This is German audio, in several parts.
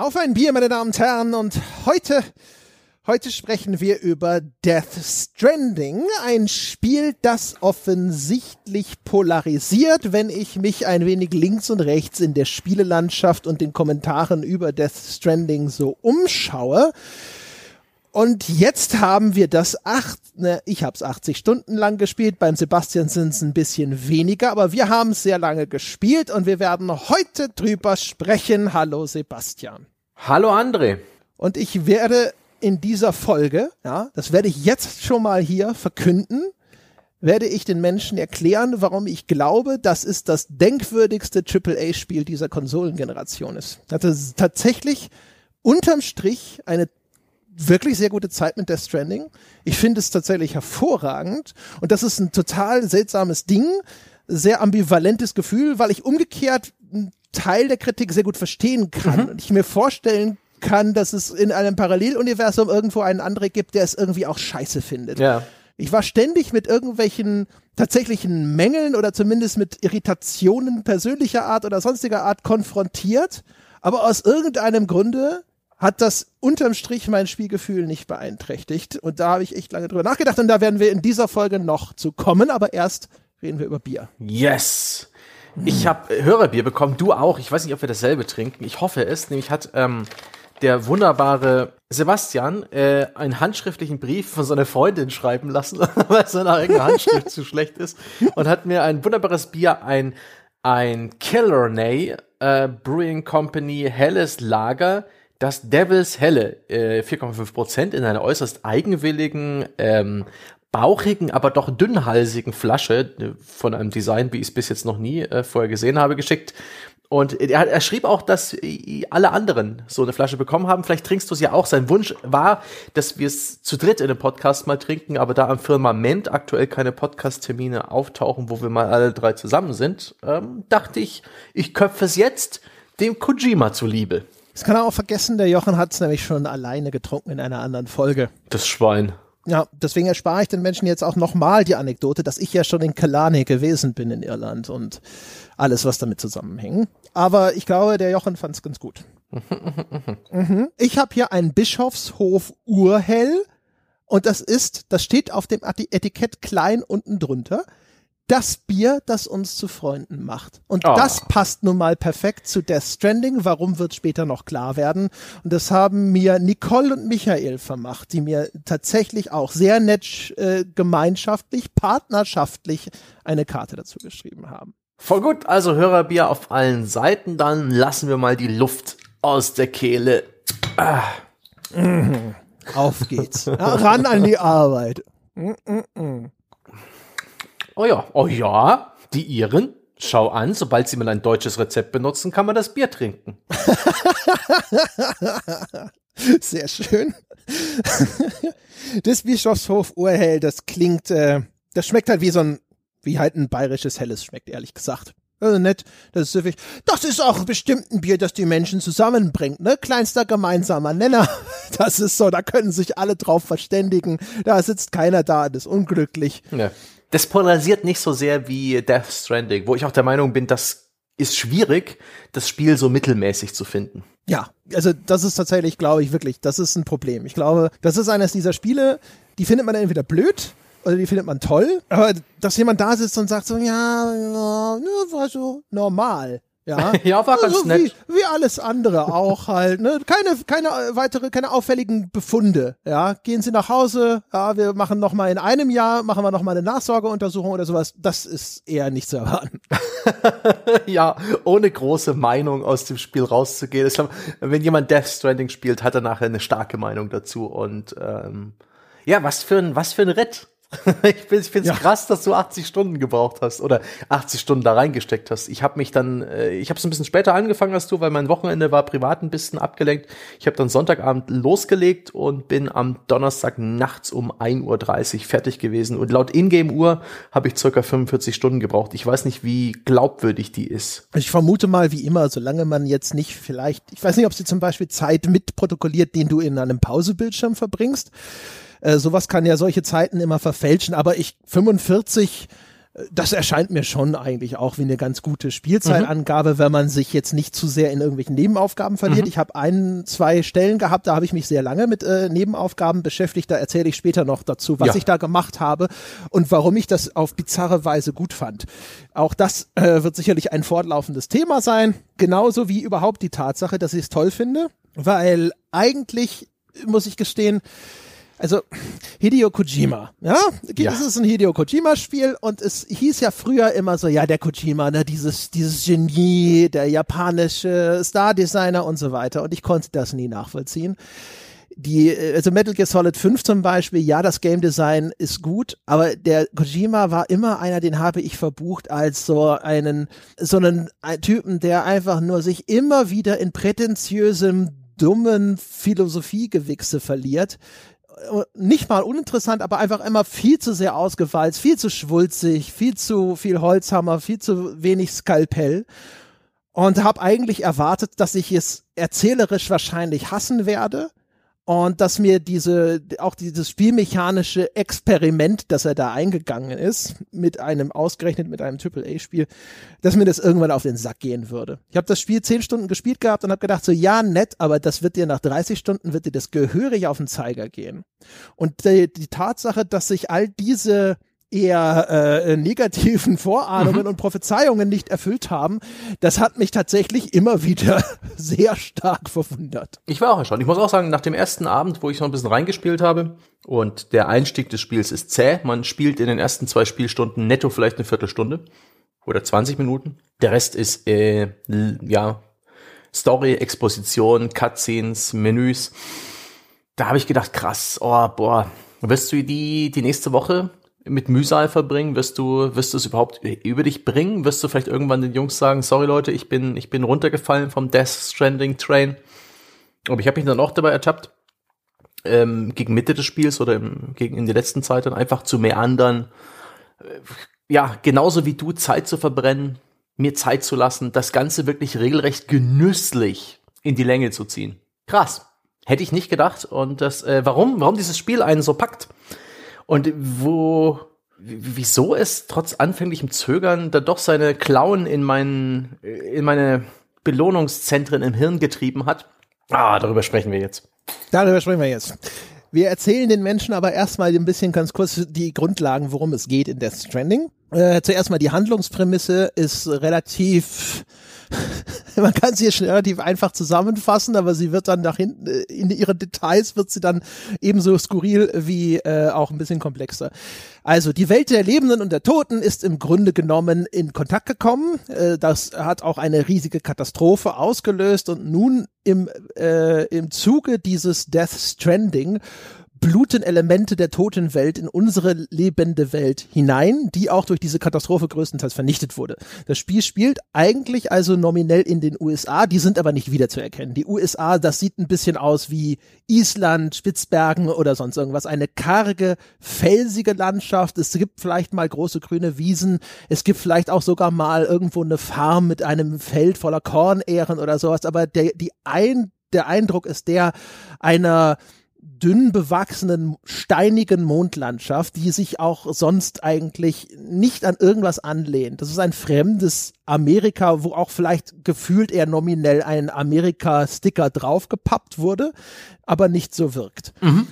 Auf ein Bier, meine Damen und Herren, und heute sprechen wir über Death Stranding, ein Spiel, das offensichtlich polarisiert, wenn ich mich ein wenig links und rechts in der Spielelandschaft und den Kommentaren über Death Stranding so umschaue. Und jetzt haben wir das ich habe es 80 Stunden lang gespielt, beim Sebastian sind es ein bisschen weniger, aber wir haben es sehr lange gespielt und wir werden heute drüber sprechen. Hallo Sebastian. Hallo André. Und ich werde in dieser Folge, ja, das werde ich jetzt schon mal hier verkünden, werde ich den Menschen erklären, warum ich glaube, dass es das denkwürdigste AAA-Spiel dieser Konsolengeneration ist. Das ist tatsächlich unterm Strich eine wirklich sehr gute Zeit mit Death Stranding. Ich finde es tatsächlich hervorragend und das ist ein total seltsames Ding, sehr ambivalentes Gefühl, weil ich umgekehrt einen Teil der Kritik sehr gut verstehen kann und ich mir vorstellen kann, dass es in einem Paralleluniversum irgendwo einen André gibt, der es irgendwie auch scheiße findet. Ja. Ich war ständig mit irgendwelchen tatsächlichen Mängeln oder zumindest mit Irritationen persönlicher Art oder sonstiger Art konfrontiert, aber aus irgendeinem Grunde hat das unterm Strich mein Spielgefühl nicht beeinträchtigt. Und da habe ich echt lange drüber nachgedacht und da werden wir in dieser Folge noch zu kommen, aber erst reden wir über Bier. Yes! Ich habe Hörerbier bekommen, du auch. Ich weiß nicht, ob wir dasselbe trinken. Ich hoffe es. Nämlich hat der wunderbare Sebastian einen handschriftlichen Brief von seiner Freundin schreiben lassen, weil seine eigene Handschrift zu schlecht ist. Und hat mir ein wunderbares Bier, ein Killarney Brewing Company helles Lager, das Devil's Helle, 4,5% in einer äußerst eigenwilligen, bauchigen, aber doch dünnhalsigen Flasche von einem Design, wie ich es bis jetzt noch nie vorher gesehen habe, geschickt. Und er schrieb auch, dass alle anderen so eine Flasche bekommen haben. Vielleicht trinkst du es ja auch. Sein Wunsch war, dass wir es zu dritt in einem Podcast mal trinken, aber da am Firmament aktuell keine Podcast-Termine auftauchen, wo wir mal alle drei zusammen sind, dachte ich köpfe es jetzt dem Kojima zuliebe. Das kann er auch vergessen, der Jochen hat es nämlich schon alleine getrunken in einer anderen Folge. Das Schwein. Ja, deswegen erspare ich den Menschen jetzt auch nochmal die Anekdote, dass ich ja schon in Killarney gewesen bin in Irland und alles, was damit zusammenhängt. Aber ich glaube, der Jochen fand es ganz gut. Ich habe hier ein Bischofshof Urhell und das steht auf dem Etikett klein unten drunter. Das Bier, das uns zu Freunden macht. Und das passt nun mal perfekt zu Death Stranding. Warum, wird später noch klar werden. Und das haben mir Nicole und Michael vermacht, die mir tatsächlich auch sehr nett gemeinschaftlich, partnerschaftlich eine Karte dazu geschrieben haben. Voll gut, also Hörerbier auf allen Seiten. Dann lassen wir mal die Luft aus der Kehle. Auf geht's. Ja, ran an die Arbeit. Oh ja, die Iren. Schau an, sobald sie mal ein deutsches Rezept benutzen, kann man das Bier trinken. Sehr schön. Das Bischofshof Urhell, das klingt, das schmeckt halt wie halt ein bayerisches Helles schmeckt, ehrlich gesagt. Also nett, das ist süffig. Das ist auch bestimmt ein Bier, das die Menschen zusammenbringt, ne? Kleinster gemeinsamer Nenner. Das ist so, da können sich alle drauf verständigen. Da sitzt keiner da und ist unglücklich. Ja. Das polarisiert nicht so sehr wie Death Stranding, wo ich auch der Meinung bin, das ist schwierig, das Spiel so mittelmäßig zu finden. Ja, also das ist tatsächlich, glaube ich, wirklich, das ist ein Problem. Ich glaube, das ist eines dieser Spiele, die findet man entweder blöd oder die findet man toll, aber dass jemand da sitzt und sagt so, ja, war so normal. Ja, ja, war ganz nett. Wie alles andere auch halt, ne? Keine auffälligen Befunde, ja. Gehen Sie nach Hause, ja, wir machen nochmal in einem Jahr, machen wir nochmal eine Nachsorgeuntersuchung oder sowas. Das ist eher nicht zu erwarten. Ja, ohne große Meinung aus dem Spiel rauszugehen. Ich glaube, wenn jemand Death Stranding spielt, hat er nachher eine starke Meinung dazu und, ja, was für ein Ritt. Ich find's krass, dass du 80 Stunden gebraucht hast oder 80 Stunden da reingesteckt hast. Ich habe es ein bisschen später angefangen als du, weil mein Wochenende war privat ein bisschen abgelenkt. Ich habe dann Sonntagabend losgelegt und bin am Donnerstag nachts um 1:30 Uhr fertig gewesen. Und laut Ingame-Uhr habe ich circa 45 Stunden gebraucht. Ich weiß nicht, wie glaubwürdig die ist. Ich vermute mal, wie immer, solange man jetzt nicht vielleicht, ich weiß nicht, ob sie zum Beispiel Zeit mitprotokolliert, den du in einem Pausebildschirm verbringst. Sowas kann ja solche Zeiten immer verfälschen, aber 45 Das erscheint mir schon eigentlich auch wie eine ganz gute Spielzeitangabe, wenn man sich jetzt nicht zu sehr in irgendwelchen Nebenaufgaben verliert. Ich habe 2 Stellen gehabt, da habe ich mich sehr lange mit Nebenaufgaben beschäftigt. Da erzähle ich später noch dazu, was ich da gemacht habe und warum ich das auf bizarre Weise gut fand. Auch das wird sicherlich ein fortlaufendes Thema sein. Genauso wie überhaupt die Tatsache, dass ich es toll finde, weil eigentlich, muss ich gestehen, also Hideo Kojima, es ist ein Hideo Kojima-Spiel und es hieß ja früher immer so, ja, der Kojima, ne, dieses Genie, der Star-Designer und so weiter, und ich konnte das nie nachvollziehen. Also Metal Gear Solid 5 zum Beispiel, ja, das Game Design ist gut, aber der Kojima war immer einer, den habe ich verbucht als so einen Typen, der einfach nur sich immer wieder in prätentiösem, dummen Philosophiegewichse verliert. Nicht mal uninteressant, aber einfach immer viel zu sehr ausgewalzt, viel zu schwulzig, viel zu viel Holzhammer, viel zu wenig Skalpell, und habe eigentlich erwartet, dass ich es erzählerisch wahrscheinlich hassen werde und dass mir dieses spielmechanische Experiment, das er da eingegangen ist, ausgerechnet mit einem AAA-Spiel, dass mir das irgendwann auf den Sack gehen würde. Ich habe das Spiel 10 Stunden gespielt gehabt und habe gedacht, so ja, nett, aber das wird dir nach 30 Stunden wird dir das gehörig auf den Zeiger gehen. Und die Tatsache, dass sich all diese eher negativen Vorahnungen und Prophezeiungen nicht erfüllt haben, das hat mich tatsächlich immer wieder sehr stark verwundert. Ich war auch erstaunt. Ich muss auch sagen, nach dem ersten Abend, wo ich noch ein bisschen reingespielt habe, und der Einstieg des Spiels ist zäh, man spielt in den ersten 2 Spielstunden netto vielleicht eine Viertelstunde oder 20 Minuten. Der Rest ist, Story, Exposition, Cutscenes, Menüs. Da habe ich gedacht, krass, wirst du die nächste Woche mit Mühsal verbringen? Wirst du es überhaupt über dich bringen? Wirst du vielleicht irgendwann den Jungs sagen, sorry Leute, ich bin runtergefallen vom Death Stranding Train? Aber ich habe mich dann auch dabei ertappt, gegen Mitte des Spiels oder in die letzten Zeit dann einfach zu meandern, genauso wie du, Zeit zu verbrennen, mir Zeit zu lassen, das Ganze wirklich regelrecht genüsslich in die Länge zu ziehen. Krass. Hätte ich nicht gedacht. Und warum dieses Spiel einen so packt und wieso es trotz anfänglichem Zögern dann doch seine Klauen in meine Belohnungszentren im Hirn getrieben hat. Darüber sprechen wir jetzt. Wir erzählen den Menschen aber erstmal ein bisschen ganz kurz die Grundlagen, worum es geht in Death Stranding. Zuerst mal die Handlungsprämisse ist relativ, man kann sie relativ einfach zusammenfassen, aber sie wird dann nach hinten, in ihre Details wird sie dann ebenso skurril wie auch ein bisschen komplexer. Also die Welt der Lebenden und der Toten ist im Grunde genommen in Kontakt gekommen. Das hat auch eine riesige Katastrophe ausgelöst und nun im Zuge dieses Death Stranding bluten Elemente der toten Welt in unsere lebende Welt hinein, die auch durch diese Katastrophe größtenteils vernichtet wurde. Das Spiel spielt eigentlich also nominell in den USA, die sind aber nicht wiederzuerkennen. Die USA, das sieht ein bisschen aus wie Island, Spitzbergen oder sonst irgendwas. Eine karge, felsige Landschaft. Es gibt vielleicht mal große grüne Wiesen. Es gibt vielleicht auch sogar mal irgendwo eine Farm mit einem Feld voller Kornähren oder sowas. Aber der Eindruck ist der einer dünn bewachsenen, steinigen Mondlandschaft, die sich auch sonst eigentlich nicht an irgendwas anlehnt. Das ist ein fremdes Amerika, wo auch vielleicht gefühlt eher nominell ein Amerika-Sticker draufgepappt wurde, aber nicht so wirkt. Mhm.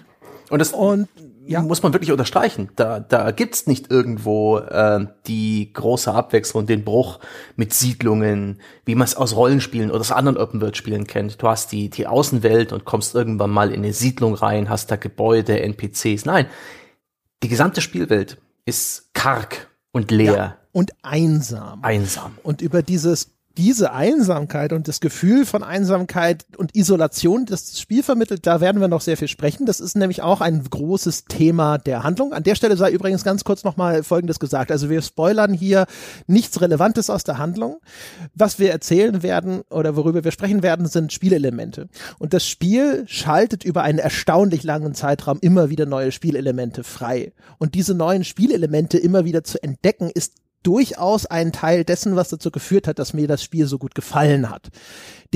Und muss man wirklich unterstreichen. Da gibt's nicht irgendwo die große Abwechslung, den Bruch mit Siedlungen, wie man es aus Rollenspielen oder aus anderen Open-World-Spielen kennt. Du hast die Außenwelt und kommst irgendwann mal in eine Siedlung rein, hast da Gebäude, NPCs. Nein, die gesamte Spielwelt ist karg und leer. Ja, und einsam. Und über diese Einsamkeit und das Gefühl von Einsamkeit und Isolation, das das Spiel vermittelt, da werden wir noch sehr viel sprechen. Das ist nämlich auch ein großes Thema der Handlung. An der Stelle sei übrigens ganz kurz nochmal Folgendes gesagt. Also wir spoilern hier nichts Relevantes aus der Handlung. Was wir erzählen werden oder worüber wir sprechen werden, sind Spielelemente. Und das Spiel schaltet über einen erstaunlich langen Zeitraum immer wieder neue Spielelemente frei. Und diese neuen Spielelemente immer wieder zu entdecken, ist durchaus ein Teil dessen, was dazu geführt hat, dass mir das Spiel so gut gefallen hat.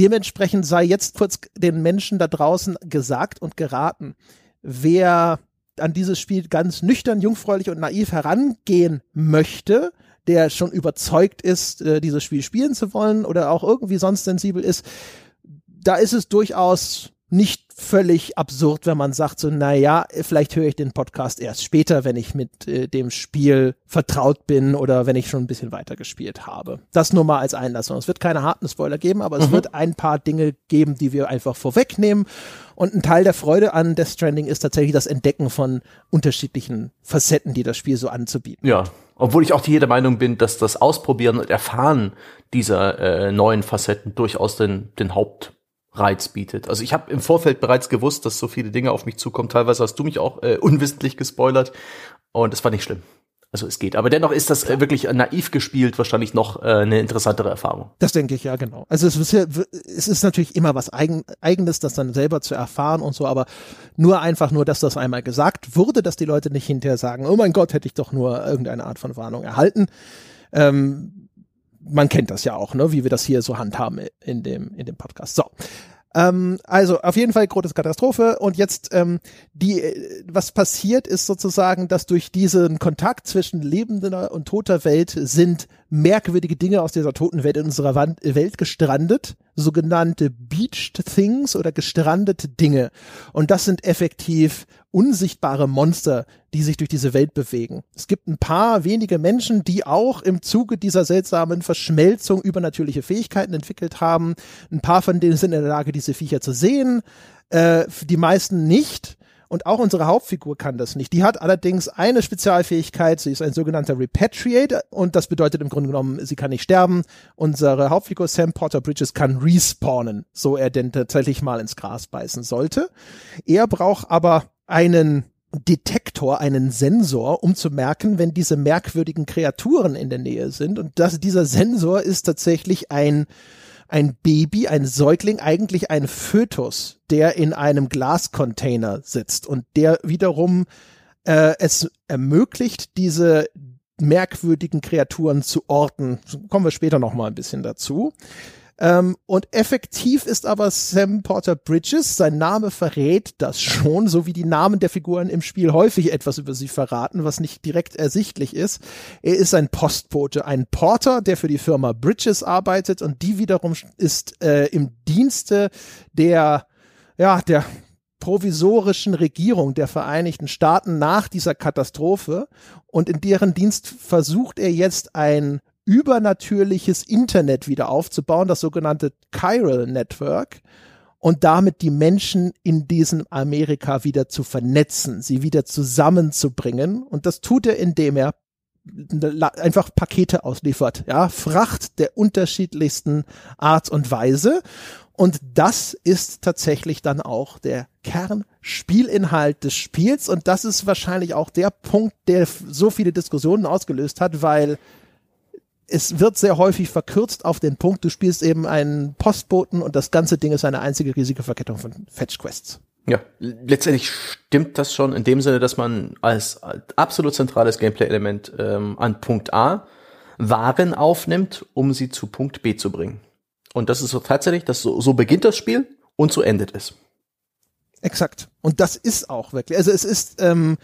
Dementsprechend sei jetzt kurz den Menschen da draußen gesagt und geraten, wer an dieses Spiel ganz nüchtern, jungfräulich und naiv herangehen möchte, der schon überzeugt ist, dieses Spiel spielen zu wollen oder auch irgendwie sonst sensibel ist, da ist es durchaus nicht völlig absurd, wenn man sagt so, naja, vielleicht höre ich den Podcast erst später, wenn ich mit dem Spiel vertraut bin oder wenn ich schon ein bisschen weiter gespielt habe. Das nur mal als Einlassung. Es wird keine harten Spoiler geben, aber es wird ein paar Dinge geben, die wir einfach vorwegnehmen. Und ein Teil der Freude an Death Stranding ist tatsächlich das Entdecken von unterschiedlichen Facetten, die das Spiel so anzubieten. Ja, obwohl ich auch der Meinung bin, dass das Ausprobieren und Erfahren dieser neuen Facetten durchaus den Hauptreiz bietet. Also ich habe im Vorfeld bereits gewusst, dass so viele Dinge auf mich zukommen. Teilweise hast du mich auch unwissentlich gespoilert und das war nicht schlimm. Also es geht. Aber dennoch ist das wirklich naiv gespielt wahrscheinlich noch eine interessantere Erfahrung. Das denke ich, ja, genau. Also es ist natürlich immer was Eigenes, das dann selber zu erfahren und so, aber einfach nur, dass das einmal gesagt wurde, dass die Leute nicht hinterher sagen, oh mein Gott, hätte ich doch nur irgendeine Art von Warnung erhalten. Man kennt das ja auch, ne, wie wir das hier so handhaben in dem Podcast. So. Also auf jeden Fall große Katastrophe und jetzt was passiert ist sozusagen, dass durch diesen Kontakt zwischen lebender und toter Welt sind merkwürdige Dinge aus dieser toten Welt in unserer Welt gestrandet, sogenannte Beached Things oder gestrandete Dinge und das sind effektiv unsichtbare Monster, die sich durch diese Welt bewegen. Es gibt ein paar wenige Menschen, die auch im Zuge dieser seltsamen Verschmelzung übernatürliche Fähigkeiten entwickelt haben. Ein paar von denen sind in der Lage, diese Viecher zu sehen, die meisten nicht. Und auch unsere Hauptfigur kann das nicht. Die hat allerdings eine Spezialfähigkeit, sie ist ein sogenannter Repatriate und das bedeutet im Grunde genommen, sie kann nicht sterben. Unsere Hauptfigur Sam Porter Bridges kann respawnen, so er denn tatsächlich mal ins Gras beißen sollte. Er braucht aber einen Detektor, einen Sensor, um zu merken, wenn diese merkwürdigen Kreaturen in der Nähe sind. Und dieser Sensor ist tatsächlich ein Baby, ein Säugling, eigentlich ein Fötus, der in einem Glascontainer sitzt und der wiederum es ermöglicht, diese merkwürdigen Kreaturen zu orten. Kommen wir später noch mal ein bisschen dazu. Und effektiv ist aber Sam Porter Bridges, sein Name verrät das schon, so wie die Namen der Figuren im Spiel häufig etwas über sie verraten, was nicht direkt ersichtlich ist. Er ist ein Postbote, ein Porter, der für die Firma Bridges arbeitet und die wiederum ist im Dienste der provisorischen Regierung der Vereinigten Staaten nach dieser Katastrophe und in deren Dienst versucht er jetzt ein übernatürliches Internet wieder aufzubauen, das sogenannte Chiral Network und damit die Menschen in diesem Amerika wieder zu vernetzen, sie wieder zusammenzubringen und das tut er, indem er einfach Pakete ausliefert, ja, Fracht der unterschiedlichsten Art und Weise und das ist tatsächlich dann auch der Kernspielinhalt des Spiels und das ist wahrscheinlich auch der Punkt, der so viele Diskussionen ausgelöst hat, weil es wird sehr häufig verkürzt auf den Punkt, du spielst eben einen Postboten und das ganze Ding ist eine einzige riesige Verkettung von Fetch-Quests. Ja, letztendlich stimmt das schon in dem Sinne, dass man als absolut zentrales Gameplay-Element an Punkt A Waren aufnimmt, um sie zu Punkt B zu bringen. Und das ist so tatsächlich, so beginnt das Spiel und so endet es. Exakt. Und das ist auch wirklich, also es ist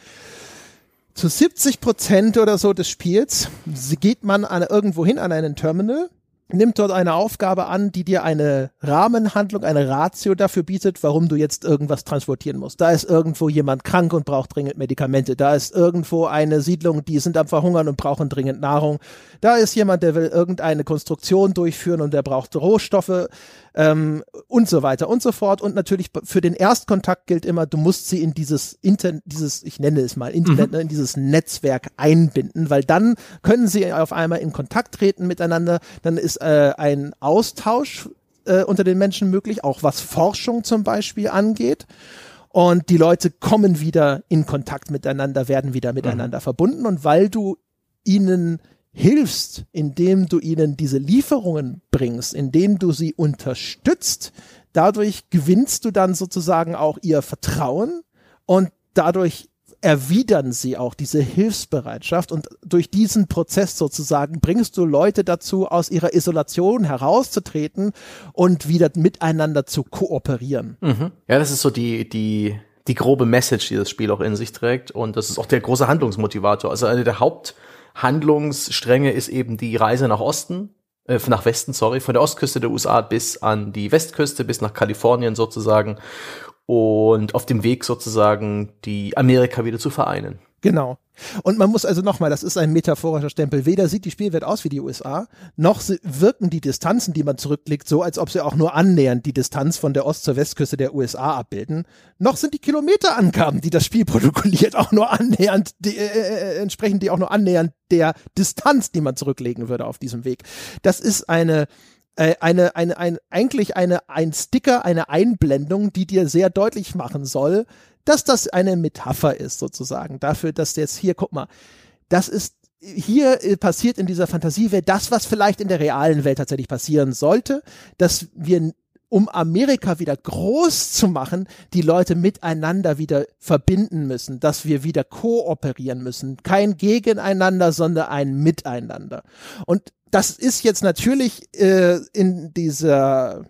zu 70% oder so des Spiels geht man irgendwo hin an einen Terminal, nimmt dort eine Aufgabe an, die dir eine Rahmenhandlung, eine Ratio dafür bietet, warum du jetzt irgendwas transportieren musst. Da ist irgendwo jemand krank und braucht dringend Medikamente. Da ist irgendwo eine Siedlung, die sind am Verhungern und brauchen dringend Nahrung. Da ist jemand, der will irgendeine Konstruktion durchführen und der braucht Rohstoffe und so weiter und so fort. Und natürlich für den Erstkontakt gilt immer, du musst sie in dieses ich nenne es mal Internet, in dieses Netzwerk einbinden, weil dann können sie auf einmal in Kontakt treten miteinander. Dann ist ein Austausch unter den Menschen möglich, auch was Forschung zum Beispiel angeht. Und die Leute kommen wieder in Kontakt miteinander, werden wieder miteinander verbunden. Und weil du ihnen hilfst, indem du ihnen diese Lieferungen bringst, indem du sie unterstützt, dadurch gewinnst du dann sozusagen auch ihr Vertrauen und dadurch erwidern sie auch diese Hilfsbereitschaft und durch diesen Prozess sozusagen bringst du Leute dazu, aus ihrer Isolation herauszutreten und wieder miteinander zu kooperieren. Mhm. Ja, das ist so die die grobe Message, die das Spiel auch in sich trägt. Und das ist auch der große Handlungsmotivator. Also eine der Haupthandlungsstränge ist eben die Reise nach Westen, von der Ostküste der USA bis an die Westküste, bis nach Kalifornien sozusagen. Und auf dem Weg sozusagen die Amerika wieder zu vereinen. Genau. Und man muss also nochmal, das ist ein metaphorischer Stempel, weder sieht die Spielwelt aus wie die USA, noch wirken die Distanzen, die man zurücklegt, so, als ob sie auch nur annähernd die Distanz von der Ost- zur Westküste der USA abbilden, noch sind die Kilometerangaben, die das Spiel protokolliert, auch nur annähernd, entsprechen die auch nur annähernd der Distanz, die man zurücklegen würde auf diesem Weg. Das ist ein Sticker, eine Einblendung, die dir sehr deutlich machen soll, dass das eine Metapher ist, sozusagen, dafür, dass jetzt hier, guck mal, das ist, hier passiert in dieser Fantasiewelt das, was vielleicht in der realen Welt tatsächlich passieren sollte, dass wir, um Amerika wieder groß zu machen, die Leute miteinander wieder verbinden müssen, dass wir wieder kooperieren müssen. Kein Gegeneinander, sondern ein Miteinander. Und das ist jetzt natürlich in dieser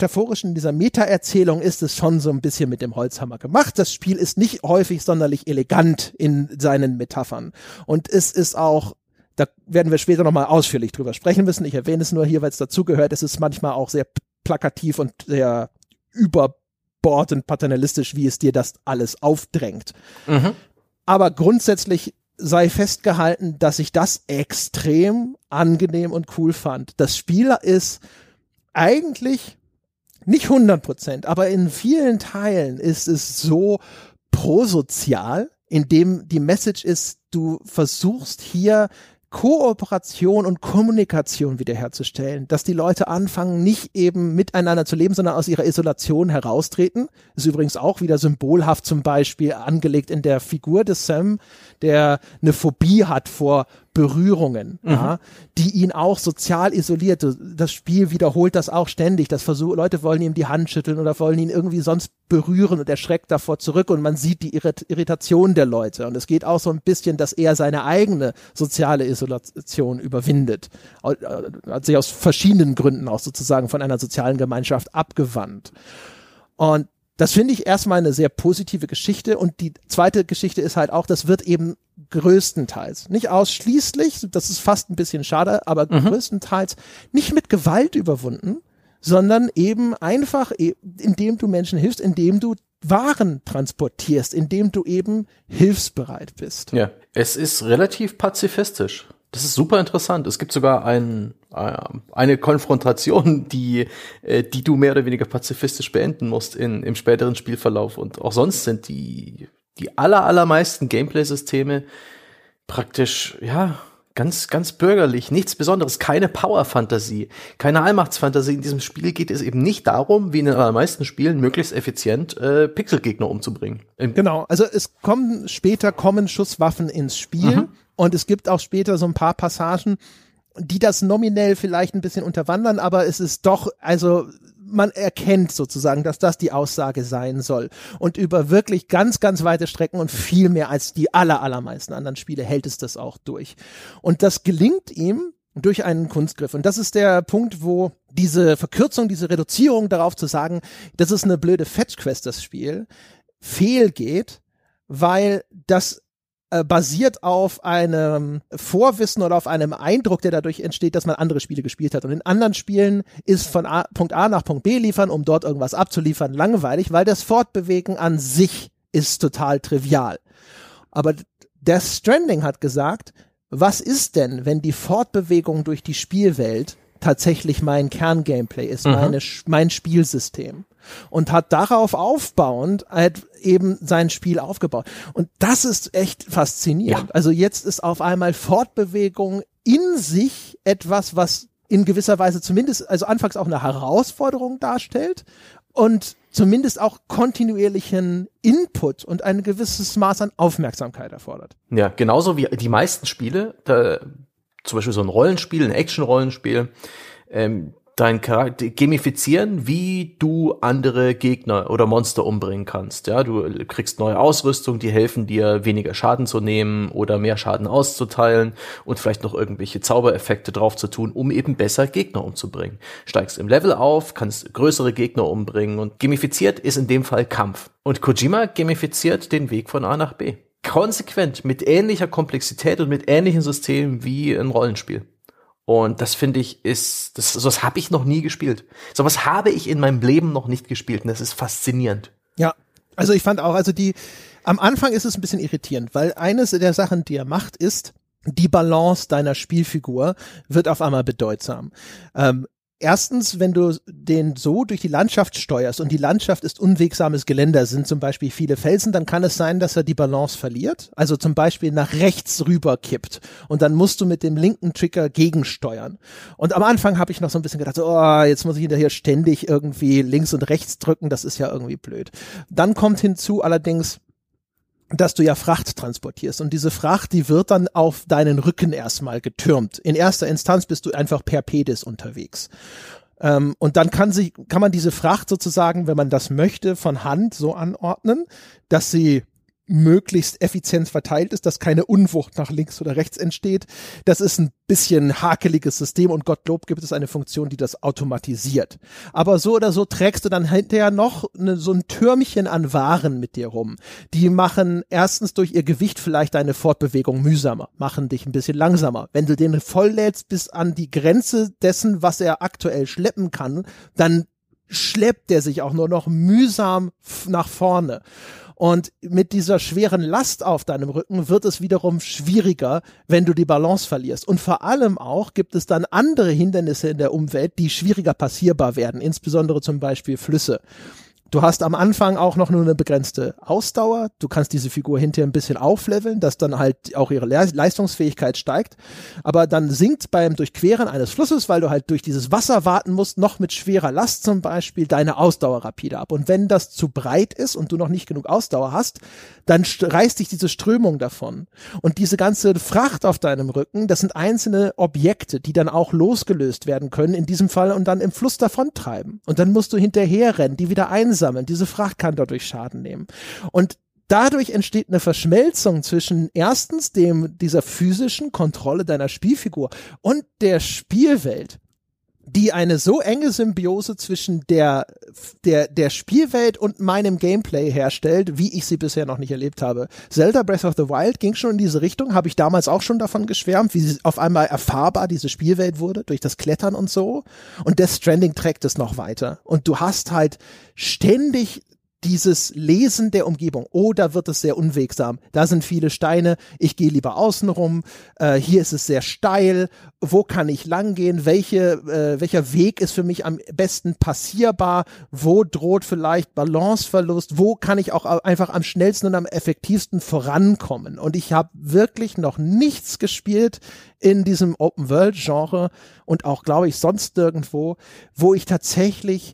Meta-Erzählung ist es schon so ein bisschen mit dem Holzhammer gemacht. Das Spiel ist nicht häufig sonderlich elegant in seinen Metaphern. Und es ist auch, da werden wir später nochmal ausführlich drüber sprechen müssen. Ich erwähne es nur hier, weil es dazugehört. Es ist manchmal auch sehr plakativ und sehr überbordend paternalistisch, wie es dir das alles aufdrängt. Mhm. Aber grundsätzlich sei festgehalten, dass ich das extrem angenehm und cool fand. Das Spiel ist eigentlich nicht 100%, aber in vielen Teilen ist es so prosozial, indem die Message ist, du versuchst hier Kooperation und Kommunikation wiederherzustellen, dass die Leute anfangen, nicht eben miteinander zu leben, sondern aus ihrer Isolation heraustreten. Ist übrigens auch wieder symbolhaft zum Beispiel angelegt in der Figur des Sam, der eine Phobie hat vor Berührungen, ja, die ihn auch sozial isoliert. Das Spiel wiederholt das auch ständig. Leute wollen ihm die Hand schütteln oder wollen ihn irgendwie sonst berühren und er schreckt davor zurück und man sieht die Irritation der Leute. Und es geht auch so ein bisschen, dass er seine eigene soziale Isolation überwindet. Hat sich aus verschiedenen Gründen auch sozusagen von einer sozialen Gemeinschaft abgewandt. Und das finde ich erstmal eine sehr positive Geschichte und die zweite Geschichte ist halt auch, das wird eben größtenteils, nicht ausschließlich, das ist fast ein bisschen schade, aber größtenteils nicht mit Gewalt überwunden, sondern eben einfach, indem du Menschen hilfst, indem du Waren transportierst, indem du eben hilfsbereit bist. Ja, es ist relativ pazifistisch. Das ist super interessant. Es gibt sogar eine Konfrontation, die du mehr oder weniger pazifistisch beenden musst im späteren Spielverlauf. Und auch sonst sind die allermeisten Gameplay-Systeme praktisch, ja, ganz, ganz bürgerlich. Nichts Besonderes. Keine Power-Fantasie, keine Allmachtsfantasie. In diesem Spiel geht es eben nicht darum, wie in den allermeisten Spielen, möglichst effizient Pixelgegner umzubringen. Genau. Also später kommen Schusswaffen ins Spiel. Und es gibt auch später so ein paar Passagen, die das nominell vielleicht ein bisschen unterwandern, aber es ist doch, also man erkennt sozusagen, dass das die Aussage sein soll. Und über wirklich ganz, ganz weite Strecken und viel mehr als die allermeisten anderen Spiele hält es das auch durch. Und das gelingt ihm durch einen Kunstgriff. Und das ist der Punkt, wo diese Verkürzung, diese Reduzierung darauf zu sagen, das ist eine blöde Fetch-Quest, das Spiel, fehlgeht, weil das basiert auf einem Vorwissen oder auf einem Eindruck, der dadurch entsteht, dass man andere Spiele gespielt hat. Und in anderen Spielen ist von Punkt A nach Punkt B liefern, um dort irgendwas abzuliefern, langweilig, weil das Fortbewegen an sich ist total trivial. Aber Death Stranding hat gesagt, was ist denn, wenn die Fortbewegung durch die Spielwelt tatsächlich mein Kerngameplay ist, mein Spielsystem? Und hat darauf aufbauend halt eben sein Spiel aufgebaut. Und das ist echt faszinierend. Ja. Also jetzt ist auf einmal Fortbewegung in sich etwas, was in gewisser Weise zumindest, also anfangs auch eine Herausforderung darstellt und zumindest auch kontinuierlichen Input und ein gewisses Maß an Aufmerksamkeit erfordert. Ja, genauso wie die meisten Spiele, zum Beispiel so ein Rollenspiel, ein Action-Rollenspiel, dein Charakter gamifizieren, wie du andere Gegner oder Monster umbringen kannst. Ja, du kriegst neue Ausrüstung, die helfen dir, weniger Schaden zu nehmen oder mehr Schaden auszuteilen und vielleicht noch irgendwelche Zaubereffekte drauf zu tun, um eben besser Gegner umzubringen. Steigst im Level auf, kannst größere Gegner umbringen und gamifiziert ist in dem Fall Kampf. Und Kojima gamifiziert den Weg von A nach B. Konsequent, mit ähnlicher Komplexität und mit ähnlichen Systemen wie ein Rollenspiel. Und das finde ich sowas habe ich noch nie gespielt. Sowas habe ich in meinem Leben noch nicht gespielt und das ist faszinierend. Ja, also ich fand auch, am Anfang ist es ein bisschen irritierend, weil eines der Sachen, die er macht, ist, die Balance deiner Spielfigur wird auf einmal bedeutsam. Erstens, wenn du den so durch die Landschaft steuerst und die Landschaft ist unwegsames Geländer, sind zum Beispiel viele Felsen, dann kann es sein, dass er die Balance verliert, also zum Beispiel nach rechts rüber kippt und dann musst du mit dem linken Trigger gegensteuern. Und am Anfang habe ich noch so ein bisschen gedacht, jetzt muss ich hinterher ständig irgendwie links und rechts drücken, das ist ja irgendwie blöd. Dann kommt hinzu allerdings, dass du ja Fracht transportierst und diese Fracht, die wird dann auf deinen Rücken erstmal getürmt. In erster Instanz bist du einfach per Pedis unterwegs. Und dann kann man diese Fracht sozusagen, wenn man das möchte, von Hand so anordnen, dass sie möglichst effizient verteilt ist, dass keine Unwucht nach links oder rechts entsteht. Das ist ein bisschen hakeliges System und Gottlob gibt es eine Funktion, die das automatisiert. Aber so oder so trägst du dann hinterher noch so ein Türmchen an Waren mit dir rum. Die machen erstens durch ihr Gewicht vielleicht deine Fortbewegung mühsamer, machen dich ein bisschen langsamer. Wenn du den volllädst bis an die Grenze dessen, was er aktuell schleppen kann, dann schleppt der sich auch nur noch mühsam nach vorne. Und mit dieser schweren Last auf deinem Rücken wird es wiederum schwieriger, wenn du die Balance verlierst. Und vor allem auch gibt es dann andere Hindernisse in der Umwelt, die schwieriger passierbar werden, insbesondere zum Beispiel Flüsse. Du hast am Anfang auch noch nur eine begrenzte Ausdauer. Du kannst diese Figur hinterher ein bisschen aufleveln, dass dann halt auch ihre Leistungsfähigkeit steigt. Aber dann sinkt beim Durchqueren eines Flusses, weil du halt durch dieses Wasser warten musst, noch mit schwerer Last zum Beispiel, deine Ausdauer rapide ab. Und wenn das zu breit ist und du noch nicht genug Ausdauer hast, dann reißt dich diese Strömung davon. Und diese ganze Fracht auf deinem Rücken, das sind einzelne Objekte, die dann auch losgelöst werden können, in diesem Fall, und dann im Fluss davontreiben. Und dann musst du hinterher rennen, die wieder einsammeln. Diese Fracht kann dadurch Schaden nehmen. Und dadurch entsteht eine Verschmelzung zwischen erstens dieser physischen Kontrolle deiner Spielfigur und der Spielwelt, die eine so enge Symbiose zwischen der Spielwelt und meinem Gameplay herstellt, wie ich sie bisher noch nicht erlebt habe. Zelda Breath of the Wild ging schon in diese Richtung, habe ich damals auch schon davon geschwärmt, wie sie auf einmal erfahrbar diese Spielwelt wurde, durch das Klettern und so. Und Death Stranding trägt es noch weiter. Und du hast halt ständig dieses Lesen der Umgebung. Oh, da wird es sehr unwegsam. Da sind viele Steine. Ich gehe lieber außen rum. Hier ist es sehr steil. Wo kann ich langgehen? Welcher Weg ist für mich am besten passierbar? Wo droht vielleicht Balanceverlust? Wo kann ich auch einfach am schnellsten und am effektivsten vorankommen? Und ich habe wirklich noch nichts gespielt in diesem Open-World-Genre und auch, glaube ich, sonst nirgendwo, wo ich tatsächlich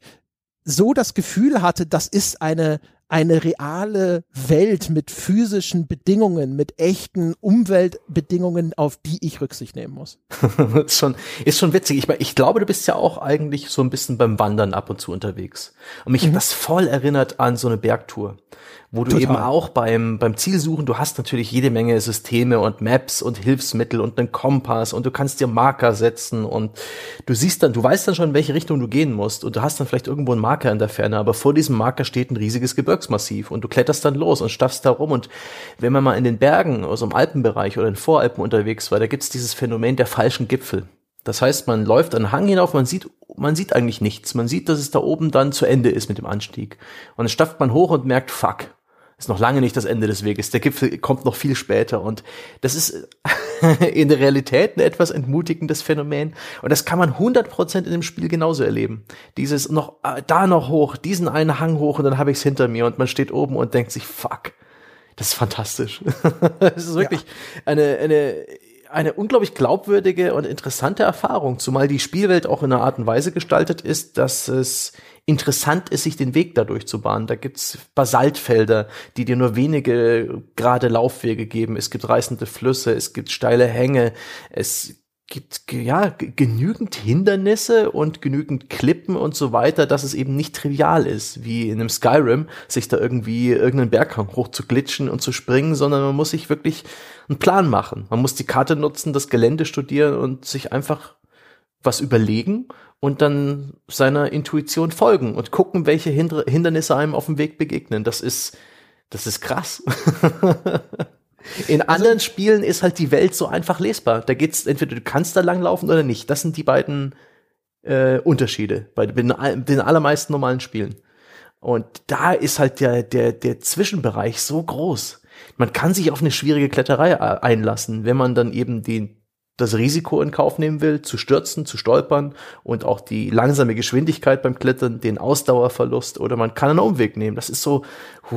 so das Gefühl hatte, das ist eine reale Welt mit physischen Bedingungen, mit echten Umweltbedingungen, auf die ich Rücksicht nehmen muss. ist schon witzig. Ich glaube, du bist ja auch eigentlich so ein bisschen beim Wandern ab und zu unterwegs. Und mich hat das voll erinnert an so eine Bergtour, wo du eben auch beim Zielsuchen, du hast natürlich jede Menge Systeme und Maps und Hilfsmittel und einen Kompass und du kannst dir Marker setzen und du weißt dann schon, in welche Richtung du gehen musst und du hast dann vielleicht irgendwo einen Marker in der Ferne, aber vor diesem Marker steht ein riesiges Gebirgsmassiv und du kletterst dann los und staffst da rum. Und wenn man mal in den Bergen, also im Alpenbereich oder in Voralpen unterwegs war, da gibt's dieses Phänomen der falschen Gipfel. Das heißt, man läuft einen Hang hinauf, man sieht eigentlich nichts. Man sieht, dass es da oben dann zu Ende ist mit dem Anstieg. Und dann stafft man hoch und merkt, fuck, ist noch lange nicht das Ende des Weges. Der Gipfel kommt noch viel später. Und das ist in der Realität ein etwas entmutigendes Phänomen. Und das kann man 100% in dem Spiel genauso erleben. Dieses noch hoch, diesen einen Hang hoch und dann habe ich es hinter mir und man steht oben und denkt sich, fuck, das ist fantastisch. Das ist wirklich eine unglaublich glaubwürdige und interessante Erfahrung, zumal die Spielwelt auch in einer Art und Weise gestaltet ist, dass es interessant ist, sich den Weg dadurch zu bahnen. Da gibt's Basaltfelder, die dir nur wenige gerade Laufwege geben. Es gibt reißende Flüsse, es gibt steile Hänge, es gibt genügend Hindernisse und genügend Klippen und so weiter, dass es eben nicht trivial ist, wie in einem Skyrim, sich da irgendwie irgendeinen Berghang hoch zu glitschen und zu springen, sondern man muss sich wirklich einen Plan machen. Man muss die Karte nutzen, das Gelände studieren und sich einfach was überlegen und dann seiner Intuition folgen und gucken, welche Hindernisse einem auf dem Weg begegnen. Das ist krass. In anderen Spielen ist halt die Welt so einfach lesbar. Da geht's entweder du kannst da langlaufen oder nicht. Das sind die beiden Unterschiede bei den allermeisten normalen Spielen. Und da ist halt der Zwischenbereich so groß. Man kann sich auf eine schwierige Kletterei einlassen, wenn man dann eben das Risiko in Kauf nehmen will, zu stürzen, zu stolpern und auch die langsame Geschwindigkeit beim Klettern, den Ausdauerverlust, oder man kann einen Umweg nehmen. Das ist so,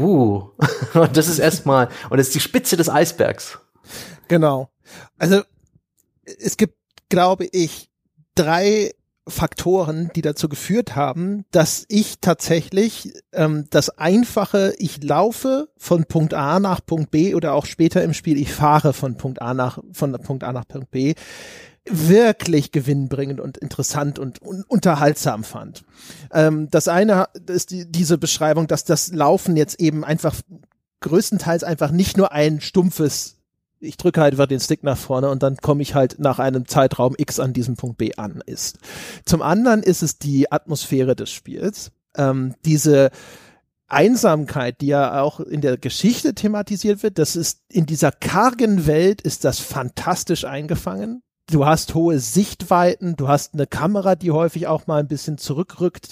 das ist erstmal, und das ist die Spitze des Eisbergs. Genau. Also es gibt, glaube ich, 3 Faktoren, die dazu geführt haben, dass ich tatsächlich das einfache, ich laufe von Punkt A nach Punkt B oder auch später im Spiel, ich fahre von Punkt A nach Punkt B, wirklich gewinnbringend und interessant und unterhaltsam fand. Das eine ist diese Beschreibung, dass das Laufen jetzt eben einfach größtenteils einfach nicht nur ein stumpfes, ich drücke halt über den Stick nach vorne und dann komme ich halt nach einem Zeitraum X an diesem Punkt B an ist. Zum anderen ist es die Atmosphäre des Spiels, diese Einsamkeit, die ja auch in der Geschichte thematisiert wird, das ist in dieser kargen Welt ist das fantastisch eingefangen. Du hast hohe Sichtweiten, du hast eine Kamera, die häufig auch mal ein bisschen zurückrückt.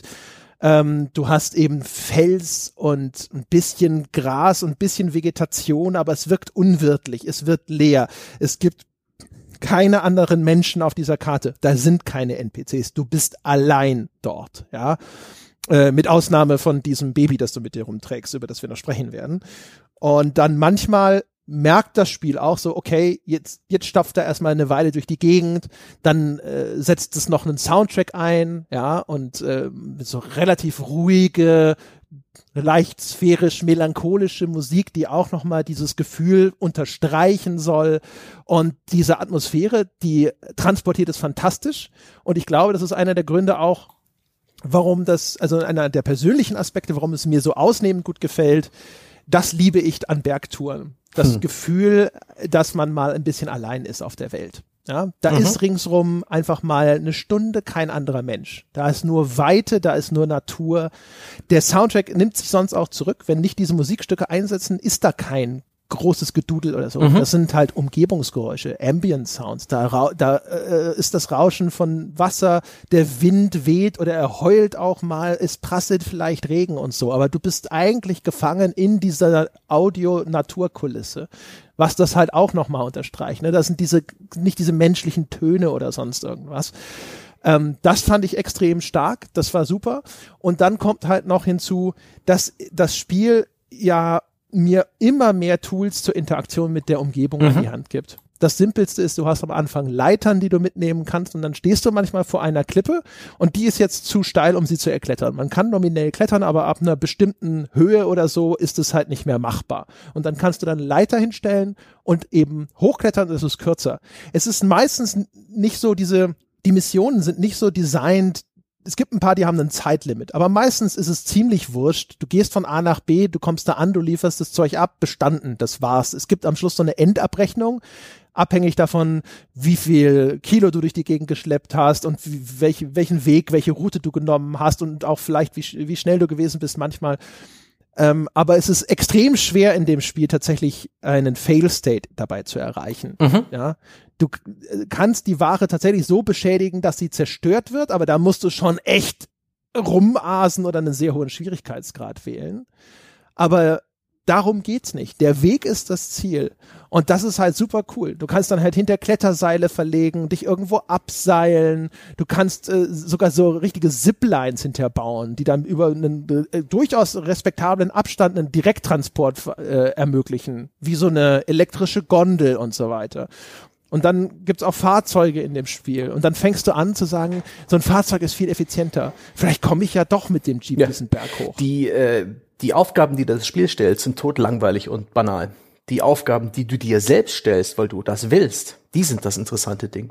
Du hast eben Fels und ein bisschen Gras und ein bisschen Vegetation, aber es wirkt unwirtlich, es wird leer. Es gibt keine anderen Menschen auf dieser Karte. Da sind keine NPCs. Du bist allein dort, ja. Mit Ausnahme von diesem Baby, das du mit dir rumträgst, über das wir noch sprechen werden. Und dann manchmal merkt das Spiel auch so, okay, jetzt stapft er erstmal eine Weile durch die Gegend, dann setzt es noch einen Soundtrack ein, ja, und so relativ ruhige, leicht sphärisch melancholische Musik, die auch nochmal dieses Gefühl unterstreichen soll, und diese Atmosphäre, die transportiert es fantastisch, und ich glaube, das ist einer der Gründe auch, warum das, also einer der persönlichen Aspekte, warum es mir so ausnehmend gut gefällt. Das liebe ich an Bergtouren. Das Gefühl, dass man mal ein bisschen allein ist auf der Welt. Ja, da ist ringsrum einfach mal eine Stunde kein anderer Mensch. Da ist nur Weite, da ist nur Natur. Der Soundtrack nimmt sich sonst auch zurück. Wenn nicht diese Musikstücke einsetzen, ist da kein großes Gedudel oder so. Das sind halt Umgebungsgeräusche, Ambient Sounds. Da ist das Rauschen von Wasser, der Wind weht oder er heult auch mal, es prasselt vielleicht Regen und so. Aber du bist eigentlich gefangen in dieser Audio-Naturkulisse, was das halt auch nochmal unterstreicht. Ne? Das sind nicht diese menschlichen Töne oder sonst irgendwas. Das fand ich extrem stark, das war super. Und dann kommt halt noch hinzu, dass das Spiel ja mir immer mehr Tools zur Interaktion mit der Umgebung an die Hand gibt. Das Simpelste ist, du hast am Anfang Leitern, die du mitnehmen kannst, und dann stehst du manchmal vor einer Klippe und die ist jetzt zu steil, um sie zu erklettern. Man kann nominell klettern, aber ab einer bestimmten Höhe oder so ist es halt nicht mehr machbar. Und dann kannst du dann Leiter hinstellen und eben hochklettern, das ist kürzer. Es ist meistens nicht so die Missionen sind nicht so designt. Es gibt ein paar, die haben ein Zeitlimit, aber meistens ist es ziemlich wurscht. Du gehst von A nach B, du kommst da an, du lieferst das Zeug ab, bestanden, das war's. Es gibt am Schluss so eine Endabrechnung, abhängig davon, wie viel Kilo du durch die Gegend geschleppt hast und welchen Weg, welche Route du genommen hast und auch vielleicht, wie schnell du gewesen bist manchmal. Aber es ist extrem schwer in dem Spiel tatsächlich einen Fail-State dabei zu erreichen. Ja, du kannst die Ware tatsächlich so beschädigen, dass sie zerstört wird, aber da musst du schon echt rumasen oder einen sehr hohen Schwierigkeitsgrad wählen. Aber darum geht's nicht. Der Weg ist das Ziel. Und das ist halt super cool. Du kannst dann halt hinter Kletterseile verlegen, dich irgendwo abseilen. Du kannst sogar so richtige Ziplines hinterbauen, die dann über einen durchaus respektablen Abstand einen Direkttransport ermöglichen. Wie so eine elektrische Gondel und so weiter. Und dann gibt's auch Fahrzeuge in dem Spiel. Und dann fängst du an zu sagen, so ein Fahrzeug ist viel effizienter. Vielleicht komme ich ja doch mit dem Jeep diesen Berg hoch. Die Aufgaben, die das Spiel stellt, sind totlangweilig und banal. Die Aufgaben, die du dir selbst stellst, weil du das willst, die sind das interessante Ding.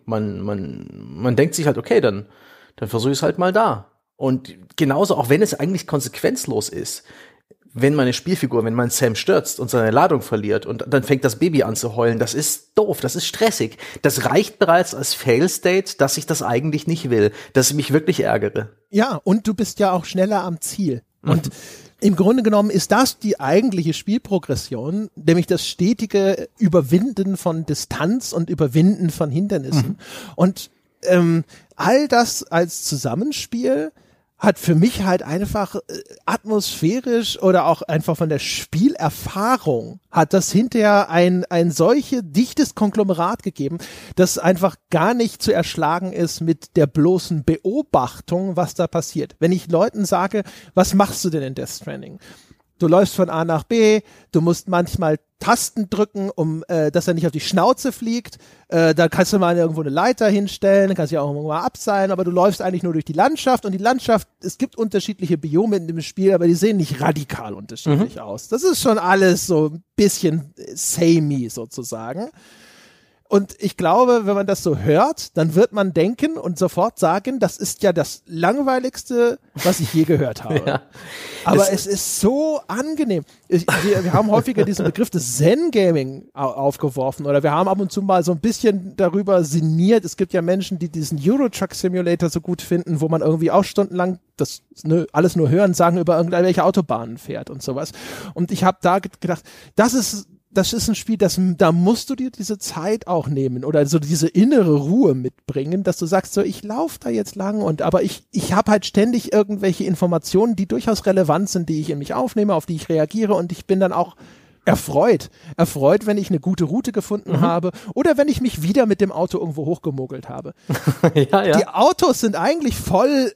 Man denkt sich halt, okay, dann versuche ich es halt mal da. Und genauso, auch wenn es eigentlich konsequenzlos ist, wenn mein Sam stürzt und seine Ladung verliert und dann fängt das Baby an zu heulen, das ist doof, das ist stressig. Das reicht bereits als Fail-State, dass ich das eigentlich nicht will, dass ich mich wirklich ärgere. Ja, und du bist ja auch schneller am Ziel. Und im Grunde genommen ist das die eigentliche Spielprogression, nämlich das stetige Überwinden von Distanz und Überwinden von Hindernissen. Und all das als Zusammenspiel hat für mich halt einfach atmosphärisch oder auch einfach von der Spielerfahrung hat das hinterher ein solche dichtes Konglomerat gegeben, das einfach gar nicht zu erschlagen ist mit der bloßen Beobachtung, was da passiert. Wenn ich Leuten sage, was machst du denn in Death Stranding? Du läufst von A nach B, du musst manchmal Tasten drücken, dass er nicht auf die Schnauze fliegt. Da kannst du mal irgendwo eine Leiter hinstellen, kannst dich auch irgendwo mal abseilen, aber du läufst eigentlich nur durch die Landschaft und die Landschaft, es gibt unterschiedliche Biome in dem Spiel, aber die sehen nicht radikal unterschiedlich aus. Das ist schon alles so ein bisschen samey sozusagen. Und ich glaube, wenn man das so hört, dann wird man denken und sofort sagen, das ist ja das Langweiligste, was ich je gehört habe. Ja. Aber es ist so angenehm. Wir haben häufiger diesen Begriff des Zen-Gaming aufgeworfen oder wir haben ab und zu mal so ein bisschen darüber sinniert. Es gibt ja Menschen, die diesen Euro Truck Simulator so gut finden, wo man irgendwie auch stundenlang das alles nur hören, sagen über irgendwelche Autobahnen fährt und sowas. Und ich habe da gedacht, das ist ein Spiel, da musst du dir diese Zeit auch nehmen oder so diese innere Ruhe mitbringen, dass du sagst, so ich laufe da jetzt lang aber ich habe halt ständig irgendwelche Informationen, die durchaus relevant sind, die ich in mich aufnehme, auf die ich reagiere und ich bin dann auch erfreut, wenn ich eine gute Route gefunden habe oder wenn ich mich wieder mit dem Auto irgendwo hochgemogelt habe. Ja. Die Autos sind eigentlich voll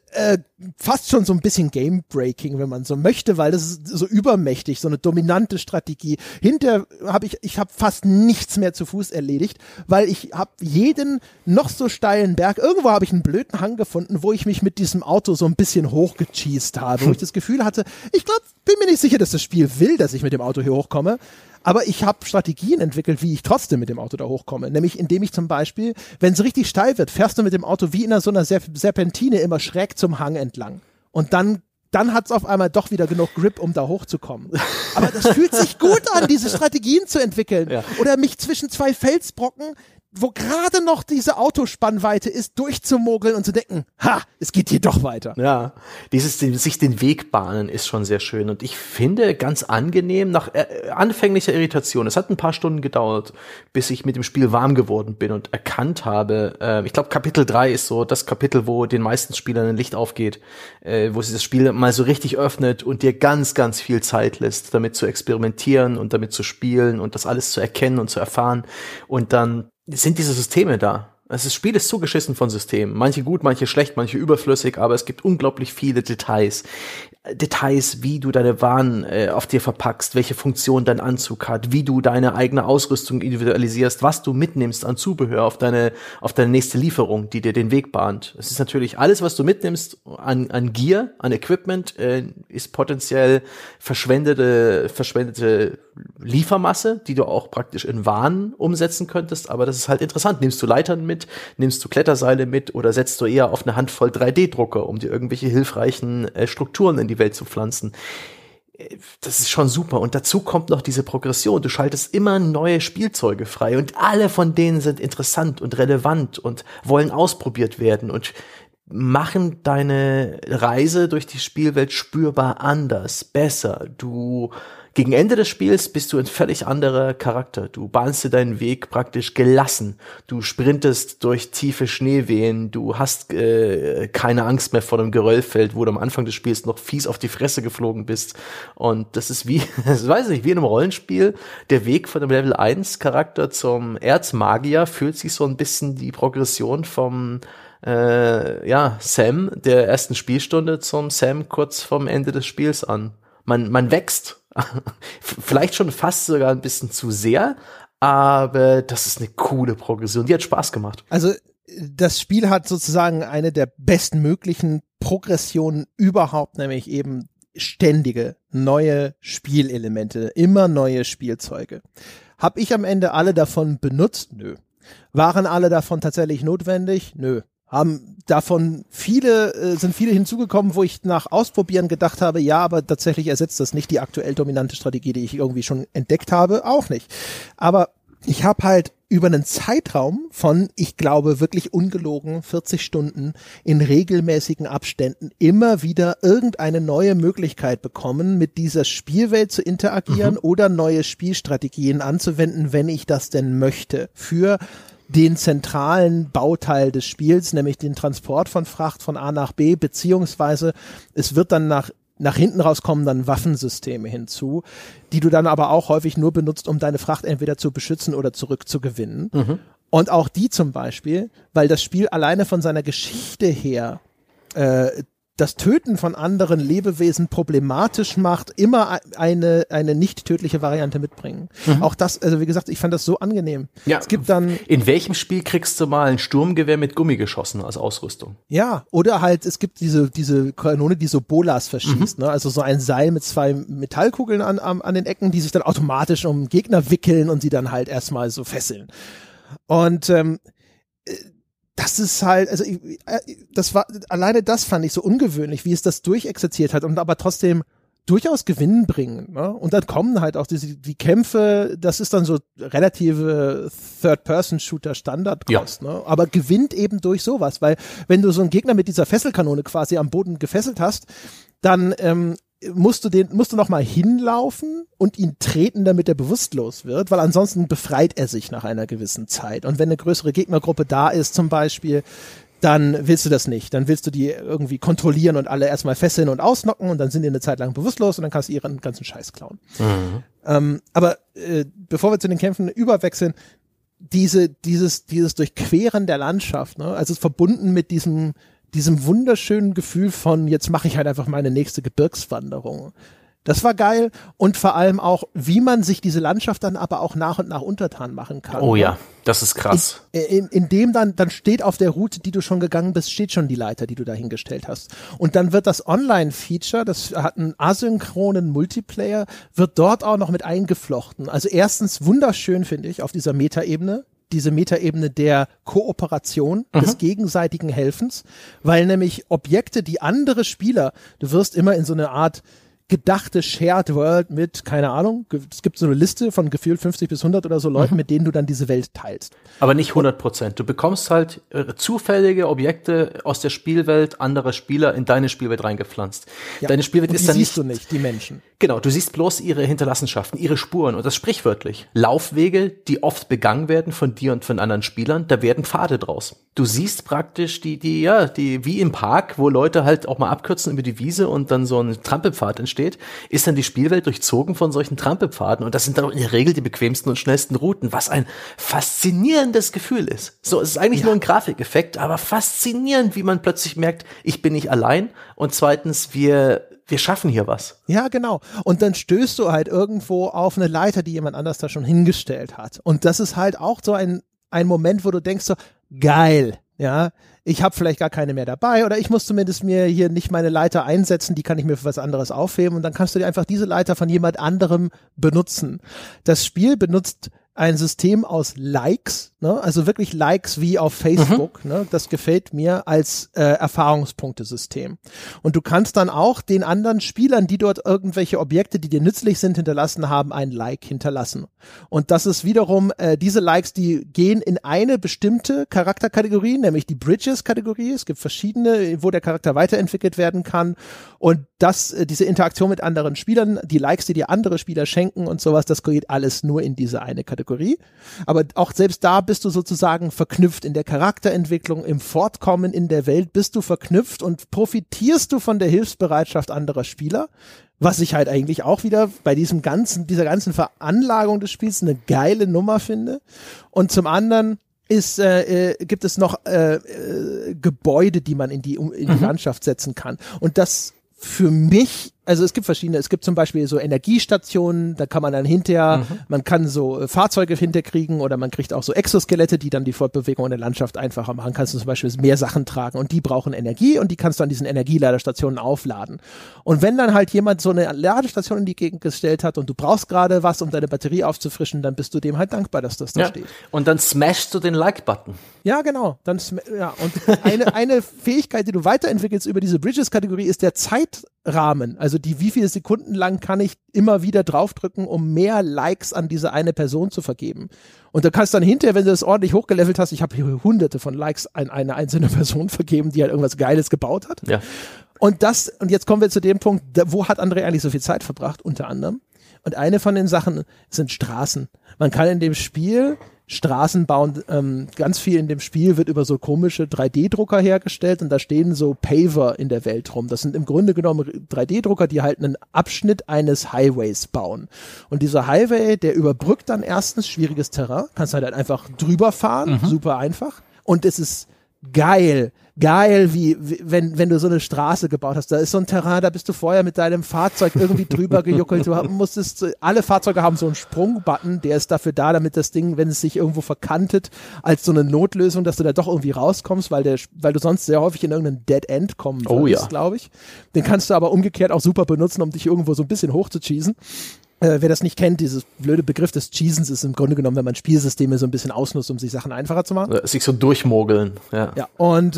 fast schon so ein bisschen Game-Breaking, wenn man so möchte, weil das ist so übermächtig, so eine dominante Strategie. Hinterher habe ich habe fast nichts mehr zu Fuß erledigt, weil ich habe jeden noch so steilen Berg, irgendwo habe ich einen blöden Hang gefunden, wo ich mich mit diesem Auto so ein bisschen hochgecheest habe, wo ich das Gefühl hatte, ich glaube, bin mir nicht sicher, dass das Spiel will, dass ich mit dem Auto hier hochkomme, aber ich habe Strategien entwickelt, wie ich trotzdem mit dem Auto da hochkomme, nämlich indem ich zum Beispiel, wenn es richtig steil wird, fährst du mit dem Auto wie in so einer Serpentine immer schräg zum Hang entlang und dann hat es auf einmal doch wieder genug Grip, um da hochzukommen. Aber das fühlt sich gut an, diese Strategien zu entwickeln. Ja. Oder mich zwischen zwei Felsbrocken, wo gerade noch diese Autospannweite ist, durchzumogeln und zu denken, es geht hier doch weiter. Ja, sich den Weg bahnen ist schon sehr schön und ich finde ganz angenehm nach anfänglicher Irritation. Es hat ein paar Stunden gedauert, bis ich mit dem Spiel warm geworden bin und erkannt habe, ich glaube Kapitel 3 ist so das Kapitel, wo den meisten Spielern ein Licht aufgeht, wo sich das Spiel mal so richtig öffnet und dir ganz, ganz viel Zeit lässt, damit zu experimentieren und damit zu spielen und das alles zu erkennen und zu erfahren und dann sind diese Systeme da. Das Spiel ist zugeschissen von Systemen. Manche gut, manche schlecht, manche überflüssig, aber es gibt unglaublich viele Details. Details, wie du deine Waren auf dir verpackst, welche Funktion dein Anzug hat, wie du deine eigene Ausrüstung individualisierst, was du mitnimmst an Zubehör auf deine nächste Lieferung, die dir den Weg bahnt. Es ist natürlich alles, was du mitnimmst an Gear, an Equipment, ist potenziell verschwendete Liefermasse, die du auch praktisch in Waren umsetzen könntest, aber das ist halt interessant. Nimmst du Leitern mit, nimmst du Kletterseile mit oder setzt du eher auf eine Handvoll 3D-Drucker, um dir irgendwelche hilfreichen Strukturen in die Welt zu pflanzen. Das ist schon super. Und dazu kommt noch diese Progression. Du schaltest immer neue Spielzeuge frei und alle von denen sind interessant und relevant und wollen ausprobiert werden und machen deine Reise durch die Spielwelt spürbar anders, besser. Gegen Ende des Spiels bist du ein völlig anderer Charakter. Du bahnst dir deinen Weg praktisch gelassen. Du sprintest durch tiefe Schneewehen. Du hast keine Angst mehr vor einem Geröllfeld, wo du am Anfang des Spiels noch fies auf die Fresse geflogen bist. Und das ist wie in einem Rollenspiel. Der Weg von dem Level 1 Charakter zum Erzmagier fühlt sich so ein bisschen die Progression vom Sam der ersten Spielstunde zum Sam kurz vorm Ende des Spiels an. Man wächst. Vielleicht schon fast sogar ein bisschen zu sehr, aber das ist eine coole Progression. Die hat Spaß gemacht. Also das Spiel hat sozusagen eine der besten möglichen Progressionen überhaupt, nämlich eben ständige neue Spielelemente, immer neue Spielzeuge. Habe ich am Ende alle davon benutzt? Nö. Waren alle davon tatsächlich notwendig? Nö. Sind viele hinzugekommen, wo ich nach Ausprobieren gedacht habe, ja, aber tatsächlich ersetzt das nicht die aktuell dominante Strategie, die ich irgendwie schon entdeckt habe, auch nicht. Aber ich habe halt über einen Zeitraum von, ich glaube wirklich ungelogen, 40 Stunden in regelmäßigen Abständen immer wieder irgendeine neue Möglichkeit bekommen, mit dieser Spielwelt zu interagieren oder neue Spielstrategien anzuwenden, wenn ich das denn möchte, für den zentralen Bauteil des Spiels, nämlich den Transport von Fracht von A nach B, beziehungsweise es wird dann nach hinten raus kommen dann Waffensysteme hinzu, die du dann aber auch häufig nur benutzt, um deine Fracht entweder zu beschützen oder zurückzugewinnen. Und auch die zum Beispiel, weil das Spiel alleine von seiner Geschichte her das Töten von anderen Lebewesen problematisch macht, immer eine nicht tödliche Variante mitbringen. Auch das, also wie gesagt, ich fand das so angenehm. Ja, es gibt dann, in welchem Spiel kriegst du mal ein Sturmgewehr mit Gummigeschossen als Ausrüstung? Ja, oder halt, es gibt diese Kanone, die so Bolas verschießt, ne? Also so ein Seil mit 2 Metallkugeln an den Ecken, die sich dann automatisch um Gegner wickeln und sie dann halt erstmal so fesseln. Und das ist halt, also alleine das fand ich so ungewöhnlich, wie es das durchexerziert hat und aber trotzdem durchaus Gewinn bringen. Ne? Und dann kommen halt auch die Kämpfe, das ist dann so relative Third-Person-Shooter-Standardkost, ne? Aber gewinnt eben durch sowas, weil wenn du so einen Gegner mit dieser Fesselkanone quasi am Boden gefesselt hast, dann musst du noch mal hinlaufen und ihn treten, damit er bewusstlos wird, weil ansonsten befreit er sich nach einer gewissen Zeit. Und wenn eine größere Gegnergruppe da ist zum Beispiel, dann willst du das nicht. Dann willst du die irgendwie kontrollieren und alle erstmal fesseln und ausnocken und dann sind die eine Zeit lang bewusstlos und dann kannst du ihren ganzen Scheiß klauen. Aber bevor wir zu den Kämpfen überwechseln, dieses Durchqueren der Landschaft, ne? Also verbunden mit diesem wunderschönen Gefühl von, jetzt mache ich halt einfach meine nächste Gebirgswanderung. Das war geil und vor allem auch, wie man sich diese Landschaft dann aber auch nach und nach untertan machen kann. Oh ja, das ist krass. In dem dann steht auf der Route, die du schon gegangen bist, steht schon die Leiter, die du da hingestellt hast. Und dann wird das Online-Feature, das hat einen asynchronen Multiplayer, wird dort auch noch mit eingeflochten. Also erstens wunderschön, finde ich, auf dieser Metaebene. Diese Metaebene der Kooperation, des gegenseitigen Helfens, weil nämlich Objekte, die andere Spieler, du wirst immer in so eine Art gedachte Shared World mit, keine Ahnung, es gibt so eine Liste von gefühlt 50 bis 100 oder so Leuten, mit denen du dann diese Welt teilst. Aber nicht 100%. Du bekommst halt zufällige Objekte aus der Spielwelt anderer Spieler in deine Spielwelt reingepflanzt. Ja. Deine Spielwelt ist dann nicht... siehst du nicht, die Menschen. Genau, du siehst bloß ihre Hinterlassenschaften, ihre Spuren und das sprichwörtlich. Laufwege, die oft begangen werden von dir und von anderen Spielern, da werden Pfade draus. Du siehst praktisch die wie im Park, wo Leute halt auch mal abkürzen über die Wiese und dann so ein Trampelpfad entsteht, ist dann die Spielwelt durchzogen von solchen Trampelpfaden und das sind dann auch in der Regel die bequemsten und schnellsten Routen, was ein faszinierendes Gefühl ist. So, es ist eigentlich nur ein Grafikeffekt, aber faszinierend, wie man plötzlich merkt, ich bin nicht allein und zweitens, wir schaffen hier was. Ja, genau. Und dann stößt du halt irgendwo auf eine Leiter, die jemand anders da schon hingestellt hat. Und das ist halt auch so ein Moment, wo du denkst so, geil, ja, ich habe vielleicht gar keine mehr dabei oder ich muss zumindest mir hier nicht meine Leiter einsetzen, die kann ich mir für was anderes aufheben und dann kannst du dir einfach diese Leiter von jemand anderem benutzen. Das Spiel benutzt ein System aus Likes, ne? Also wirklich Likes wie auf Facebook, ne? Das gefällt mir als Erfahrungspunktesystem. Und du kannst dann auch den anderen Spielern, die dort irgendwelche Objekte, die dir nützlich sind, hinterlassen haben, ein Like hinterlassen. Und das ist wiederum, diese Likes, die gehen in eine bestimmte Charakterkategorie, nämlich die Bridges-Kategorie. Es gibt verschiedene, wo der Charakter weiterentwickelt werden kann. Und diese Interaktion mit anderen Spielern, die Likes, die dir andere Spieler schenken und sowas, das geht alles nur in diese eine Kategorie. Aber auch selbst da bist du sozusagen verknüpft in der Charakterentwicklung, im Fortkommen in der Welt bist du verknüpft und profitierst du von der Hilfsbereitschaft anderer Spieler, was ich halt eigentlich auch wieder bei dieser ganzen Veranlagung des Spiels eine geile Nummer finde. Und zum anderen gibt es noch Gebäude, die man in die Landschaft setzen kann. Und das für mich Also es gibt verschiedene, es gibt zum Beispiel so Energiestationen, da kann man dann hinterher, man kann so Fahrzeuge hinterkriegen oder man kriegt auch so Exoskelette, die dann die Fortbewegung in der Landschaft einfacher machen. Kannst du zum Beispiel mehr Sachen tragen und die brauchen Energie und die kannst du an diesen Energieladestationen aufladen. Und wenn dann halt jemand so eine Ladestation in die Gegend gestellt hat und du brauchst gerade was, um deine Batterie aufzufrischen, dann bist du dem halt dankbar, dass das da steht. Und dann smashst du den Like-Button. Ja, genau. Und eine Fähigkeit, die du weiterentwickelst über diese Bridges-Kategorie, ist der Zeitrahmen. Also wie viele Sekunden lang kann ich immer wieder draufdrücken, um mehr Likes an diese eine Person zu vergeben. Und du kannst dann hinterher, wenn du das ordentlich hochgelevelt hast, ich habe hier hunderte von Likes an eine einzelne Person vergeben, die halt irgendwas Geiles gebaut hat. Ja. Und jetzt kommen wir zu dem Punkt, wo hat André eigentlich so viel Zeit verbracht, unter anderem. Und eine von den Sachen sind Straßen. Man kann in dem Spiel Straßen bauen, ganz viel in dem Spiel wird über so komische 3D-Drucker hergestellt und da stehen so Paver in der Welt rum. Das sind im Grunde genommen 3D-Drucker, die halt einen Abschnitt eines Highways bauen. Und dieser Highway, der überbrückt dann erstens schwieriges Terrain, kannst halt einfach drüber fahren, super einfach. Und es ist geil, wie wenn du so eine Straße gebaut hast. Da ist so ein Terrain, da bist du vorher mit deinem Fahrzeug irgendwie drüber gejuckelt. Alle Fahrzeuge haben so einen Sprungbutton, der ist dafür da, damit das Ding, wenn es sich irgendwo verkantet, als so eine Notlösung, dass du da doch irgendwie rauskommst, weil du sonst sehr häufig in irgendein Dead End kommen würdest, glaube ich. Den kannst du aber umgekehrt auch super benutzen, um dich irgendwo so ein bisschen hochzucheesen. Wer das nicht kennt, dieses blöde Begriff des Cheesens ist im Grunde genommen, wenn man Spielsysteme so ein bisschen ausnutzt, um sich Sachen einfacher zu machen. Sich so durchmogeln, ja. Ja, und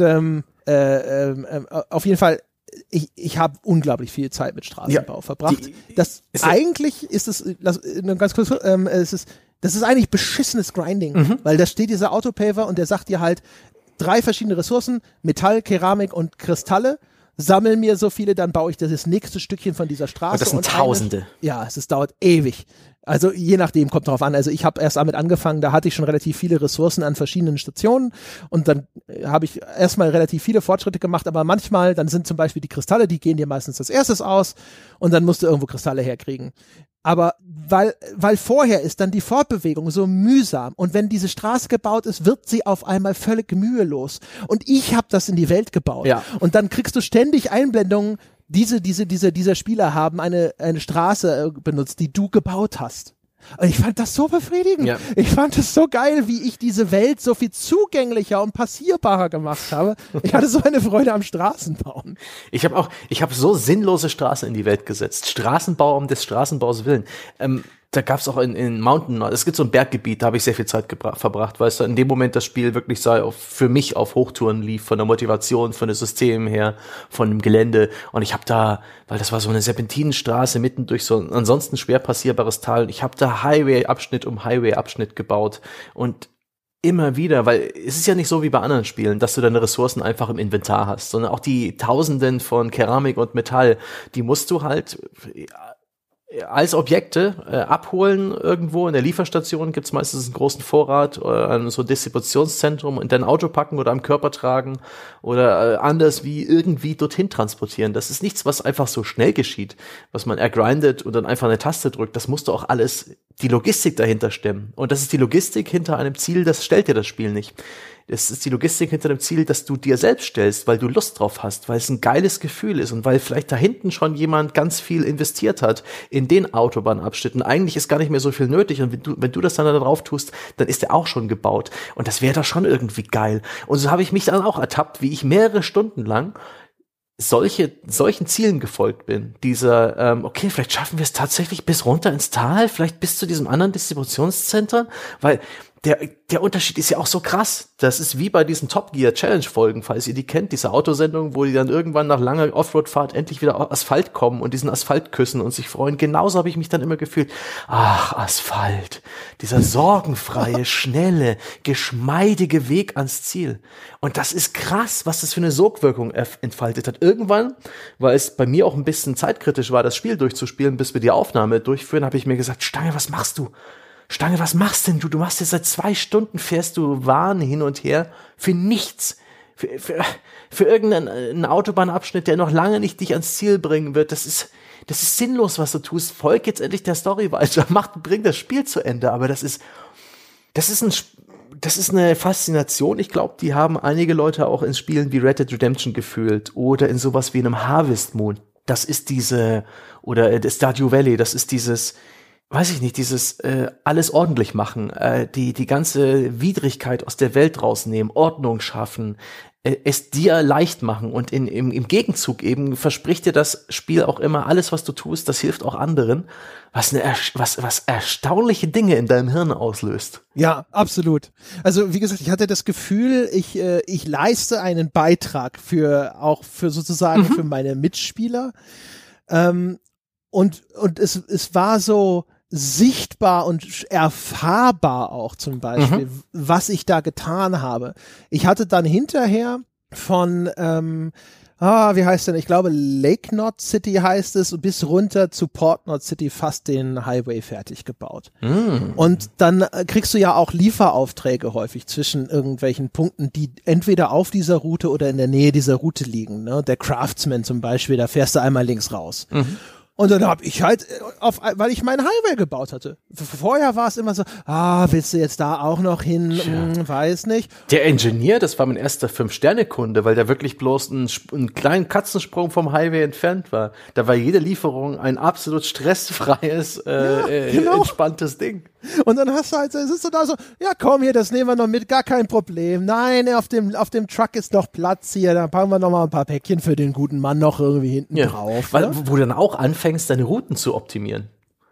auf jeden Fall, ich habe unglaublich viel Zeit mit Straßenbau verbracht. Eigentlich ist es, ganz kurz, das ist eigentlich beschissenes Grinding, weil da steht dieser Autopaver und der sagt dir halt 3 verschiedene Ressourcen, Metall, Keramik und Kristalle. Sammel mir so viele, dann baue ich das nächste Stückchen von dieser Straße. Und das sind Tausende. Es dauert ewig. Also je nachdem, kommt drauf an. Also ich habe erst damit angefangen, da hatte ich schon relativ viele Ressourcen an verschiedenen Stationen und dann habe ich erstmal relativ viele Fortschritte gemacht, aber manchmal, dann sind zum Beispiel die Kristalle, die gehen dir meistens als erstes aus und dann musst du irgendwo Kristalle herkriegen. Aber weil vorher ist dann die Fortbewegung so mühsam und wenn diese Straße gebaut ist, wird sie auf einmal völlig mühelos. Und ich habe das in die Welt gebaut. Ja. Und dann kriegst du ständig Einblendungen, dieser Spieler haben eine Straße benutzt, die du gebaut hast. Und ich fand das so befriedigend. Ja. Ich fand es so geil, wie ich diese Welt so viel zugänglicher und passierbarer gemacht habe. Ich hatte so eine Freude am Straßenbauen. Ich habe so sinnlose Straßen in die Welt gesetzt. Straßenbau um des Straßenbaus willen. Da gab's auch in Mountain, es gibt so ein Berggebiet, da habe ich sehr viel Zeit verbracht, weil es in dem Moment das Spiel wirklich für mich auf Hochtouren lief, von der Motivation, von den Systemen her, von dem Gelände. Und ich habe da, weil das war so eine Serpentinenstraße mitten durch so ein ansonsten schwer passierbares Tal, und ich habe da Highway-Abschnitt um Highway-Abschnitt gebaut. Und immer wieder, weil es ist ja nicht so wie bei anderen Spielen, dass du deine Ressourcen einfach im Inventar hast, sondern auch die Tausenden von Keramik und Metall, die musst du halt als Objekte abholen irgendwo. In der Lieferstation gibt's meistens einen großen Vorrat, so ein Distributionszentrum, in dein Auto packen oder am Körper tragen oder anders wie irgendwie dorthin transportieren. Das ist nichts, was einfach so schnell geschieht, was man ergrindet und dann einfach eine Taste drückt. Das musst du auch alles, die Logistik dahinter stemmen. Und das ist die Logistik hinter einem Ziel, das stellt dir das Spiel nicht. Es ist die Logistik hinter dem Ziel, dass du dir selbst stellst, weil du Lust drauf hast, weil es ein geiles Gefühl ist und weil vielleicht da hinten schon jemand ganz viel investiert hat in den Autobahnabschnitten. Eigentlich ist gar nicht mehr so viel nötig und wenn du das dann da drauf tust, dann ist der auch schon gebaut. Und das wäre doch schon irgendwie geil. Und so habe ich mich dann auch ertappt, wie ich mehrere Stunden lang solchen Zielen gefolgt bin. Okay, vielleicht schaffen wir es tatsächlich bis runter ins Tal, vielleicht bis zu diesem anderen Distributionszentrum, weil der Unterschied ist ja auch so krass. Das ist wie bei diesen Top Gear Challenge Folgen, falls ihr die kennt, diese Autosendung, wo die dann irgendwann nach langer Offroad-Fahrt endlich wieder auf Asphalt kommen und diesen Asphalt küssen und sich freuen. Genauso habe ich mich dann immer gefühlt. Ach, Asphalt. Dieser sorgenfreie, schnelle, geschmeidige Weg ans Ziel. Und das ist krass, was das für eine Sogwirkung entfaltet hat. Irgendwann, weil es bei mir auch ein bisschen zeitkritisch war, das Spiel durchzuspielen, bis wir die Aufnahme durchführen, habe ich mir gesagt, Stange, was machst du? Stange, was machst denn du? Du machst jetzt seit 2 Stunden, fährst du Waren hin und her für nichts. Für irgendeinen Autobahnabschnitt, der noch lange nicht dich ans Ziel bringen wird. Das ist sinnlos, was du tust. Folg jetzt endlich der Story weiter. Bring das Spiel zu Ende. Aber das ist eine Faszination. Ich glaube, die haben einige Leute auch in Spielen wie Red Dead Redemption gefühlt oder in sowas wie einem Harvest Moon. das ist oder das Stardew Valley, das ist dieses, weiß ich nicht, dieses alles ordentlich machen, die ganze Widrigkeit aus der Welt rausnehmen, Ordnung schaffen, es dir leicht machen und im Gegenzug eben verspricht dir das Spiel auch immer, alles was du tust, das hilft auch anderen, was erstaunliche Dinge in deinem Hirn auslöst. Ja, absolut. Also wie gesagt, ich hatte das Gefühl, ich leiste einen Beitrag für sozusagen für meine Mitspieler, und es war so sichtbar und erfahrbar auch zum Beispiel, was ich da getan habe. Ich hatte dann hinterher von, wie heißt denn, ich glaube Lake Knot City heißt es, bis runter zu Port Knot City fast den Highway fertig gebaut. Und dann kriegst du ja auch Lieferaufträge häufig zwischen irgendwelchen Punkten, die entweder auf dieser Route oder in der Nähe dieser Route liegen. Ne? Der Craftsman zum Beispiel, da fährst du einmal links raus. Und dann habe ich halt, weil ich meinen Highway gebaut hatte. Vorher war es immer so, willst du jetzt da auch noch hin? Weiß nicht. Der Ingenieur, das war mein erster 5-Sterne-Kunde, weil der wirklich bloß einen kleinen Katzensprung vom Highway entfernt war. Da war jede Lieferung ein absolut stressfreies, entspanntes Ding. Und dann hast du halt, sitzt du da so, ja komm hier, das nehmen wir noch mit, gar kein Problem. Nein, auf dem Truck ist noch Platz hier, dann packen wir noch mal ein paar Päckchen für den guten Mann noch irgendwie hinten drauf. Weil, wo du dann auch anfängst, deine Routen zu optimieren.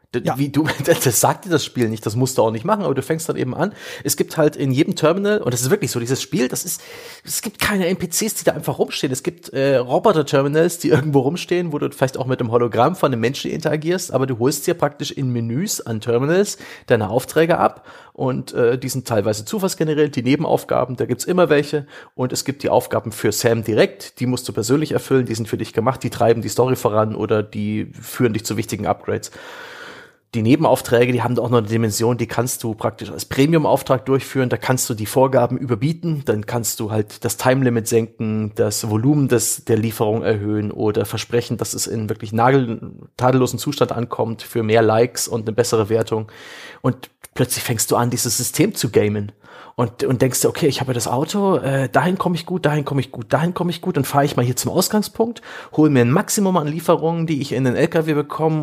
Das sagt dir das Spiel nicht, das musst du auch nicht machen, aber du fängst dann eben an. Es gibt halt in jedem Terminal, und das ist wirklich so, dieses Spiel, es gibt keine NPCs, die da einfach rumstehen. Es gibt Roboter-Terminals, die irgendwo rumstehen, wo du vielleicht auch mit dem Hologramm von einem Menschen interagierst, aber du holst dir praktisch in Menüs an Terminals deine Aufträge ab und die sind teilweise zufallsgeneriert, die Nebenaufgaben, da gibt's immer welche, und es gibt die Aufgaben für Sam direkt, die musst du persönlich erfüllen, die sind für dich gemacht, die treiben die Story voran oder die führen dich zu wichtigen Upgrades. Die Nebenaufträge, die haben auch noch eine Dimension, die kannst du praktisch als Premium-Auftrag durchführen, da kannst du die Vorgaben überbieten, dann kannst du halt das Time-Limit senken, das Volumen der Lieferung erhöhen oder versprechen, dass es in wirklich tadellosen Zustand ankommt für mehr Likes und eine bessere Wertung. Und plötzlich fängst du an, dieses System zu gamen. Und denkst du, okay, ich habe ja das Auto, dahin komme ich gut, dann fahre ich mal hier zum Ausgangspunkt, hole mir ein Maximum an Lieferungen, die ich in den LKW bekomme,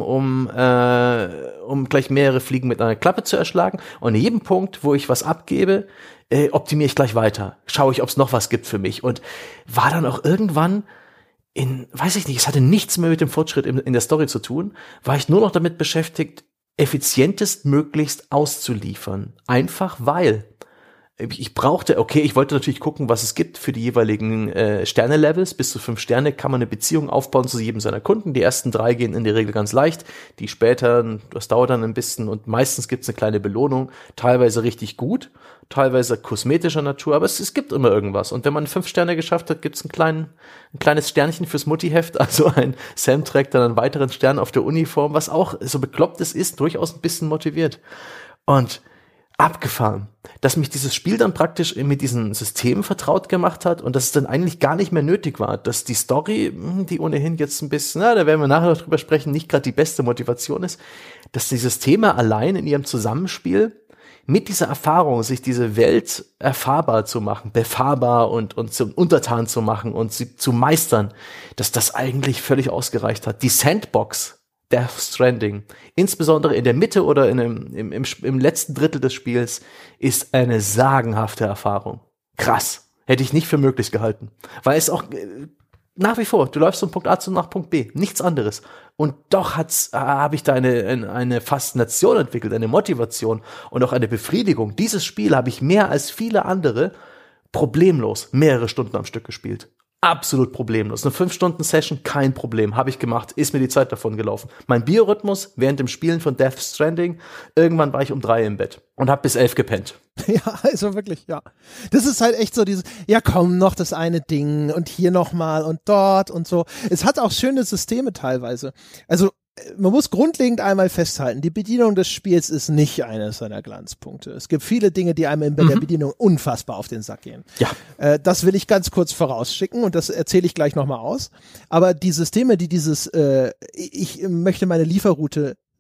um gleich mehrere Fliegen mit einer Klappe zu erschlagen. Und in jedem Punkt, wo ich was abgebe, optimiere ich gleich weiter. Schaue ich, ob es noch was gibt für mich. Und war dann auch irgendwann weiß ich nicht, es hatte nichts mehr mit dem Fortschritt in der Story zu tun, war ich nur noch damit beschäftigt, effizientestmöglichst auszuliefern. Einfach weil ich wollte natürlich gucken, was es gibt für die jeweiligen Sterne-Levels. Bis zu 5 Sterne kann man eine Beziehung aufbauen zu jedem seiner Kunden. Die ersten 3 gehen in der Regel ganz leicht. Die später, das dauert dann ein bisschen und meistens gibt es eine kleine Belohnung. Teilweise richtig gut, teilweise kosmetischer Natur, aber es gibt immer irgendwas. Und wenn man 5 Sterne geschafft hat, gibt es ein kleines Sternchen fürs Muttiheft. Also Sam trägt dann einen weiteren Stern auf der Uniform, was auch so bekloppt es ist, durchaus ein bisschen motiviert. Und abgefahren, dass mich dieses Spiel dann praktisch mit diesen Systemen vertraut gemacht hat und dass es dann eigentlich gar nicht mehr nötig war, dass die Story, die ohnehin jetzt ein bisschen, da werden wir nachher noch drüber sprechen, nicht gerade die beste Motivation ist, dass die Systeme allein in ihrem Zusammenspiel mit dieser Erfahrung, sich diese Welt erfahrbar zu machen, befahrbar und zum Untertan zu machen und sie zu meistern, dass das eigentlich völlig ausgereicht hat. Die Sandbox Death Stranding, insbesondere in der Mitte oder im letzten Drittel des Spiels, ist eine sagenhafte Erfahrung. Krass. Hätte ich nicht für möglich gehalten. Weil es auch nach wie vor, du läufst von Punkt A nach Punkt B, nichts anderes. Und doch habe ich da eine Faszination entwickelt, eine Motivation und auch eine Befriedigung. Dieses Spiel habe ich mehr als viele andere problemlos mehrere Stunden am Stück gespielt. Absolut problemlos. Eine 5-Stunden-Session, kein Problem. Habe ich gemacht, ist mir die Zeit davon gelaufen. Mein Biorhythmus während dem Spielen von Death Stranding, irgendwann war ich um 3 im Bett und habe bis 11 gepennt. Ja, also wirklich, ja. Das ist halt echt so dieses, ja komm, noch das eine Ding und hier nochmal und dort und so. Es hat auch schöne Systeme teilweise. Also man muss grundlegend einmal festhalten, die Bedienung des Spiels ist nicht eines seiner Glanzpunkte. Es gibt viele Dinge, die einem in der Bedienung unfassbar auf den Sack gehen. Ja. Das will ich ganz kurz vorausschicken und das erzähle ich gleich nochmal aus. Aber die Systeme, die ich möchte meine Lieferroute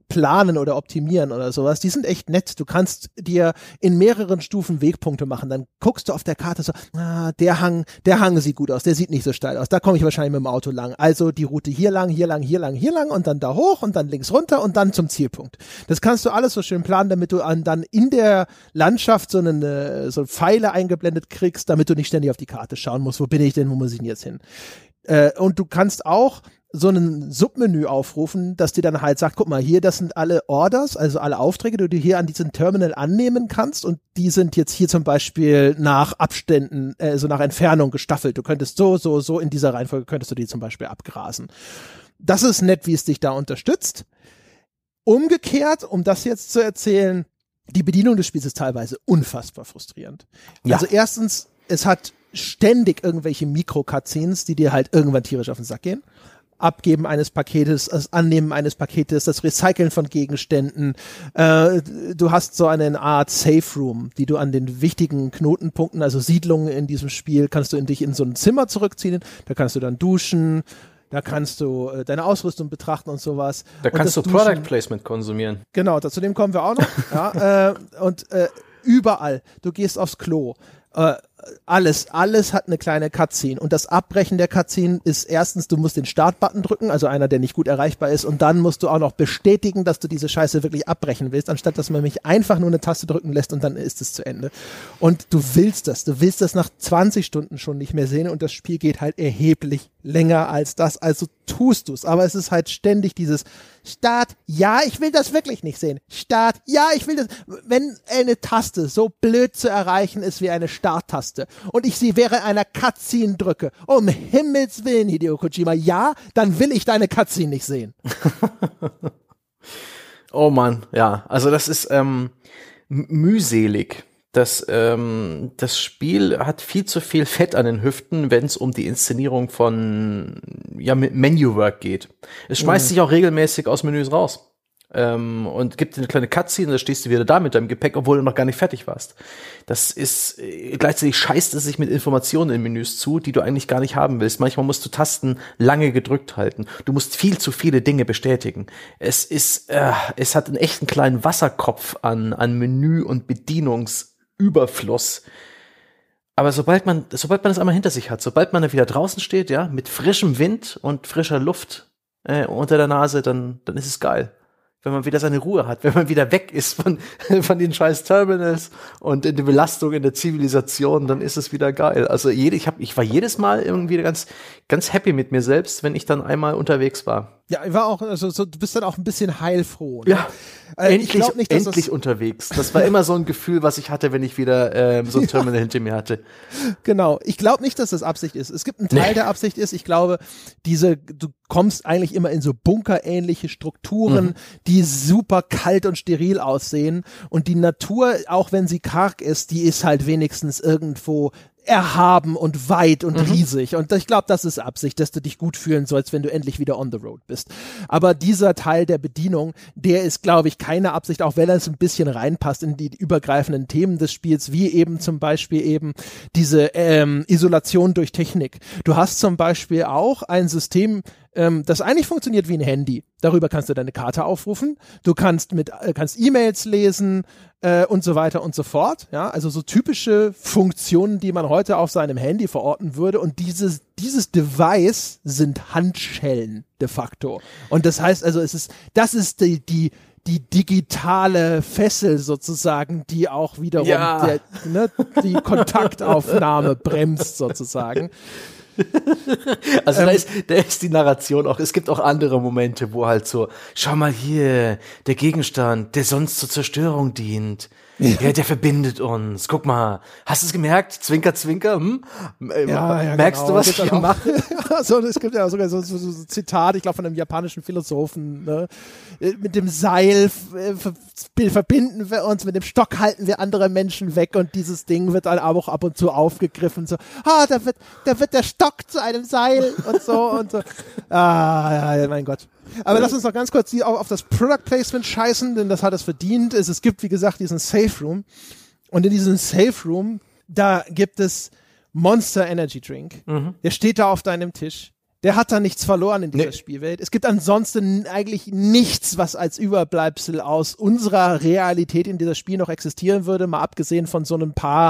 planen oder optimieren oder sowas, die sind echt nett. Du kannst dir in mehreren Stufen Wegpunkte machen. Dann guckst du auf der Karte so, der Hang sieht gut aus, der sieht nicht so steil aus. Da komme ich wahrscheinlich mit dem Auto lang. Also die Route hier lang, hier lang, hier lang, hier lang und dann da hoch und dann links runter und dann zum Zielpunkt. Das kannst du alles so schön planen, damit du dann in der Landschaft so Pfeile eingeblendet kriegst, damit du nicht ständig auf die Karte schauen musst. Wo bin ich denn? Wo muss ich denn jetzt hin? Und du kannst auch so ein Submenü aufrufen, das dir dann halt sagt, guck mal, hier, das sind alle Orders, also alle Aufträge, die du hier an diesem Terminal annehmen kannst und die sind jetzt hier zum Beispiel nach Abständen, also nach Entfernung gestaffelt. Du könntest so in dieser Reihenfolge könntest du die zum Beispiel abgrasen. Das ist nett, wie es dich da unterstützt. Umgekehrt, um das jetzt zu erzählen, die Bedienung des Spiels ist teilweise unfassbar frustrierend. Ja. Also erstens, es hat ständig irgendwelche Mikro-Cutscenes, die dir halt irgendwann tierisch auf den Sack gehen. Abgeben eines Paketes, das Annehmen eines Paketes, das Recyceln von Gegenständen. Du hast so eine Art Safe Room, die du an den wichtigen Knotenpunkten, also Siedlungen in diesem Spiel, kannst du dich in so ein Zimmer zurückziehen. Da kannst du dann duschen, da kannst du deine Ausrüstung betrachten und sowas. Da kannst du Product Placement konsumieren. Genau, zu dem kommen wir auch noch. Ja, überall. Du gehst aufs Klo. Alles hat eine kleine Cutscene und das Abbrechen der Cutscene ist erstens, du musst den Start-Button drücken, also einer, der nicht gut erreichbar ist und dann musst du auch noch bestätigen, dass du diese Scheiße wirklich abbrechen willst, anstatt dass man mich einfach nur eine Taste drücken lässt und dann ist es zu Ende. Und du willst das nach 20 Stunden schon nicht mehr sehen und das Spiel geht halt erheblich länger als das, also tust du's, aber es ist halt ständig dieses Start, ja, ich will das wirklich nicht sehen. Start, ja, ich will das. Wenn eine Taste so blöd zu erreichen ist wie eine Starttaste und ich sie während einer Cutscene drücke, um Himmels Willen, Hideo Kojima, ja, dann will ich deine Cutscene nicht sehen. Oh Mann, ja, also das ist mühselig. Das Spiel hat viel zu viel Fett an den Hüften, wenn es um die Inszenierung von Menuwork geht. Es schmeißt sich auch regelmäßig aus Menüs raus und gibt dir eine kleine Cutscene, da stehst du wieder da mit deinem Gepäck, obwohl du noch gar nicht fertig warst. Das ist gleichzeitig scheißt es sich mit Informationen in Menüs zu, die du eigentlich gar nicht haben willst. Manchmal musst du Tasten lange gedrückt halten. Du musst viel zu viele Dinge bestätigen. Es hat einen echten kleinen Wasserkopf an Menü und Bedienungsüberfluss. Aber sobald man das einmal hinter sich hat, sobald man dann wieder draußen steht, ja, mit frischem Wind und frischer Luft unter der Nase, dann ist es geil. Wenn man wieder seine Ruhe hat, wenn man wieder weg ist von den scheiß Terminals und in der Belastung in der Zivilisation, dann ist es wieder geil. Also ich war jedes Mal irgendwie ganz, ganz happy mit mir selbst, wenn ich dann einmal unterwegs war. Ja, ich war auch, also du bist dann auch ein bisschen heilfroh. Ne? Ja, endlich unterwegs. Das war immer so ein Gefühl, was ich hatte, wenn ich wieder so ein Terminal hinter mir hatte. Genau. Ich glaube nicht, dass das Absicht ist. Es gibt einen Teil, der Absicht ist. Ich glaube, du kommst eigentlich immer in so bunkerähnliche Strukturen, die super kalt und steril aussehen. Und die Natur, auch wenn sie karg ist, die ist halt wenigstens irgendwo erhaben und weit und riesig. Und ich glaube, das ist Absicht, dass du dich gut fühlen sollst, wenn du endlich wieder on the road bist. Aber dieser Teil der Bedienung, der ist, glaube ich, keine Absicht, auch wenn er es ein bisschen reinpasst in die übergreifenden Themen des Spiels, wie eben zum Beispiel eben diese Isolation durch Technik. Du hast zum Beispiel auch ein System, das eigentlich funktioniert wie ein Handy. Darüber kannst du deine Karte aufrufen. Du kannst E-Mails lesen und so weiter und so fort. Ja, also so typische Funktionen, die man heute auf seinem Handy verorten würde. Und dieses Device sind Handschellen de facto. Und das heißt also, das ist die digitale Fessel sozusagen, die auch wiederum die Kontaktaufnahme bremst sozusagen. Also da ist die Narration auch, es gibt auch andere Momente, wo halt so, schau mal hier, der Gegenstand, der sonst zur Zerstörung dient, ja, der verbindet uns, guck mal, hast du es gemerkt? Zwinker, zwinker, merkst genau. Du, was ich hier mache? Also, es gibt ja sogar so Zitat, ich glaube von einem japanischen Philosophen, ne? Mit dem Seil verbinden wir uns, mit dem Stock halten wir andere Menschen weg und dieses Ding wird dann auch ab und zu aufgegriffen, so, da wird der Stock zu einem Seil und so und so. Ja, mein Gott. Aber lass uns noch ganz kurz auf das Product Placement scheißen, denn das hat es verdient. Es gibt, wie gesagt, diesen Safe Room. Und in diesem Safe Room, da gibt es Monster Energy Drink. Der steht da auf deinem Tisch. Der hat da nichts verloren in dieser Spielwelt. Es gibt ansonsten eigentlich nichts, was als Überbleibsel aus unserer Realität in dieser Spiel noch existieren würde, mal abgesehen von so ein paar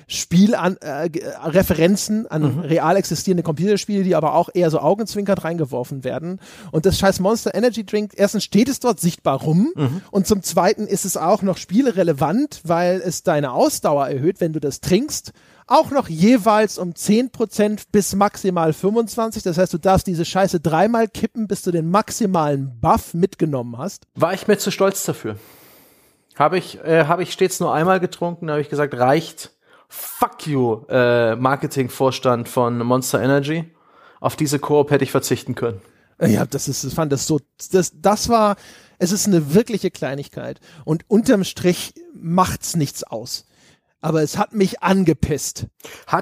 Referenzen an real existierende Computerspiele, die aber auch eher so augenzwinkert reingeworfen werden. Und das scheiß Monster Energy Drink, erstens steht es dort sichtbar rum und zum Zweiten ist es auch noch spielerelevant, weil es deine Ausdauer erhöht, wenn du das trinkst. Auch noch jeweils um 10% bis maximal 25%. Das heißt, du darfst diese Scheiße 3-mal kippen, bis du den maximalen Buff mitgenommen hast. War ich mir zu stolz dafür. Habe ich stets nur einmal getrunken, da habe ich gesagt, reicht. Fuck you, Marketingvorstand von Monster Energy. Auf diese Koop hätte ich verzichten können. Ja, es ist eine wirkliche Kleinigkeit. Und unterm Strich macht's nichts aus. Aber es hat mich angepisst. Du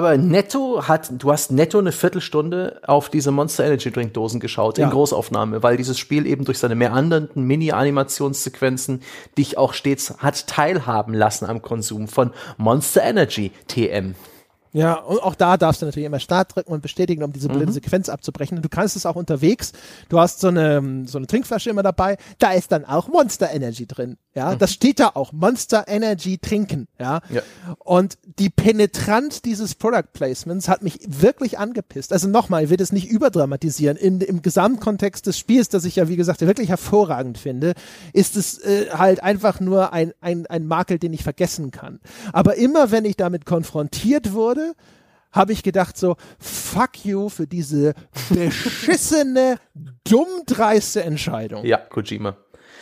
hast netto eine Viertelstunde auf diese Monster Energy Drink Dosen geschaut, in Großaufnahme, weil dieses Spiel eben durch seine meandernden Mini-Animationssequenzen dich auch stets hat teilhaben lassen am Konsum von Monster Energy TM. Ja, und auch da darfst du natürlich immer Start drücken und bestätigen, um diese blöde Sequenz abzubrechen. Und du kannst es auch unterwegs. Du hast so eine Trinkflasche immer dabei. Da ist dann auch Monster Energy drin. Ja, das steht da auch. Monster Energy trinken. Ja. Und die Penetranz dieses Product Placements hat mich wirklich angepisst. Also nochmal, ich will das nicht überdramatisieren. Im Gesamtkontext des Spiels, das ich ja, wie gesagt, wirklich hervorragend finde, ist es halt einfach nur ein Makel, den ich vergessen kann. Aber immer, wenn ich damit konfrontiert wurde, habe ich gedacht so, fuck you für diese beschissene, dummdreiste Entscheidung. Ja, Kojima.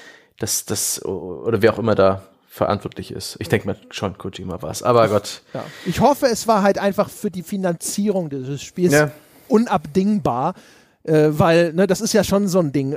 Das oder wer auch immer da verantwortlich ist. Ich denke mal schon, Kojima war es. Aber Gott. Ja. Ich hoffe, es war halt einfach für die Finanzierung dieses Spiels unabdingbar, weil, das ist ja schon so ein Ding.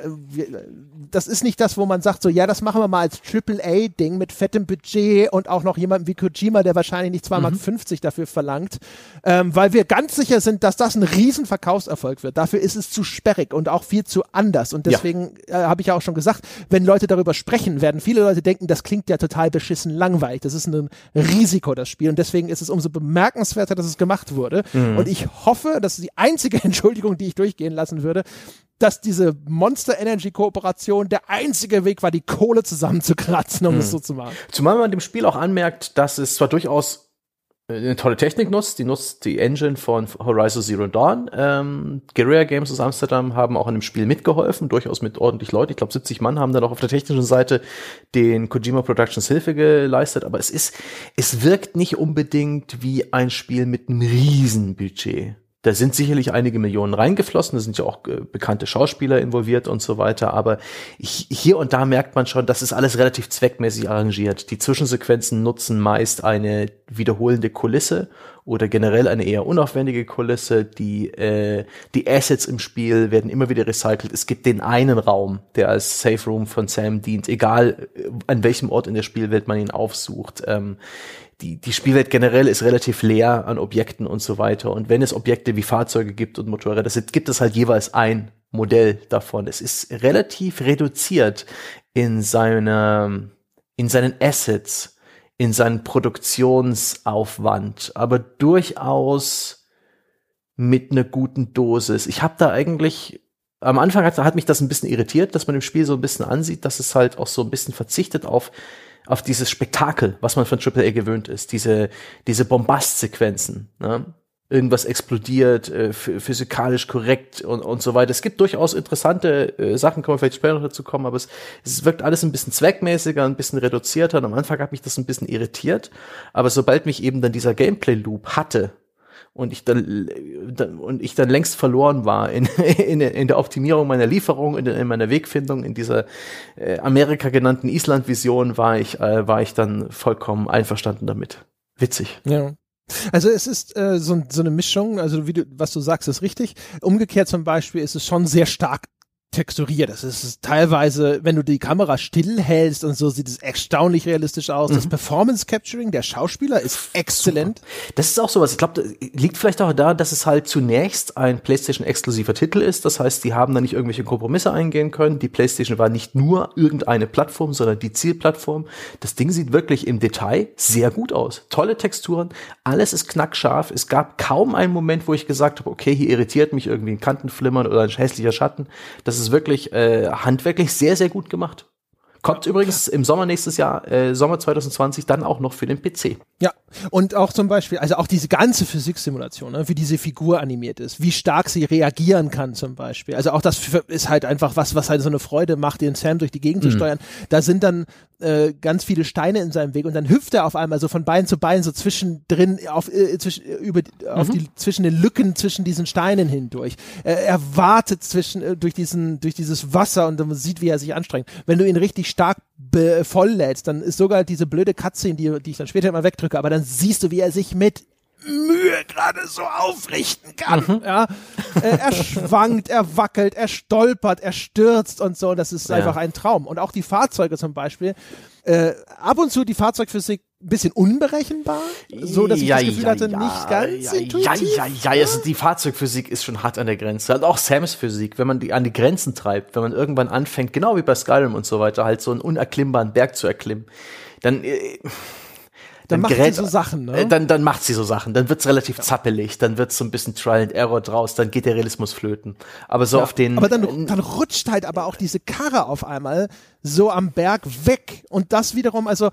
Das ist nicht das, wo man sagt so, ja, das machen wir mal als AAA-Ding mit fettem Budget und auch noch jemandem wie Kojima, der wahrscheinlich nicht 2,50 Mark dafür verlangt, weil wir ganz sicher sind, dass das ein riesen Verkaufserfolg wird. Dafür ist es zu sperrig und auch viel zu anders und deswegen habe ich ja auch schon gesagt, wenn Leute darüber sprechen, werden viele Leute denken, das klingt ja total beschissen langweilig. Das ist ein Risiko, das Spiel, und deswegen ist es umso bemerkenswerter, dass es gemacht wurde und ich hoffe, das ist die einzige Entschuldigung, die ich durchgehen lassen würde, dass diese Monster Energy Kooperation der einzige Weg war, die Kohle zusammenzukratzen, um es so zu machen. Zumal man dem Spiel auch anmerkt, dass es zwar durchaus eine tolle Technik nutzt, die nutzt die Engine von Horizon Zero Dawn. Guerrilla Games aus Amsterdam haben auch an dem Spiel mitgeholfen, durchaus mit ordentlich Leuten. Ich glaube, 70 Mann haben dann auch auf der technischen Seite den Kojima Productions Hilfe geleistet, aber es wirkt nicht unbedingt wie ein Spiel mit einem Riesenbudget. Da sind sicherlich einige Millionen reingeflossen, da sind ja auch bekannte Schauspieler involviert und so weiter, aber hier und da merkt man schon, das ist alles relativ zweckmäßig arrangiert. Die Zwischensequenzen nutzen meist eine wiederholende Kulisse oder generell eine eher unaufwendige Kulisse. Die Assets im Spiel werden immer wieder recycelt. Es gibt den einen Raum, der als Safe Room von Sam dient, egal an welchem Ort in der Spielwelt man ihn aufsucht. Die Spielwelt generell ist relativ leer an Objekten und so weiter. Und wenn es Objekte wie Fahrzeuge gibt und Motorräder, gibt es halt jeweils ein Modell davon. Es ist relativ reduziert in seinen Assets, in seinen Produktionsaufwand, aber durchaus mit einer guten Dosis. Ich habe da eigentlich am Anfang hat mich das ein bisschen irritiert, dass man im Spiel so ein bisschen ansieht, dass es halt auch so ein bisschen verzichtet auf dieses Spektakel, was man von AAA gewöhnt ist, diese Bombastsequenzen, ne? Irgendwas explodiert, physikalisch korrekt und so weiter. Es gibt durchaus interessante Sachen, können wir vielleicht später noch dazu kommen, aber es wirkt alles ein bisschen zweckmäßiger, ein bisschen reduzierter. Und am Anfang hat mich das ein bisschen irritiert, aber sobald mich eben dann dieser Gameplay-Loop hatte und ich dann längst verloren war in der Optimierung meiner Lieferung, in meiner Wegfindung, in dieser Amerika genannten Island-Vision, war ich dann vollkommen einverstanden damit. Witzig. Ja. Also es ist so eine Mischung, also was du sagst, ist richtig. Umgekehrt zum Beispiel ist es schon sehr stark texturiert. Das ist teilweise, wenn du die Kamera stillhältst und so, sieht es erstaunlich realistisch aus. Das Performance Capturing der Schauspieler ist exzellent. Das ist auch sowas. Ich glaube, liegt vielleicht auch da, dass es halt zunächst ein PlayStation-exklusiver Titel ist. Das heißt, die haben da nicht irgendwelche Kompromisse eingehen können. Die PlayStation war nicht nur irgendeine Plattform, sondern die Zielplattform. Das Ding sieht wirklich im Detail sehr gut aus. Tolle Texturen, alles ist knackscharf. Es gab kaum einen Moment, wo ich gesagt habe, okay, hier irritiert mich irgendwie ein Kantenflimmern oder ein hässlicher Schatten. Das ist wirklich handwerklich sehr, sehr gut gemacht. Kommt übrigens im Sommer nächstes Jahr, Sommer 2020, dann auch noch für den PC. Ja, und auch zum Beispiel, also auch diese ganze Physiksimulation, ne, wie diese Figur animiert ist, wie stark sie reagieren kann zum Beispiel. Also auch das ist halt einfach was halt so eine Freude macht, den Sam durch die Gegend zu steuern. Da sind dann ganz viele Steine in seinem Weg und dann hüpft er auf einmal so von Bein zu Bein so zwischendrin zwischen den Lücken zwischen diesen Steinen hindurch. Er wartet durch dieses Wasser und man sieht, wie er sich anstrengt. Wenn du ihn richtig stark volllädst, dann ist sogar diese blöde Cutscene, die ich dann später immer wegdrücke, aber dann siehst du, wie er sich mit Mühe gerade so aufrichten kann. Ja? Er schwankt, er wackelt, er stolpert, er stürzt und so. Das ist einfach ein Traum. Und auch die Fahrzeuge zum Beispiel. Ab und zu die Fahrzeugphysik ein bisschen unberechenbar, so dass ich das Gefühl hatte, nicht ganz intuitiv. Also die Fahrzeugphysik ist schon hart an der Grenze. Und auch Sams Physik, wenn man die an die Grenzen treibt, wenn man irgendwann anfängt, genau wie bei Skyrim und so weiter, halt so einen unerklimmbaren Berg zu erklimmen, dann macht sie so Sachen, ne? Dann macht sie so Sachen, dann wird's relativ zappelig, dann wird's so ein bisschen Trial and Error draus, dann geht der Realismus flöten. Aber so auf den... Aber dann rutscht halt aber auch diese Karre auf einmal so am Berg weg und das wiederum, also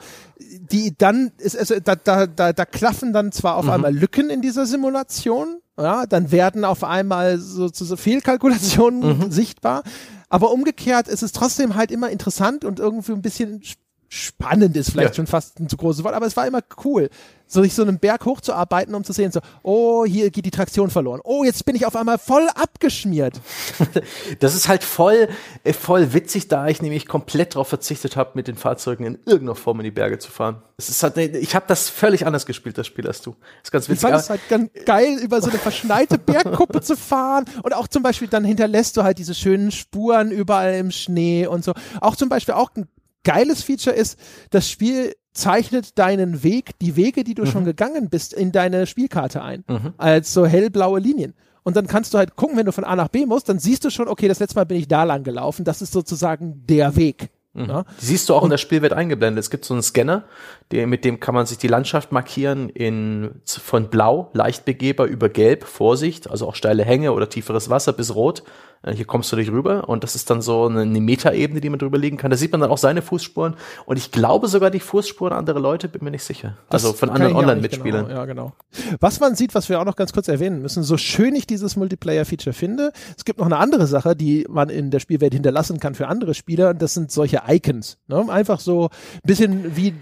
da klaffen dann zwar auf einmal Lücken in dieser Simulation, ja, dann werden auf einmal so Fehlkalkulationen sichtbar, aber umgekehrt ist es trotzdem halt immer interessant und irgendwie ein bisschen spannend ist vielleicht schon fast ein zu großes Wort, aber es war immer cool, sich so einen Berg hochzuarbeiten, um zu sehen, so, oh, hier geht die Traktion verloren. Oh, jetzt bin ich auf einmal voll abgeschmiert. Das ist halt voll witzig, da ich nämlich komplett darauf verzichtet habe, mit den Fahrzeugen in irgendeiner Form in die Berge zu fahren. Es ist halt, ich habe das völlig anders gespielt, das Spiel, als du. Das ist ganz witzig. Ich fand es halt ganz geil, über so eine verschneite Bergkuppe zu fahren und auch zum Beispiel, dann hinterlässt du halt diese schönen Spuren überall im Schnee und so. Auch zum Beispiel auch ein geiles Feature ist, das Spiel zeichnet deinen Weg, die Wege, die du schon gegangen bist, in deine Spielkarte ein, als so hellblaue Linien. Und dann kannst du halt gucken, wenn du von A nach B musst, dann siehst du schon, okay, das letzte Mal bin ich da lang gelaufen, das ist sozusagen der Weg. Ja? Die siehst du auch in der Spielwelt eingeblendet. Es gibt so einen Scanner, mit dem kann man sich die Landschaft markieren von blau, leicht begehbar, über gelb, Vorsicht, also auch steile Hänge oder tieferes Wasser bis rot. Hier kommst du nicht rüber und das ist dann so eine Metaebene, die man drüber legen kann. Da sieht man dann auch seine Fußspuren und ich glaube sogar die Fußspuren anderer Leute, bin mir nicht sicher. Also von anderen Online-Mitspielern. Genau, ja, genau. Was man sieht, was wir auch noch ganz kurz erwähnen müssen, so schön ich dieses Multiplayer-Feature finde, es gibt noch eine andere Sache, die man in der Spielwelt hinterlassen kann für andere Spieler und das sind solche Icons. Ne? Einfach so ein bisschen wie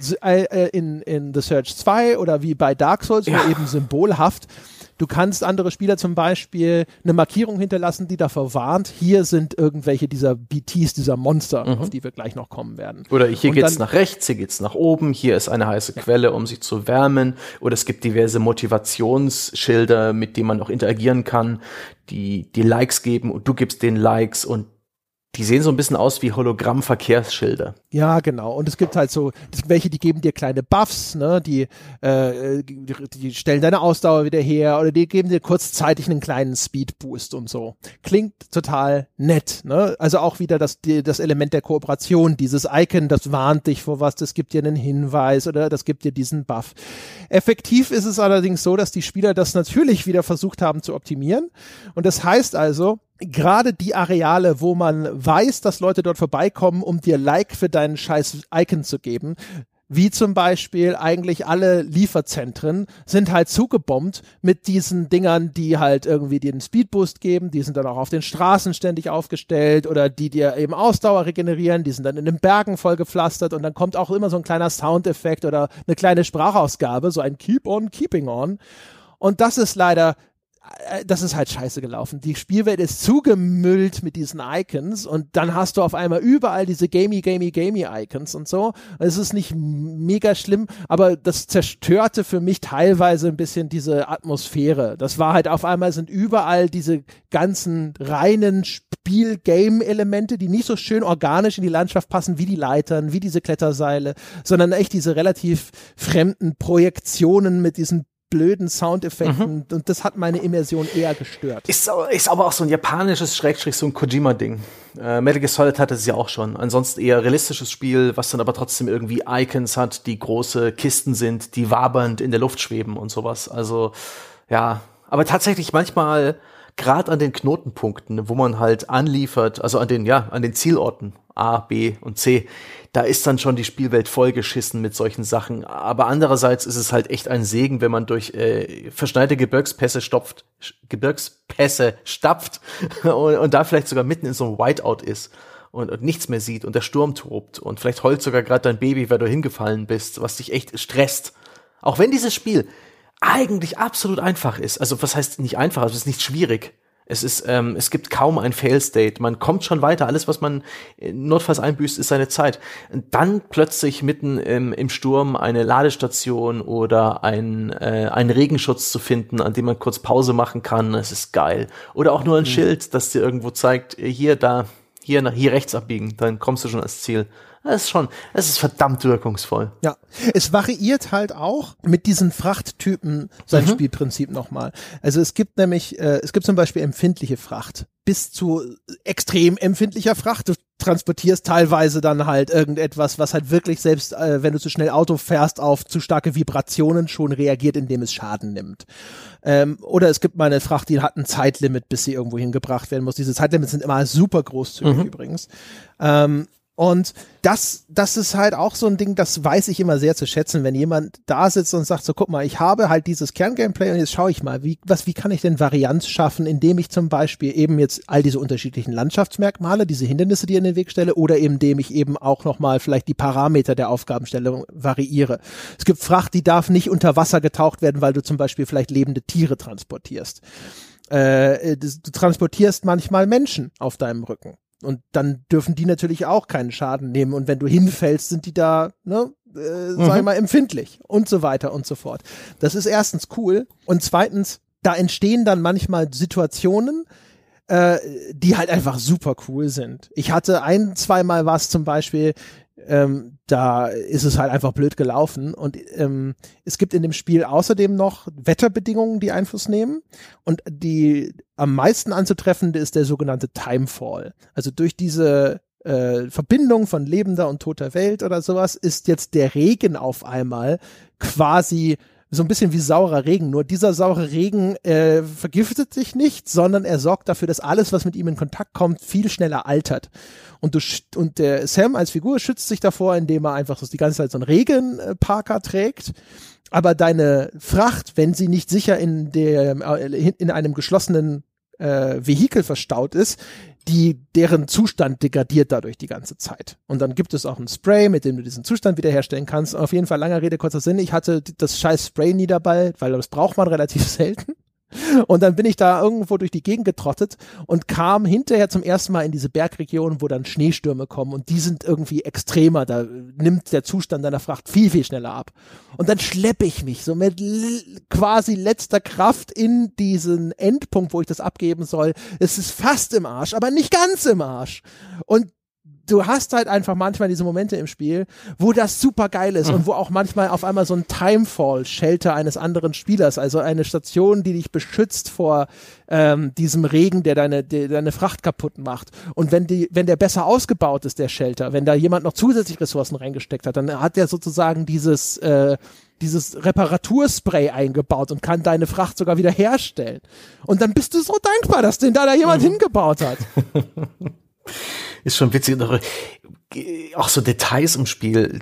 in The Surge 2 oder wie bei Dark Souls, nur eben symbolhaft. Du kannst andere Spieler zum Beispiel eine Markierung hinterlassen, die davor warnt, hier sind irgendwelche dieser BTs, dieser Monster, auf die wir gleich noch kommen werden. Oder hier geht's nach rechts, hier geht's nach oben, hier ist eine heiße Quelle, um sich zu wärmen. Oder es gibt diverse Motivationsschilder, mit denen man auch interagieren kann, die Likes geben und du gibst den Likes und die sehen so ein bisschen aus wie Hologramm-Verkehrsschilder. Ja, genau. Und es gibt halt so welche, die geben dir kleine Buffs, ne? Die stellen deine Ausdauer wieder her oder die geben dir kurzzeitig einen kleinen Speed-Boost und so. Klingt total nett, ne? Also auch wieder das Element der Kooperation. Dieses Icon, das warnt dich vor was, das gibt dir einen Hinweis oder das gibt dir diesen Buff. Effektiv ist es allerdings so, dass die Spieler das natürlich wieder versucht haben zu optimieren. Und das heißt also, gerade die Areale, wo man weiß, dass Leute dort vorbeikommen, um dir Like für deinen scheiß Icon zu geben, wie zum Beispiel eigentlich alle Lieferzentren, sind halt zugebombt mit diesen Dingern, die halt irgendwie dir einen Speedboost geben, die sind dann auch auf den Straßen ständig aufgestellt oder die dir eben Ausdauer regenerieren, die sind dann in den Bergen voll gepflastert und dann kommt auch immer so ein kleiner Soundeffekt oder eine kleine Sprachausgabe, so ein Keep on Keeping on. Und das ist leider das ist halt scheiße gelaufen. Die Spielwelt ist zugemüllt mit diesen Icons und dann hast du auf einmal überall diese gamey Icons und so. Es ist nicht mega schlimm, aber das zerstörte für mich teilweise ein bisschen diese Atmosphäre. Das war halt auf einmal sind überall diese ganzen reinen Spiel-Game-Elemente, die nicht so schön organisch in die Landschaft passen wie die Leitern, wie diese Kletterseile, sondern echt diese relativ fremden Projektionen mit diesen blöden Soundeffekten und das hat meine Immersion eher gestört. Ist aber auch so ein japanisches Schrägstrich, so ein Kojima-Ding. Metal Gear Solid hatte es ja auch schon. Ansonsten eher realistisches Spiel, was dann aber trotzdem irgendwie Icons hat, die große Kisten sind, die wabernd in der Luft schweben und sowas. Also, ja. Aber tatsächlich manchmal, gerade an den Knotenpunkten, wo man halt anliefert, also an den Zielorten A, B und C, da ist dann schon die Spielwelt vollgeschissen mit solchen Sachen. Aber andererseits ist es halt echt ein Segen, wenn man durch verschneite Gebirgspässe stapft und da vielleicht sogar mitten in so einem Whiteout ist und nichts mehr sieht und der Sturm tobt und vielleicht heult sogar gerade dein Baby, weil du hingefallen bist, was dich echt stresst. Auch wenn dieses Spiel eigentlich absolut einfach ist. Also was heißt nicht einfach, also es ist nicht schwierig. Es gibt kaum ein Fail-State. Man kommt schon weiter. Alles, was man notfalls einbüßt, ist seine Zeit. Und dann plötzlich mitten im Sturm eine Ladestation oder einen Regenschutz zu finden, an dem man kurz Pause machen kann, das ist geil. Oder auch nur ein Schild, das dir irgendwo zeigt, hier rechts abbiegen, dann kommst du schon ans Ziel. Es ist verdammt wirkungsvoll. Ja, es variiert halt auch mit diesen Frachttypen sein Spielprinzip nochmal. Also es gibt zum Beispiel empfindliche Fracht bis zu extrem empfindlicher Fracht. Du transportierst teilweise dann halt irgendetwas, was halt wirklich selbst, wenn du zu schnell Auto fährst, auf zu starke Vibrationen schon reagiert, indem es Schaden nimmt. Oder es gibt mal eine Fracht, die hat ein Zeitlimit, bis sie irgendwo hingebracht werden muss. Diese Zeitlimits sind immer super großzügig übrigens. Und das ist halt auch so ein Ding, das weiß ich immer sehr zu schätzen, wenn jemand da sitzt und sagt so, guck mal, ich habe halt dieses Kerngameplay und jetzt schaue ich mal, wie kann ich denn Varianz schaffen, indem ich zum Beispiel eben jetzt all diese unterschiedlichen Landschaftsmerkmale, diese Hindernisse, die in den Weg stelle, oder indem ich eben auch nochmal vielleicht die Parameter der Aufgabenstellung variiere. Es gibt Fracht, die darf nicht unter Wasser getaucht werden, weil du zum Beispiel vielleicht lebende Tiere transportierst. Du transportierst manchmal Menschen auf deinem Rücken. Und dann dürfen die natürlich auch keinen Schaden nehmen. Und wenn du hinfällst, sind die da, sag ich mal, empfindlich und so weiter und so fort. Das ist erstens cool. Und zweitens, da entstehen dann manchmal Situationen, die halt einfach super cool sind. Ich hatte zweimal was zum Beispiel, da ist es halt einfach blöd gelaufen und es gibt in dem Spiel außerdem noch Wetterbedingungen, die Einfluss nehmen und die am meisten anzutreffende ist der sogenannte Timefall. Also durch diese Verbindung von lebender und toter Welt oder sowas ist jetzt der Regen auf einmal quasi so ein bisschen wie saurer Regen, nur dieser saure Regen vergiftet sich nicht, sondern er sorgt dafür, dass alles, was mit ihm in Kontakt kommt, viel schneller altert. Und der Sam als Figur schützt sich davor, indem er einfach so die ganze Zeit so einen Regenparker trägt. Aber deine Fracht, wenn sie nicht sicher in einem geschlossenen Vehikel verstaut ist, deren Zustand degradiert dadurch die ganze Zeit. Und dann gibt es auch ein Spray, mit dem du diesen Zustand wiederherstellen kannst. Auf jeden Fall, langer Rede, kurzer Sinn. Ich hatte das scheiß Spray nie dabei, weil das braucht man relativ selten. Und dann bin ich da irgendwo durch die Gegend getrottet und kam hinterher zum ersten Mal in diese Bergregion, wo dann Schneestürme kommen und die sind irgendwie extremer, da nimmt der Zustand deiner Fracht viel, viel schneller ab. Und dann schleppe ich mich so mit quasi letzter Kraft in diesen Endpunkt, wo ich das abgeben soll. Es ist fast im Arsch, aber nicht ganz im Arsch. Und du hast halt einfach manchmal diese Momente im Spiel, wo das super geil ist und wo auch manchmal auf einmal so ein Timefall-Shelter eines anderen Spielers, also eine Station, die dich beschützt vor diesem Regen, der deine Fracht kaputt macht. Und wenn der besser ausgebaut ist, der Shelter, wenn da jemand noch zusätzlich Ressourcen reingesteckt hat, dann hat der sozusagen dieses Reparaturspray eingebaut und kann deine Fracht sogar wieder herstellen. Und dann bist du so dankbar, dass den da jemand hingebaut hat. Ist schon witzig. Auch so Details im Spiel.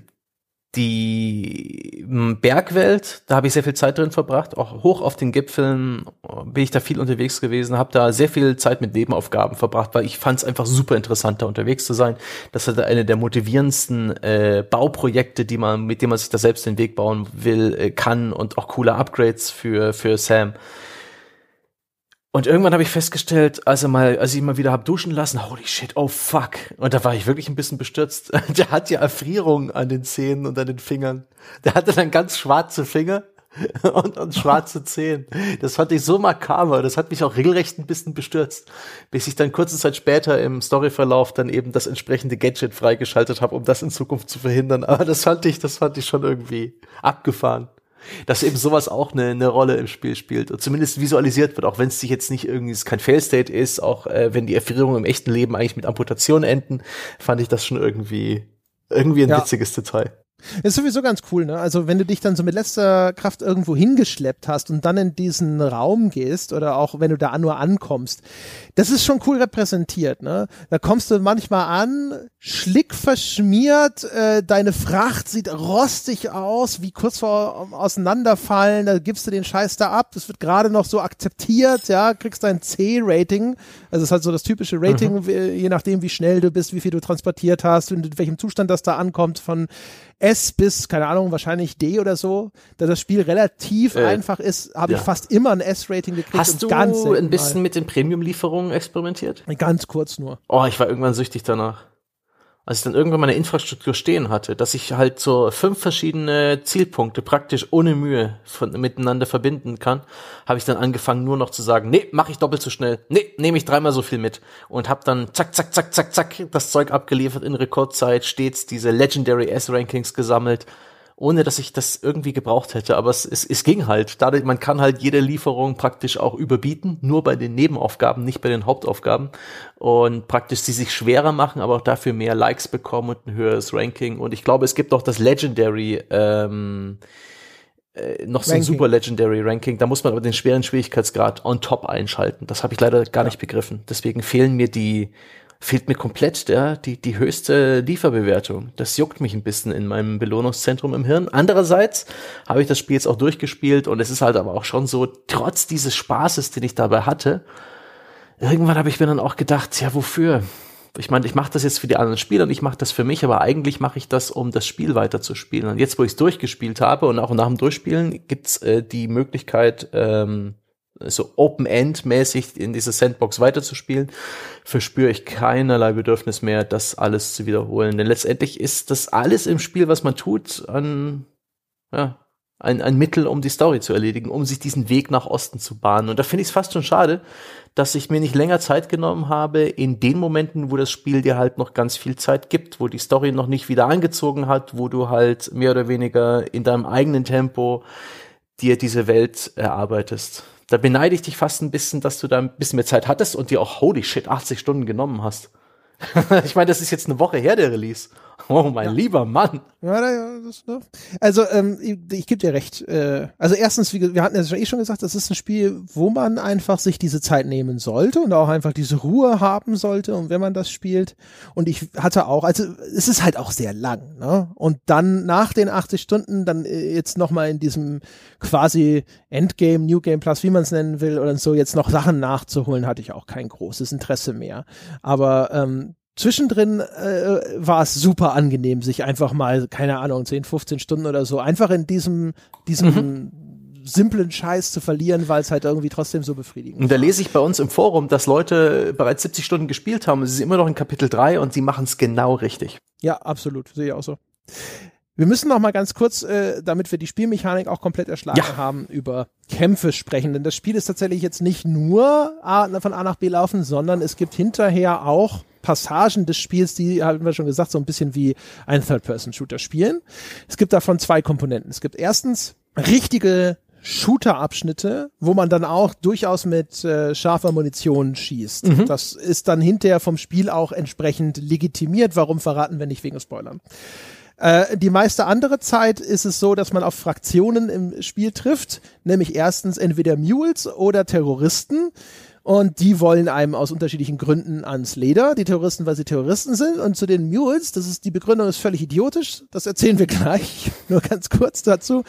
Die Bergwelt, da habe ich sehr viel Zeit drin verbracht. Auch hoch auf den Gipfeln bin ich da viel unterwegs gewesen, habe da sehr viel Zeit mit Nebenaufgaben verbracht, weil ich fand es einfach super interessant, da unterwegs zu sein. Das ist eine der motivierendsten Bauprojekte, mit denen man sich da selbst den Weg bauen will, kann und auch coole Upgrades für Sam. Und irgendwann habe ich festgestellt, als ich mal wieder hab duschen lassen, holy shit, oh fuck. Und da war ich wirklich ein bisschen bestürzt. Der hat ja Erfrierungen an den Zähnen und an den Fingern. Der hatte dann ganz schwarze Finger und schwarze Zehen. Das fand ich so makaber. Das hat mich auch regelrecht ein bisschen bestürzt. Bis ich dann kurze Zeit später im Storyverlauf dann eben das entsprechende Gadget freigeschaltet habe, um das in Zukunft zu verhindern. Aber das fand ich schon irgendwie abgefahren. Dass eben sowas auch eine Rolle im Spiel spielt und zumindest visualisiert wird, auch wenn es sich jetzt nicht irgendwie kein Fail-State ist, auch wenn die Erfrierungen im echten Leben eigentlich mit Amputation enden, fand ich das schon irgendwie ein witziges Detail. Ist sowieso ganz cool, ne? Also wenn du dich dann so mit letzter Kraft irgendwo hingeschleppt hast und dann in diesen Raum gehst oder auch wenn du da nur ankommst, das ist schon cool repräsentiert, ne? Da kommst du manchmal an, schlickverschmiert, deine Fracht sieht rostig aus, wie kurz vor Auseinanderfallen, da gibst du den Scheiß da ab, das wird gerade noch so akzeptiert, ja, kriegst dein C-Rating, also das ist halt so das typische Rating, je nachdem wie schnell du bist, wie viel du transportiert hast, in welchem Zustand das da ankommt, von S bis, keine Ahnung, wahrscheinlich D oder so. Da das Spiel relativ einfach ist, habe ich fast immer ein S-Rating gekriegt. Hast du ein bisschen mit den Premium-Lieferungen experimentiert? Ganz kurz nur. Oh, ich war irgendwann süchtig danach. Als ich dann irgendwann meine Infrastruktur stehen hatte, dass ich halt so 5 verschiedene Zielpunkte praktisch ohne Mühe miteinander verbinden kann, habe ich dann angefangen nur noch zu sagen, nee, mache ich doppelt so schnell, nee, nehme ich 3-mal so viel mit und habe dann zack, zack, zack, zack, zack das Zeug abgeliefert in Rekordzeit, stets diese Legendary S-Rankings gesammelt, ohne dass ich das irgendwie gebraucht hätte, aber es ging halt. Dadurch, man kann halt jede Lieferung praktisch auch überbieten, nur bei den Nebenaufgaben, nicht bei den Hauptaufgaben und praktisch sie sich schwerer machen, aber auch dafür mehr Likes bekommen und ein höheres Ranking und ich glaube, es gibt auch das Legendary noch so ein super Legendary Ranking, da muss man aber den schweren Schwierigkeitsgrad on top einschalten. Das habe ich leider gar nicht begriffen. Deswegen fehlt mir komplett die höchste Lieferbewertung. Das juckt mich ein bisschen in meinem Belohnungszentrum im Hirn. Andererseits habe ich das Spiel jetzt auch durchgespielt und es ist halt aber auch schon so, trotz dieses Spaßes, den ich dabei hatte, irgendwann habe ich mir dann auch gedacht, ja, wofür? Ich meine, ich mache das jetzt für die anderen Spieler und ich mache das für mich, aber eigentlich mache ich das, um das Spiel weiterzuspielen. Und jetzt, wo ich es durchgespielt habe und auch nach dem Durchspielen, gibt's die Möglichkeit, so Open-End-mäßig in dieser Sandbox weiterzuspielen, verspüre ich keinerlei Bedürfnis mehr, das alles zu wiederholen. Denn letztendlich ist das alles im Spiel, was man tut, ein Mittel, um die Story zu erledigen, um sich diesen Weg nach Osten zu bahnen. Und da finde ich es fast schon schade, dass ich mir nicht länger Zeit genommen habe, in den Momenten, wo das Spiel dir halt noch ganz viel Zeit gibt, wo die Story noch nicht wieder angezogen hat, wo du halt mehr oder weniger in deinem eigenen Tempo dir diese Welt erarbeitest. Da beneide ich dich fast ein bisschen, dass du da ein bisschen mehr Zeit hattest und dir auch, holy shit, 80 Stunden genommen hast. Ich meine, das ist jetzt eine Woche her, der Release. Oh, mein lieber Mann. Ja, also, ich gebe dir recht. Also erstens, wir hatten ja schon gesagt, das ist ein Spiel, wo man einfach sich diese Zeit nehmen sollte und auch einfach diese Ruhe haben sollte, und wenn man das spielt. Und ich hatte auch, also es ist halt auch sehr lang, ne? Und dann nach den 80 Stunden, dann jetzt nochmal in diesem quasi Endgame, New Game Plus, wie man es nennen will, oder so, jetzt noch Sachen nachzuholen, hatte ich auch kein großes Interesse mehr. Aber zwischendrin war es super angenehm, sich einfach mal, keine Ahnung, 10, 15 Stunden oder so, einfach in diesem simplen Scheiß zu verlieren, weil es halt irgendwie trotzdem so befriedigend ist. Und da lese ich bei uns im Forum, dass Leute bereits 70 Stunden gespielt haben. Sie sind immer noch in Kapitel 3 und sie machen es genau richtig. Ja, absolut. Sehe ich auch so. Wir müssen noch mal ganz kurz, damit wir die Spielmechanik auch komplett erschlagen haben, über Kämpfe sprechen. Denn das Spiel ist tatsächlich jetzt nicht nur von A nach B laufen, sondern es gibt hinterher auch Passagen des Spiels, die, haben wir schon gesagt, so ein bisschen wie ein Third-Person-Shooter spielen. Es gibt davon 2 Komponenten. Es gibt erstens richtige Shooter-Abschnitte, wo man dann auch durchaus mit scharfer Munition schießt. Das ist dann hinterher vom Spiel auch entsprechend legitimiert. Warum verraten wir nicht wegen Spoilern? Die meiste andere Zeit ist es so, dass man auf Fraktionen im Spiel trifft, nämlich erstens entweder Mules oder Terroristen. Und die wollen einem aus unterschiedlichen Gründen ans Leder. Die Terroristen, weil sie Terroristen sind. Und zu den Mules, die Begründung ist völlig idiotisch. Das erzählen wir gleich. Nur ganz kurz dazu.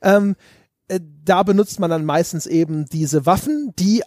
Da benutzt man dann meistens eben diese Waffen, die,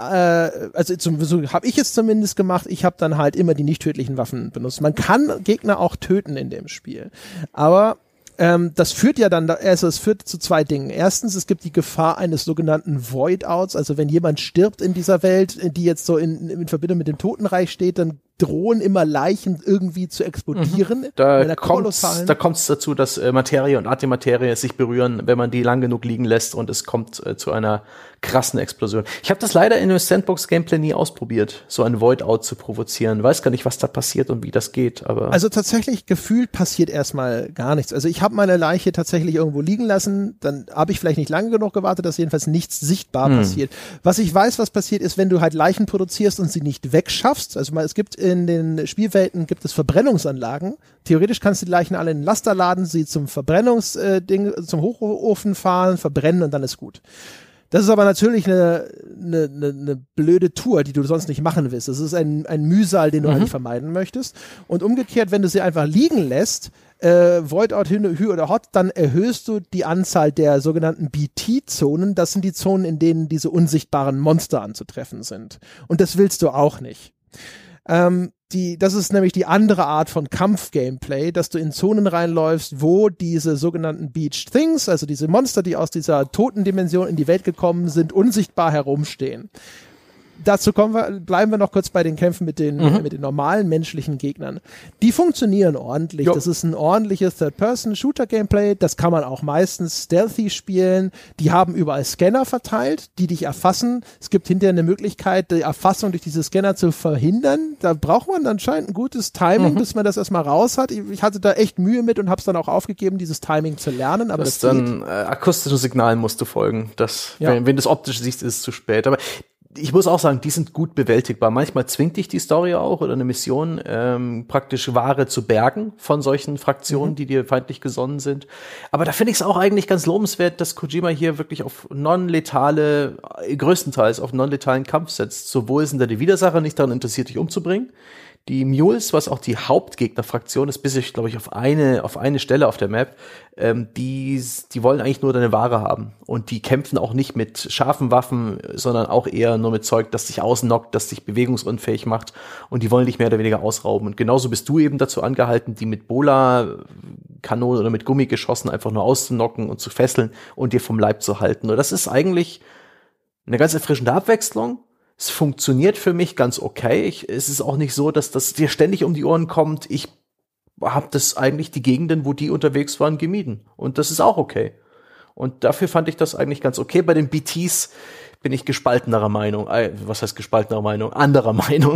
so habe ich es zumindest gemacht, ich habe dann halt immer die nicht tödlichen Waffen benutzt. Man kann Gegner auch töten in dem Spiel. Aber Das führt ja dann, also es führt zu zwei Dingen. Erstens, es gibt die Gefahr eines sogenannten Void-Outs, also wenn jemand stirbt in dieser Welt, die jetzt so in Verbindung mit dem Totenreich steht, dann drohen immer Leichen irgendwie zu explodieren. Da kommt es dazu, dass Materie und Antimaterie sich berühren, wenn man die lang genug liegen lässt und es kommt zu einer krassen Explosion. Ich habe das leider in einem Sandbox-Gameplay nie ausprobiert, so ein Void-Out zu provozieren. Weiß gar nicht, was da passiert und wie das geht. Aber also tatsächlich gefühlt passiert erstmal gar nichts. Also ich habe meine Leiche tatsächlich irgendwo liegen lassen, dann habe ich vielleicht nicht lange genug gewartet, dass jedenfalls nichts sichtbar passiert. Was ich weiß, was passiert ist, wenn du halt Leichen produzierst und sie nicht wegschaffst. Also es gibt in den Spielwelten gibt es Verbrennungsanlagen. Theoretisch kannst du die Leichen alle in den Laster laden, sie zum zum Hochofen fahren, verbrennen und dann ist gut. Das ist aber natürlich eine blöde Tour, die du sonst nicht machen willst. Das ist ein Mühsal, den du eigentlich vermeiden möchtest. Und umgekehrt, wenn du sie einfach liegen lässt, Void-Out, Hü oder Hot, dann erhöhst du die Anzahl der sogenannten BT-Zonen. Das sind die Zonen, in denen diese unsichtbaren Monster anzutreffen sind. Und das willst du auch nicht. Das ist nämlich die andere Art von Kampf-Gameplay, dass du in Zonen reinläufst, wo diese sogenannten Beach Things, also diese Monster, die aus dieser Totendimension in die Welt gekommen sind, unsichtbar herumstehen. Dazu bleiben wir noch kurz bei den Kämpfen mit den normalen menschlichen Gegnern. Die funktionieren ordentlich. Jo. Das ist ein ordentliches Third-Person-Shooter-Gameplay. Das kann man auch meistens stealthy spielen. Die haben überall Scanner verteilt, die dich erfassen. Es gibt hinterher eine Möglichkeit, die Erfassung durch diese Scanner zu verhindern. Da braucht man anscheinend ein gutes Timing, bis man das erstmal raus hat. Ich hatte da echt Mühe mit und habe es dann auch aufgegeben, dieses Timing zu lernen. Aber das dann akustischen Signalen musst du folgen. Wenn du es optisch siehst, ist es zu spät. Aber ich muss auch sagen, die sind gut bewältigbar. Manchmal zwingt dich die Story auch oder eine Mission, praktisch Ware zu bergen von solchen Fraktionen, die dir feindlich gesonnen sind. Aber da finde ich es auch eigentlich ganz lobenswert, dass Kojima hier wirklich auf größtenteils auf non-letalen Kampf setzt. Sowohl sind da die Widersacher nicht daran interessiert, dich umzubringen. Die Mules, was auch die Hauptgegnerfraktion ist, bis ich, glaube ich, auf eine Stelle auf der Map, die wollen eigentlich nur deine Ware haben. Und die kämpfen auch nicht mit scharfen Waffen, sondern auch eher nur mit Zeug, das dich ausnockt, das dich bewegungsunfähig macht. Und die wollen dich mehr oder weniger ausrauben. Und genauso bist du eben dazu angehalten, die mit Bola-Kanonen oder mit Gummigeschossen einfach nur auszunocken und zu fesseln und dir vom Leib zu halten. Und das ist eigentlich eine ganz erfrischende Abwechslung. Es funktioniert für mich ganz okay. Es ist auch nicht so, dass das dir ständig um die Ohren kommt. Ich habe das eigentlich die Gegenden, wo die unterwegs waren, gemieden. Und das ist auch okay. Und dafür fand ich das eigentlich ganz okay. Bei den BTs bin ich gespaltenerer Meinung. Was heißt gespaltenerer Meinung? Anderer Meinung.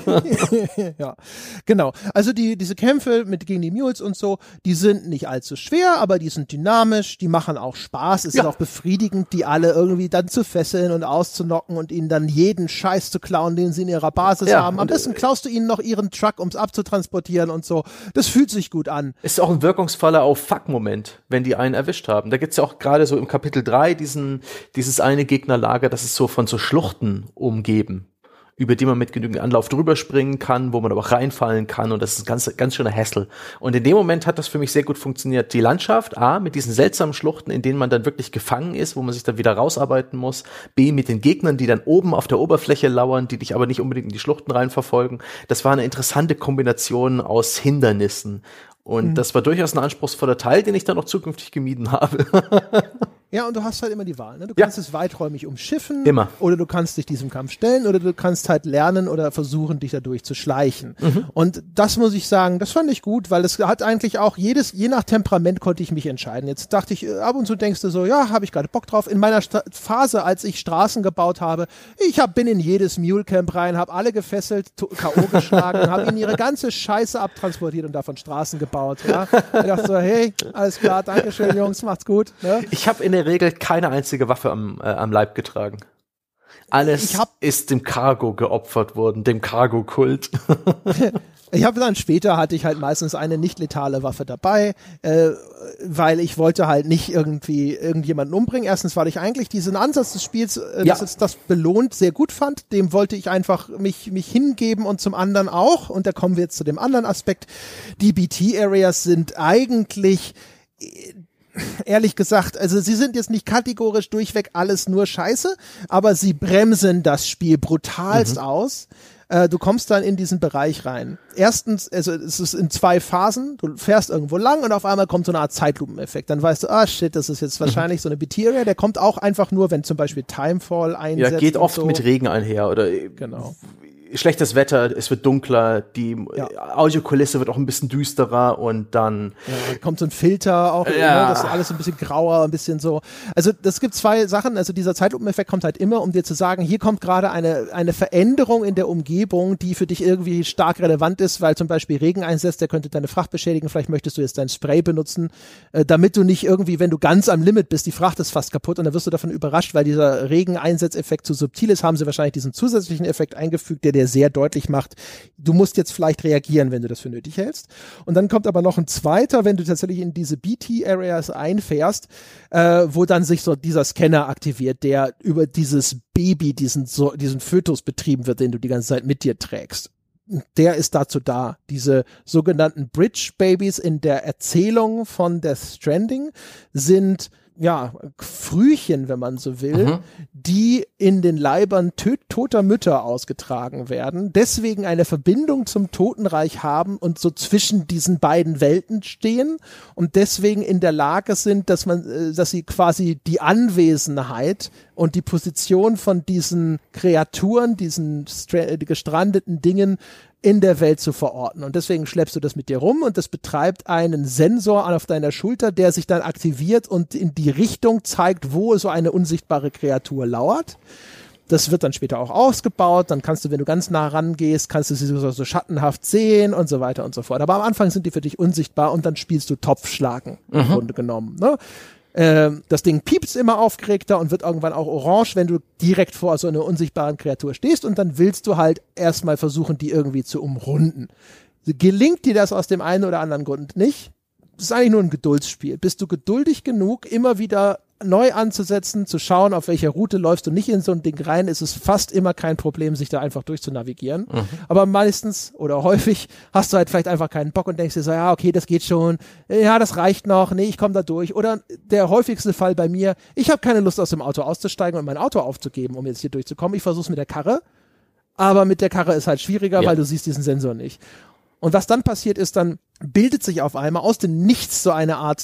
Ja, genau. Also diese Kämpfe gegen die Mules und so, die sind nicht allzu schwer, aber die sind dynamisch, die machen auch Spaß. Es ist auch befriedigend, die alle irgendwie dann zu fesseln und auszunocken und ihnen dann jeden Scheiß zu klauen, den sie in ihrer Basis haben. Am besten klaust du ihnen noch ihren Truck, ums abzutransportieren und so. Das fühlt sich gut an. Ist auch ein wirkungsvoller Fuck-Moment, wenn die einen erwischt haben. Da gibt's ja auch gerade so im Kapitel 3 dieses eine Gegnerlager, das ist so von so Schluchten umgeben, über die man mit genügend Anlauf drüber springen kann, wo man aber auch reinfallen kann, und das ist ein ganz, ganz schöner Hassel. Und in dem Moment hat das für mich sehr gut funktioniert. Die Landschaft, A, mit diesen seltsamen Schluchten, in denen man dann wirklich gefangen ist, wo man sich dann wieder rausarbeiten muss, B, mit den Gegnern, die dann oben auf der Oberfläche lauern, die dich aber nicht unbedingt in die Schluchten reinverfolgen. Das war eine interessante Kombination aus Hindernissen. Und das war durchaus ein anspruchsvoller Teil, den ich dann auch zukünftig gemieden habe. Ja, und du hast halt immer die Wahl. Ne? Du kannst es weiträumig umschiffen. Immer. Oder du kannst dich diesem Kampf stellen. Oder du kannst halt lernen oder versuchen, dich dadurch zu schleichen. Und das muss ich sagen, das fand ich gut, weil es hat eigentlich auch je nach Temperament konnte ich mich entscheiden. Jetzt dachte ich, ab und zu denkst du so, ja, habe ich gerade Bock drauf. In meiner Phase, als ich Straßen gebaut habe, bin in jedes Mule-Camp rein, habe alle gefesselt, K.O. geschlagen, habe ihnen ihre ganze Scheiße abtransportiert und davon Straßen gebaut. Ja? Ich dachte so, hey, alles klar, dankeschön, Jungs, macht's gut. Ne? Ich habe in der Regel keine einzige Waffe am Leib getragen. Alles ist dem Cargo geopfert worden, dem Cargo-Kult. Ich habe dann später hatte ich halt meistens eine nicht letale Waffe dabei, weil ich wollte halt nicht irgendwie irgendjemanden umbringen. Erstens, weil ich eigentlich diesen Ansatz des Spiels, das belohnt, sehr gut fand. Dem wollte ich einfach mich hingeben, und zum anderen auch, und da kommen wir jetzt zu dem anderen Aspekt, die BT-Areas sind eigentlich ehrlich gesagt, also sie sind jetzt nicht kategorisch durchweg alles nur Scheiße, aber sie bremsen das Spiel brutalst aus. Du kommst dann in diesen Bereich rein. Erstens, also es ist in 2 Phasen. Du fährst irgendwo lang und auf einmal kommt so eine Art Zeitlupeneffekt. Dann weißt du, shit, das ist jetzt wahrscheinlich so eine BT-Area. Der kommt auch einfach nur, wenn zum Beispiel Timefall einsetzt. Ja, geht oft so mit Regen einher oder genau. Schlechtes Wetter, es wird dunkler, die Audiokulisse wird auch ein bisschen düsterer und dann kommt so ein Filter auch, das ist alles so ein bisschen grauer, ein bisschen so. Also das gibt 2 Sachen, also dieser Zeitlupeneffekt kommt halt immer, um dir zu sagen, hier kommt gerade eine Veränderung in der Umgebung, die für dich irgendwie stark relevant ist, weil zum Beispiel Regen einsetzt, der könnte deine Fracht beschädigen, vielleicht möchtest du jetzt dein Spray benutzen, damit du nicht irgendwie, wenn du ganz am Limit bist, die Fracht ist fast kaputt und dann wirst du davon überrascht, weil dieser Regeneinsetzeffekt zu subtil ist, haben sie wahrscheinlich diesen zusätzlichen Effekt eingefügt, der sehr deutlich macht, du musst jetzt vielleicht reagieren, wenn du das für nötig hältst. Und dann kommt aber noch ein zweiter, wenn du tatsächlich in diese BT-Areas einfährst, wo dann sich so dieser Scanner aktiviert, der über dieses Baby, diesen Fötus betrieben wird, den du die ganze Zeit mit dir trägst. Der ist dazu da. Diese sogenannten Bridge-Babies in der Erzählung von Death Stranding sind Frühchen, wenn man so will, die in den Leibern toter Mütter ausgetragen werden, deswegen eine Verbindung zum Totenreich haben und so zwischen diesen beiden Welten stehen und deswegen in der Lage sind, dass sie quasi die Anwesenheit und die Position von diesen Kreaturen, diesen gestrandeten Dingen in der Welt zu verorten. Und deswegen schleppst du das mit dir rum und das betreibt einen Sensor auf deiner Schulter, der sich dann aktiviert und in die Richtung zeigt, wo so eine unsichtbare Kreatur lauert. Das wird dann später auch ausgebaut. Dann kannst du, wenn du ganz nah rangehst, kannst du sie so schattenhaft sehen und so weiter und so fort. Aber am Anfang sind die für dich unsichtbar und dann spielst du Topfschlagen im Grunde genommen, ne? Das Ding piepst immer aufgeregter und wird irgendwann auch orange, wenn du direkt vor so einer unsichtbaren Kreatur stehst und dann willst du halt erstmal versuchen, die irgendwie zu umrunden. Gelingt dir das aus dem einen oder anderen Grund nicht? Das ist eigentlich nur ein Geduldsspiel. Bist du geduldig genug, immer wieder neu anzusetzen, zu schauen, auf welcher Route läufst du nicht in so ein Ding rein, ist es fast immer kein Problem, sich da einfach durchzunavigieren. Aber meistens oder häufig hast du halt vielleicht einfach keinen Bock und denkst dir so, ja, okay, das geht schon, ja, das reicht noch, nee, ich komme da durch. Oder der häufigste Fall bei mir, ich habe keine Lust, aus dem Auto auszusteigen und mein Auto aufzugeben, um jetzt hier durchzukommen. Ich versuche es mit der Karre, aber mit der Karre ist halt schwieriger, weil du siehst diesen Sensor nicht. Und was dann passiert ist, dann bildet sich auf einmal aus dem Nichts so eine Art,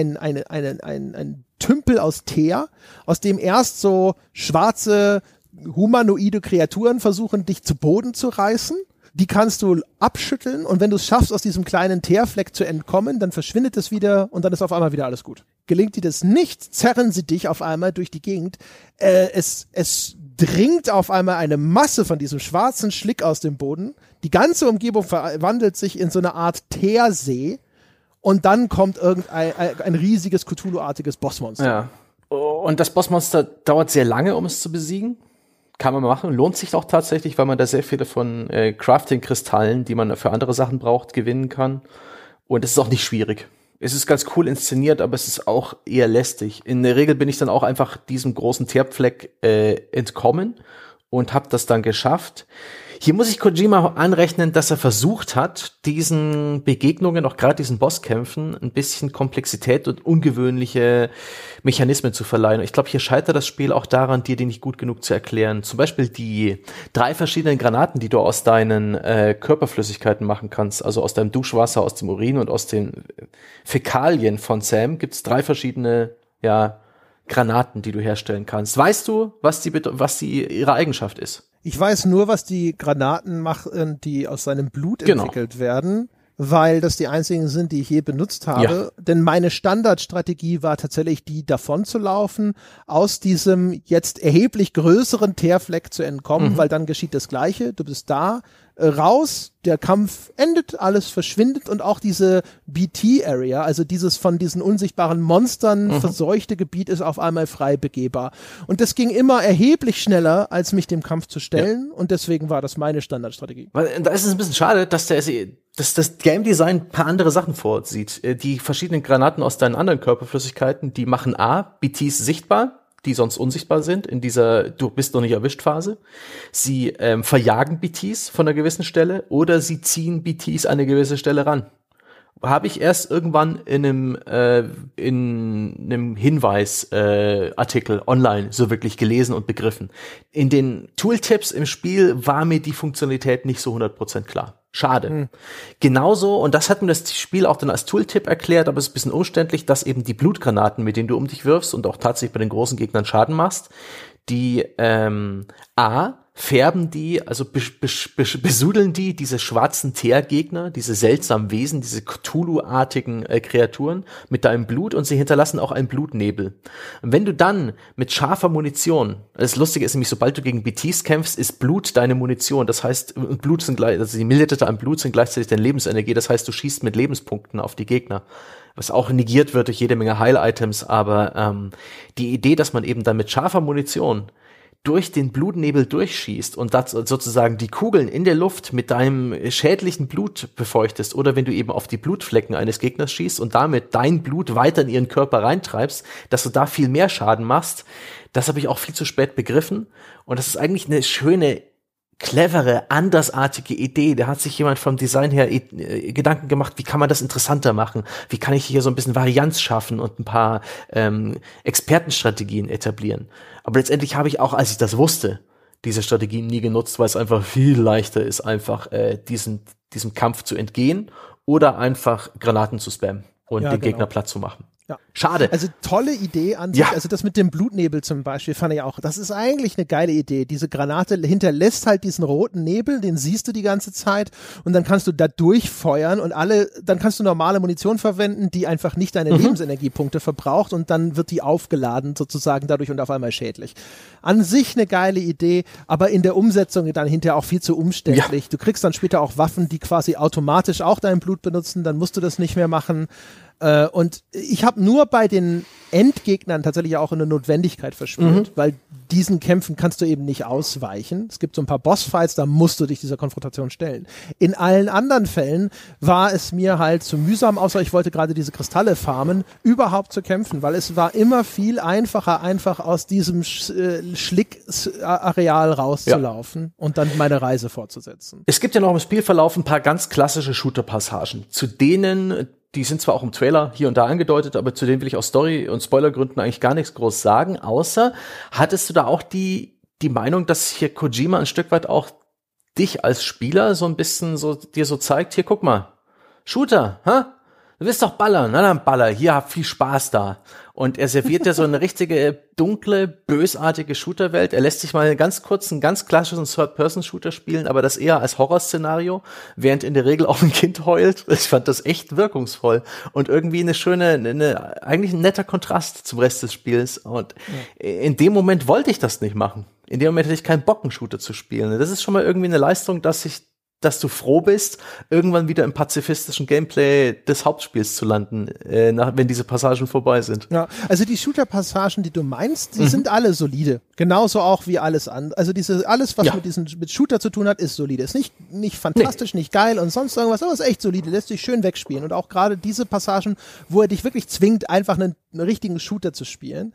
ein Tümpel aus Teer, aus dem erst so schwarze, humanoide Kreaturen versuchen, dich zu Boden zu reißen. Die kannst du abschütteln und wenn du es schaffst, aus diesem kleinen Teerfleck zu entkommen, dann verschwindet es wieder und dann ist auf einmal wieder alles gut. Gelingt dir das nicht, zerren sie dich auf einmal durch die Gegend. Es dringt auf einmal eine Masse von diesem schwarzen Schlick aus dem Boden. Die ganze Umgebung verwandelt sich in so eine Art Teersee und dann kommt ein riesiges Cthulhu-artiges Bossmonster. Ja. Und das Bossmonster dauert sehr lange, um es zu besiegen. Kann man machen, lohnt sich auch tatsächlich, weil man da sehr viele von Crafting-Kristallen, die man für andere Sachen braucht, gewinnen kann. Und es ist auch nicht schwierig. Es ist ganz cool inszeniert, aber es ist auch eher lästig. In der Regel bin ich dann auch einfach diesem großen Teerfleck entkommen und habe das dann geschafft. Hier muss ich Kojima anrechnen, dass er versucht hat, diesen Begegnungen, auch gerade diesen Bosskämpfen, ein bisschen Komplexität und ungewöhnliche Mechanismen zu verleihen. Ich glaube, hier scheitert das Spiel auch daran, dir die nicht gut genug zu erklären. Zum Beispiel die 3 verschiedenen Granaten, die du aus deinen Körperflüssigkeiten machen kannst, also aus deinem Duschwasser, aus dem Urin und aus den Fäkalien von Sam, gibt's 3 verschiedene, Granaten, die du herstellen kannst. Weißt du, was ihre Eigenschaft ist? Ich weiß nur, was die Granaten machen, die aus seinem Blut entwickelt werden, weil das die einzigen sind, die ich je benutzt habe. Ja. Denn meine Standardstrategie war tatsächlich die, davon zu laufen, aus diesem jetzt erheblich größeren Teerfleck zu entkommen, weil dann geschieht das Gleiche. Du bist da, raus, der Kampf endet, alles verschwindet und auch diese BT-Area, also dieses von diesen unsichtbaren Monstern verseuchte Gebiet ist auf einmal frei begehbar. Und das ging immer erheblich schneller, als mich dem Kampf zu stellen und deswegen war das meine Standardstrategie. Da ist es ein bisschen schade, dass das Game Design ein paar andere Sachen vorsieht. Die verschiedenen Granaten aus deinen anderen Körperflüssigkeiten, die machen BTs sichtbar, die sonst unsichtbar sind in dieser du bist noch nicht erwischt Phase. Sie verjagen BTs von einer gewissen Stelle oder sie ziehen BTs an eine gewisse Stelle ran. habe ich erst irgendwann in einem Hinweisartikel online so wirklich gelesen und begriffen. In den Tooltips im Spiel war mir die Funktionalität nicht so 100% klar. Schade. Genauso, und das hat mir das Spiel auch dann als Tooltip erklärt, aber es ist ein bisschen umständlich, dass eben die Blutgranaten, mit denen du um dich wirfst und auch tatsächlich bei den großen Gegnern Schaden machst, die färben die, also besudeln die diese schwarzen Teergegner, diese seltsamen Wesen, diese Cthulhu-artigen Kreaturen mit deinem Blut, und sie hinterlassen auch einen Blutnebel. Und wenn du dann mit scharfer Munition, das Lustige ist nämlich, sobald du gegen BTs kämpfst, ist Blut deine Munition. Das heißt, Blut sind gleich, also die Milliliter an Blut sind gleichzeitig deine Lebensenergie. Das heißt, du schießt mit Lebenspunkten auf die Gegner, was auch negiert wird durch jede Menge Heil-Items. Aber die Idee, dass man eben dann mit scharfer Munition durch den Blutnebel durchschießt und das sozusagen die Kugeln in der Luft mit deinem schädlichen Blut befeuchtest, oder wenn du eben auf die Blutflecken eines Gegners schießt und damit dein Blut weiter in ihren Körper reintreibst, dass du da viel mehr Schaden machst, das habe ich auch viel zu spät begriffen. Und das ist eigentlich eine schöne, clevere, andersartige Idee. Da hat sich jemand vom Design her Gedanken gemacht, wie kann man das interessanter machen? Wie kann ich hier so ein bisschen Varianz schaffen und ein paar Expertenstrategien etablieren? Aber letztendlich habe ich auch, als ich das wusste, diese Strategien nie genutzt, weil es einfach viel leichter ist, einfach diesem Kampf zu entgehen oder einfach Granaten zu spammen und den Gegner platt zu machen. Ja. Schade. Also tolle Idee an sich. Ja. Also das mit dem Blutnebel zum Beispiel fand ich auch, das ist eigentlich eine geile Idee. Diese Granate hinterlässt halt diesen roten Nebel, den siehst du die ganze Zeit, und dann kannst du da durchfeuern und dann kannst du normale Munition verwenden, die einfach nicht deine Lebensenergiepunkte verbraucht, und dann wird die aufgeladen sozusagen dadurch und auf einmal schädlich. An sich eine geile Idee, aber in der Umsetzung dann hinterher auch viel zu umständlich. Ja. Du kriegst dann später auch Waffen, die quasi automatisch auch dein Blut benutzen, dann musst du das nicht mehr machen. Und ich habe nur bei den Endgegnern tatsächlich auch eine Notwendigkeit verspürt, weil diesen Kämpfen kannst du eben nicht ausweichen. Es gibt so ein paar Bossfights, da musst du dich dieser Konfrontation stellen. In allen anderen Fällen war es mir halt zu mühsam, außer ich wollte gerade diese Kristalle farmen, überhaupt zu kämpfen, weil es war immer viel einfacher, einfach aus diesem Schlickareal rauszulaufen und dann meine Reise fortzusetzen. Es gibt ja noch im Spielverlauf ein paar ganz klassische Shooter-Passagen, zu denen, die sind zwar auch im Trailer hier und da angedeutet, aber zu denen will ich aus Story- und Spoilergründen eigentlich gar nichts groß sagen, außer, hattest du da auch die Meinung, dass hier Kojima ein Stück weit auch dich als Spieler so ein bisschen so dir so zeigt, hier guck mal, Shooter, du willst doch ballern, na dann baller, hier hab viel Spaß da. Und er serviert dir so eine richtige, dunkle, bösartige Shooter-Welt. Er lässt sich mal ganz kurz einen ganz klassischen Third-Person-Shooter spielen, aber das eher als Horrorszenario, während in der Regel auch ein Kind heult. Ich fand das echt wirkungsvoll und irgendwie eigentlich ein netter Kontrast zum Rest des Spiels. Und in dem Moment wollte ich das nicht machen. In dem Moment hätte ich keinen Bock, einen Shooter zu spielen. Das ist schon mal irgendwie eine Leistung, dass du froh bist, irgendwann wieder im pazifistischen Gameplay des Hauptspiels zu landen, wenn diese Passagen vorbei sind. Ja, also die Shooter-Passagen, die du meinst, die sind alle solide. Genauso auch wie alles andere. Also alles, was mit Shooter zu tun hat, ist solide. Ist nicht fantastisch, nicht geil und sonst irgendwas, aber ist echt solide, lässt sich schön wegspielen. Und auch gerade diese Passagen, wo er dich wirklich zwingt, einfach einen richtigen Shooter zu spielen,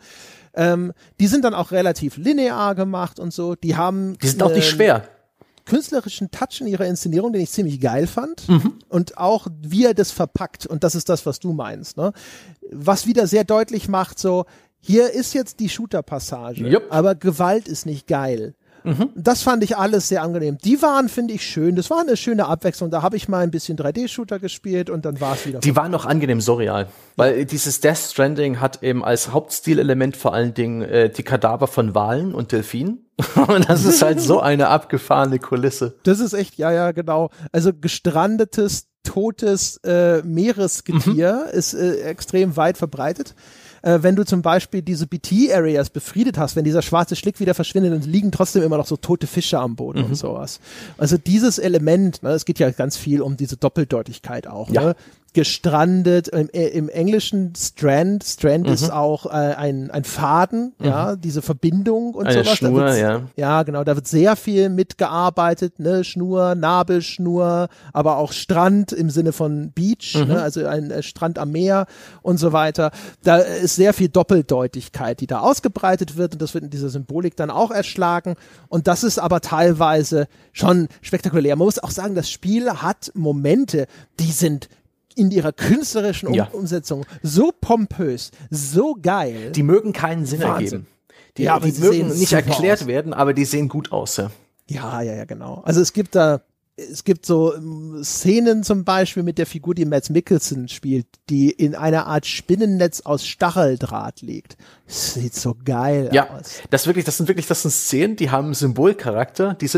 die sind dann auch relativ linear gemacht und so. Die sind auch nicht schwer. Künstlerischen Touch in ihrer Inszenierung, den ich ziemlich geil fand, und auch wie er das verpackt, und das ist das, was du meinst, ne? Was wieder sehr deutlich macht, so, hier ist jetzt die Shooter-Passage, aber Gewalt ist nicht geil. Das fand ich alles sehr angenehm. Die waren, finde ich, schön. Das war eine schöne Abwechslung. Da habe ich mal ein bisschen 3D-Shooter gespielt und dann war es wieder. Die waren noch angenehm surreal, weil dieses Death Stranding hat eben als Hauptstilelement vor allen Dingen die Kadaver von Walen und Delfinen. Und das ist halt so eine abgefahrene Kulisse. Das ist echt, ja, genau. Also gestrandetes, totes Meeresgetier ist extrem weit verbreitet. Wenn du zum Beispiel diese BT-Areas befriedet hast, wenn dieser schwarze Schlick wieder verschwindet, dann liegen trotzdem immer noch so tote Fische am Boden und sowas. Also dieses Element, ne, es geht ja ganz viel um diese Doppeldeutigkeit auch, ne? Gestrandet, im Englischen Strand ist auch ein Faden, ja, diese Verbindung und eine sowas. Schnur, ja, genau, da wird sehr viel mitgearbeitet, ne, Schnur, Nabelschnur, aber auch Strand im Sinne von Beach, ne, also ein Strand am Meer und so weiter. Da ist sehr viel Doppeldeutigkeit, die da ausgebreitet wird, und das wird in dieser Symbolik dann auch erschlagen, und das ist aber teilweise schon spektakulär. Man muss auch sagen, das Spiel hat Momente, die sind in ihrer künstlerischen Umsetzung so pompös, so geil. Die mögen keinen Sinn ergeben. Die mögen nicht erklärt werden, aber die sehen gut aus. Ja, genau. Also es gibt so Szenen zum Beispiel mit der Figur, die Mads Mikkelsen spielt, die in einer Art Spinnennetz aus Stacheldraht liegt. Das sieht so geil aus. Das sind Szenen, die haben Symbolcharakter, das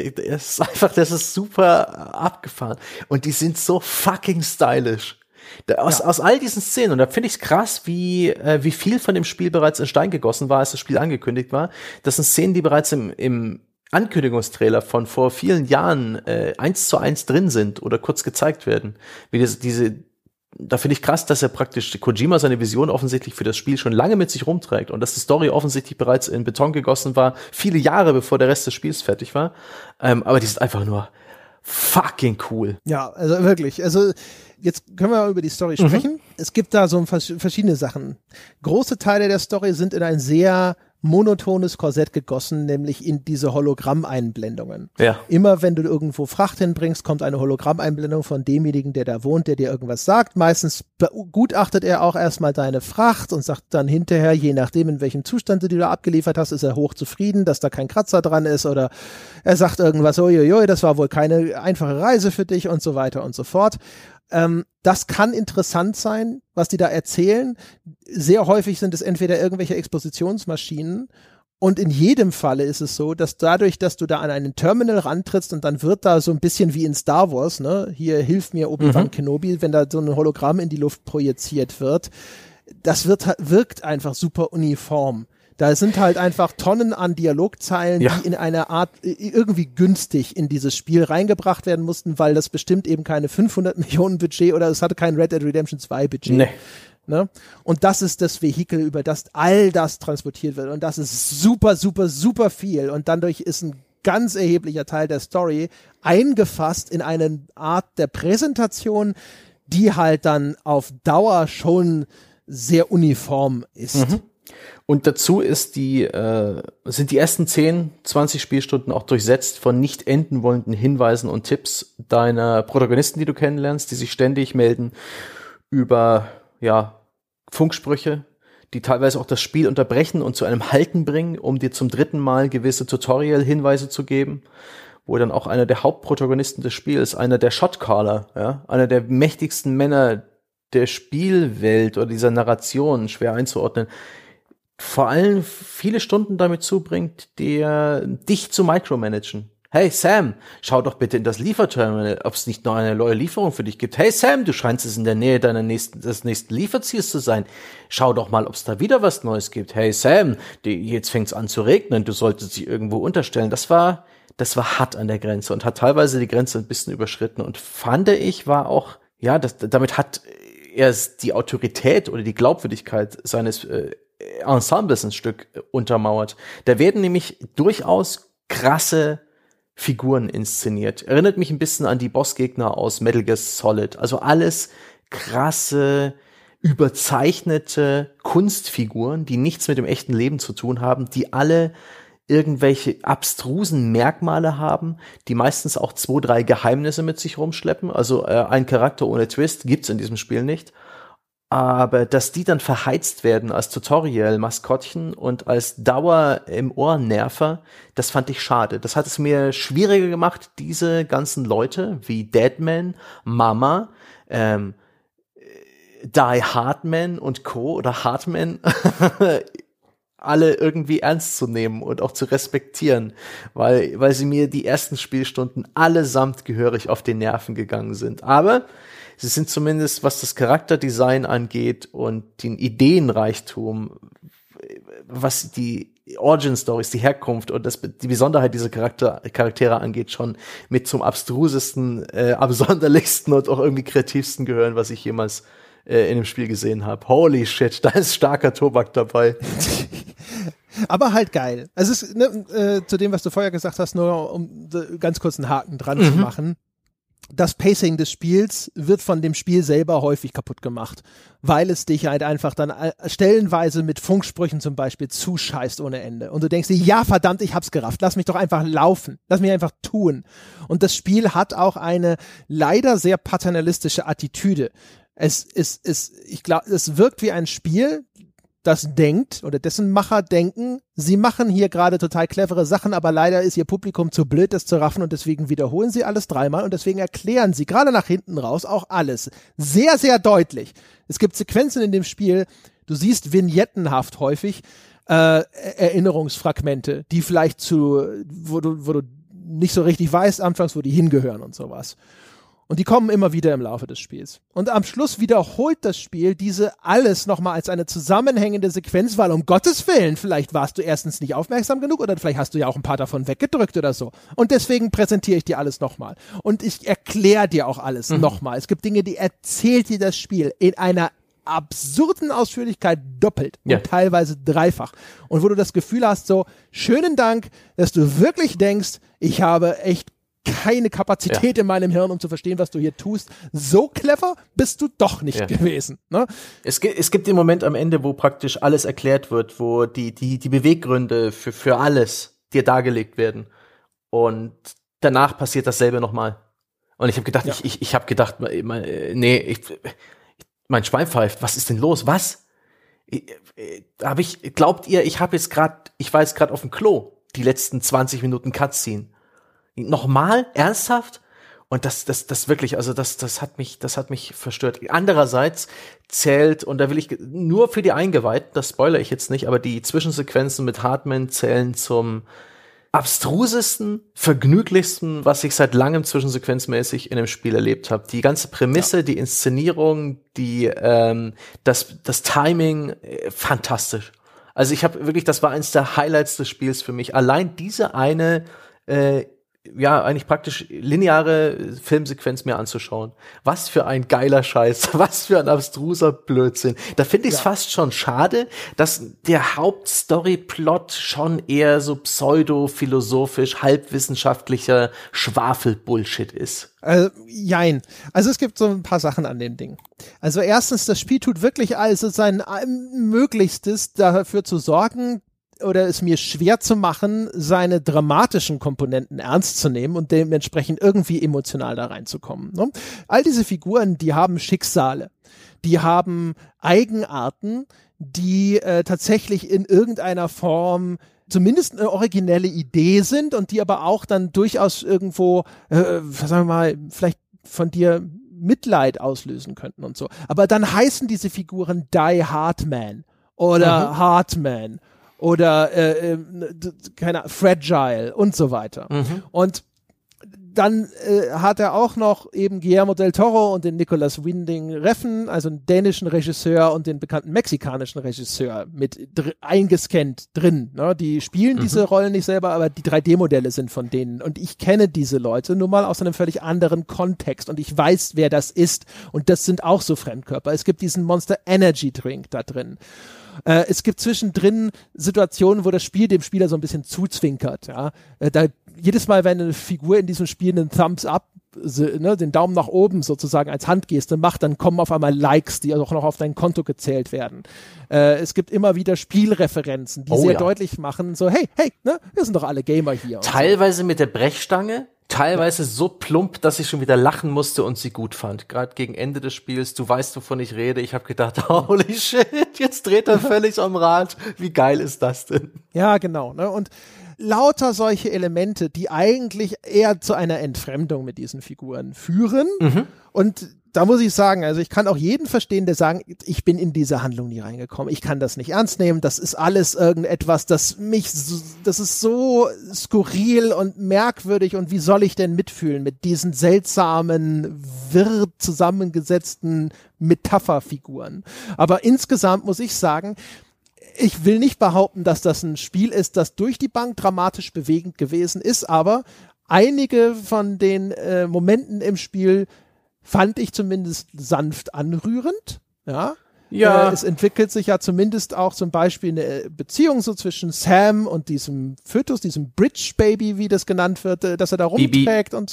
ist super abgefahren. Und die sind so fucking stylish. Aus all diesen Szenen, und da finde ich es krass, wie viel von dem Spiel bereits in Stein gegossen war, als das Spiel angekündigt war. Das sind Szenen, die bereits im Ankündigungstrailer von vor vielen Jahren 1:1 drin sind oder kurz gezeigt werden. Da finde ich krass, dass er praktisch Kojima seine Vision offensichtlich für das Spiel schon lange mit sich rumträgt und dass die Story offensichtlich bereits in Beton gegossen war, viele Jahre bevor der Rest des Spiels fertig war. Aber die sind einfach nur fucking cool. Ja, also wirklich. Also jetzt können wir über die Story sprechen. Es gibt da so verschiedene Sachen. Große Teile der Story sind in ein sehr monotones Korsett gegossen, nämlich in diese Hologrammeinblendungen. Ja. Immer wenn du irgendwo Fracht hinbringst, kommt eine Hologrammeinblendung von demjenigen, der da wohnt, der dir irgendwas sagt. Meistens begutachtet er auch erstmal deine Fracht und sagt dann hinterher, je nachdem, in welchem Zustand du die da abgeliefert hast, ist er hochzufrieden, dass da kein Kratzer dran ist, oder er sagt irgendwas, uiuiui, das war wohl keine einfache Reise für dich und so weiter und so fort. Das kann interessant sein, was die da erzählen. Sehr häufig sind es entweder irgendwelche Expositionsmaschinen, und in jedem Falle ist es so, dass dadurch, dass du da an einen Terminal rantrittst und dann wird da so ein bisschen wie in Star Wars, ne, hier hilft mir Obi-Wan Kenobi, wenn da so ein Hologramm in die Luft projiziert wird, das wirkt einfach super uniform. Da sind halt einfach Tonnen an Dialogzeilen, die in einer Art irgendwie günstig in dieses Spiel reingebracht werden mussten, weil das bestimmt eben keine 500 Millionen Budget oder es hatte kein Red Dead Redemption 2 Budget. Nee. Ne? Und das ist das Vehikel, über das all das transportiert wird. Und das ist super, super, super viel. Und dadurch ist ein ganz erheblicher Teil der Story eingefasst in eine Art der Präsentation, die halt dann auf Dauer schon sehr uniform ist. Und dazu sind die ersten 10, 20 Spielstunden auch durchsetzt von nicht enden wollenden Hinweisen und Tipps deiner Protagonisten, die du kennenlernst, die sich ständig melden über Funksprüche, die teilweise auch das Spiel unterbrechen und zu einem Halten bringen, um dir zum 3. Mal gewisse Tutorial-Hinweise zu geben, wo dann auch einer der Hauptprotagonisten des Spiels, einer der Shotcaller, einer der mächtigsten Männer der Spielwelt oder dieser Narration, schwer einzuordnen, vor allem viele Stunden damit zubringt, dich zu micromanagen. Hey Sam, schau doch bitte in das Lieferterminal, ob es nicht noch eine neue Lieferung für dich gibt. Hey Sam, du scheinst es in der Nähe des nächsten Lieferziels zu sein. Schau doch mal, ob es da wieder was Neues gibt. Hey Sam, jetzt fängt's an zu regnen, du solltest dich irgendwo unterstellen. Das war hart an der Grenze und hat teilweise die Grenze ein bisschen überschritten und fand ich, war auch, damit hat er die Autorität oder die Glaubwürdigkeit seines Ensembles ein Stück untermauert. Da werden nämlich durchaus krasse Figuren inszeniert. Erinnert mich ein bisschen an die Bossgegner aus Metal Gear Solid. Also alles krasse, überzeichnete Kunstfiguren, die nichts mit dem echten Leben zu tun haben, die alle irgendwelche abstrusen Merkmale haben, die meistens auch 2, 3 Geheimnisse mit sich rumschleppen. Also ein Charakter ohne Twist gibt's in diesem Spiel nicht. Aber dass die dann verheizt werden als Tutorial-Maskottchen und als Dauer im Ohr-Nerver, das fand ich schade. Das hat es mir schwieriger gemacht, diese ganzen Leute wie Deadman, Mama, Die Hardman und Co. oder Hardman alle irgendwie ernst zu nehmen und auch zu respektieren, weil sie mir die ersten Spielstunden allesamt gehörig auf die Nerven gegangen sind. Aber sie sind zumindest, was das Charakterdesign angeht und den Ideenreichtum, was die Origin-Stories, die Herkunft und die Besonderheit dieser Charaktere angeht, schon mit zum abstrusesten, absonderlichsten und auch irgendwie kreativsten gehören, was ich jemals in dem Spiel gesehen habe. Holy shit, da ist starker Tobak dabei. Aber halt geil. Also zu dem, was du vorher gesagt hast, nur um ganz kurz einen Haken dran zu machen. das Pacing des Spiels wird von dem Spiel selber häufig kaputt gemacht, weil es dich halt einfach dann stellenweise mit Funksprüchen zum Beispiel zuscheißt ohne Ende. Und du denkst dir, ja verdammt, ich hab's gerafft, lass mich doch einfach laufen, lass mich einfach tun. Und das Spiel hat auch eine leider sehr paternalistische Attitüde. Ich glaube, es wirkt wie ein Spiel, das denkt oder dessen Macher denken, sie machen hier gerade total clevere Sachen, aber leider ist ihr Publikum zu blöd, das zu raffen und deswegen wiederholen sie alles dreimal und deswegen erklären sie gerade nach hinten raus auch alles sehr, sehr deutlich. Es gibt Sequenzen in dem Spiel, du siehst vignettenhaft häufig Erinnerungsfragmente, die vielleicht wo du nicht so richtig weißt anfangs, wo die hingehören und sowas. Und die kommen immer wieder im Laufe des Spiels. Und am Schluss wiederholt das Spiel diese alles nochmal als eine zusammenhängende Sequenz, weil um Gottes Willen, vielleicht warst du erstens nicht aufmerksam genug oder vielleicht hast du ja auch ein paar davon weggedrückt oder so. Und deswegen präsentiere ich dir alles nochmal. Und ich erkläre dir auch alles nochmal. Es gibt Dinge, die erzählt dir das Spiel in einer absurden Ausführlichkeit doppelt und teilweise dreifach. Und wo du das Gefühl hast, so, schönen Dank, dass du wirklich denkst, ich habe echt keine Kapazität in meinem Hirn, um zu verstehen, was du hier tust. So clever bist du doch nicht gewesen. Ne? Es gibt den Moment am Ende, wo praktisch alles erklärt wird, wo die Beweggründe für alles dir dargelegt werden. Und danach passiert dasselbe nochmal. Und ich habe gedacht, ich habe gedacht, mein Schwein pfeift. Was ist denn los? Was? Glaubt ihr, ich war jetzt gerade auf dem Klo, die letzten 20 Minuten Cutscene. Nochmal? Ernsthaft? Und das wirklich, also das hat mich verstört. Andererseits zählt, und da will ich nur für die Eingeweihten, das spoilere ich jetzt nicht, aber die Zwischensequenzen mit Hartman zählen zum abstrusesten, vergnüglichsten, was ich seit langem zwischensequenzmäßig in dem Spiel erlebt habe. Die ganze Prämisse, die Inszenierung, das Timing, fantastisch. Also ich habe wirklich, das war eins der Highlights des Spiels für mich. Allein diese eine eigentlich praktisch lineare Filmsequenz mir anzuschauen. Was für ein geiler Scheiß, was für ein abstruser Blödsinn. Da finde ich es fast schon schade, dass der Hauptstory-Plot schon eher so pseudo-philosophisch, halbwissenschaftlicher Schwafel-Bullshit ist. Jein. Also es gibt so ein paar Sachen an dem Ding. Also erstens, das Spiel tut wirklich also sein Möglichstes dafür zu sorgen, oder es mir schwer zu machen, seine dramatischen Komponenten ernst zu nehmen und dementsprechend irgendwie emotional da reinzukommen. Ne? All diese Figuren, die haben Schicksale, die haben Eigenarten, die tatsächlich in irgendeiner Form zumindest eine originelle Idee sind und die aber auch dann durchaus irgendwo, sagen wir mal, vielleicht von dir Mitleid auslösen könnten und so. Aber dann heißen diese Figuren Die Hard Man oder Heartman oder Fragile und so weiter. Und dann hat er auch noch eben Guillermo del Toro und den Nicolas Winding Refn, also einen dänischen Regisseur und den bekannten mexikanischen Regisseur mit eingescannt drin. Ne? Die spielen diese Rollen nicht selber, aber die 3D-Modelle sind von denen. Und ich kenne diese Leute nun mal aus einem völlig anderen Kontext und ich weiß, wer das ist. Und das sind auch so Fremdkörper. Es gibt diesen Monster Energy Drink da drin. Es gibt zwischendrin Situationen, wo das Spiel dem Spieler so ein bisschen zuzwinkert. Ja? Jedes Mal, wenn eine Figur in diesem Spiel einen Thumbs Up, den Daumen nach oben sozusagen als Handgeste macht, dann kommen auf einmal Likes, die auch noch auf dein Konto gezählt werden. Es gibt immer wieder Spielreferenzen, die sehr deutlich machen, so hey, ne, wir sind doch alle Gamer hier. Teilweise mit der Brechstange, teilweise so plump, dass ich schon wieder lachen musste und sie gut fand. Gerade gegen Ende des Spiels, du weißt, wovon ich rede. Ich habe gedacht, holy shit, jetzt dreht er völlig am Rad. Wie geil ist das denn? Ja, genau. Ne? Und lauter solche Elemente, die eigentlich eher zu einer Entfremdung mit diesen Figuren führen. Und da muss ich sagen, also ich kann auch jeden verstehen, der sagt, ich bin in diese Handlung nie reingekommen. Ich kann das nicht ernst nehmen. Das ist alles irgendetwas, das ist so skurril und merkwürdig und wie soll ich denn mitfühlen mit diesen seltsamen, wirr zusammengesetzten Metapherfiguren. Aber insgesamt muss ich sagen, ich will nicht behaupten, dass das ein Spiel ist, das durch die Bank dramatisch bewegend gewesen ist, aber einige von den Momenten im Spiel fand ich zumindest sanft anrührend, ja. Es entwickelt sich ja zumindest auch zum Beispiel eine Beziehung so zwischen Sam und diesem Fötus, diesem Bridge Baby, wie das genannt wird, dass er da rumträgt und so.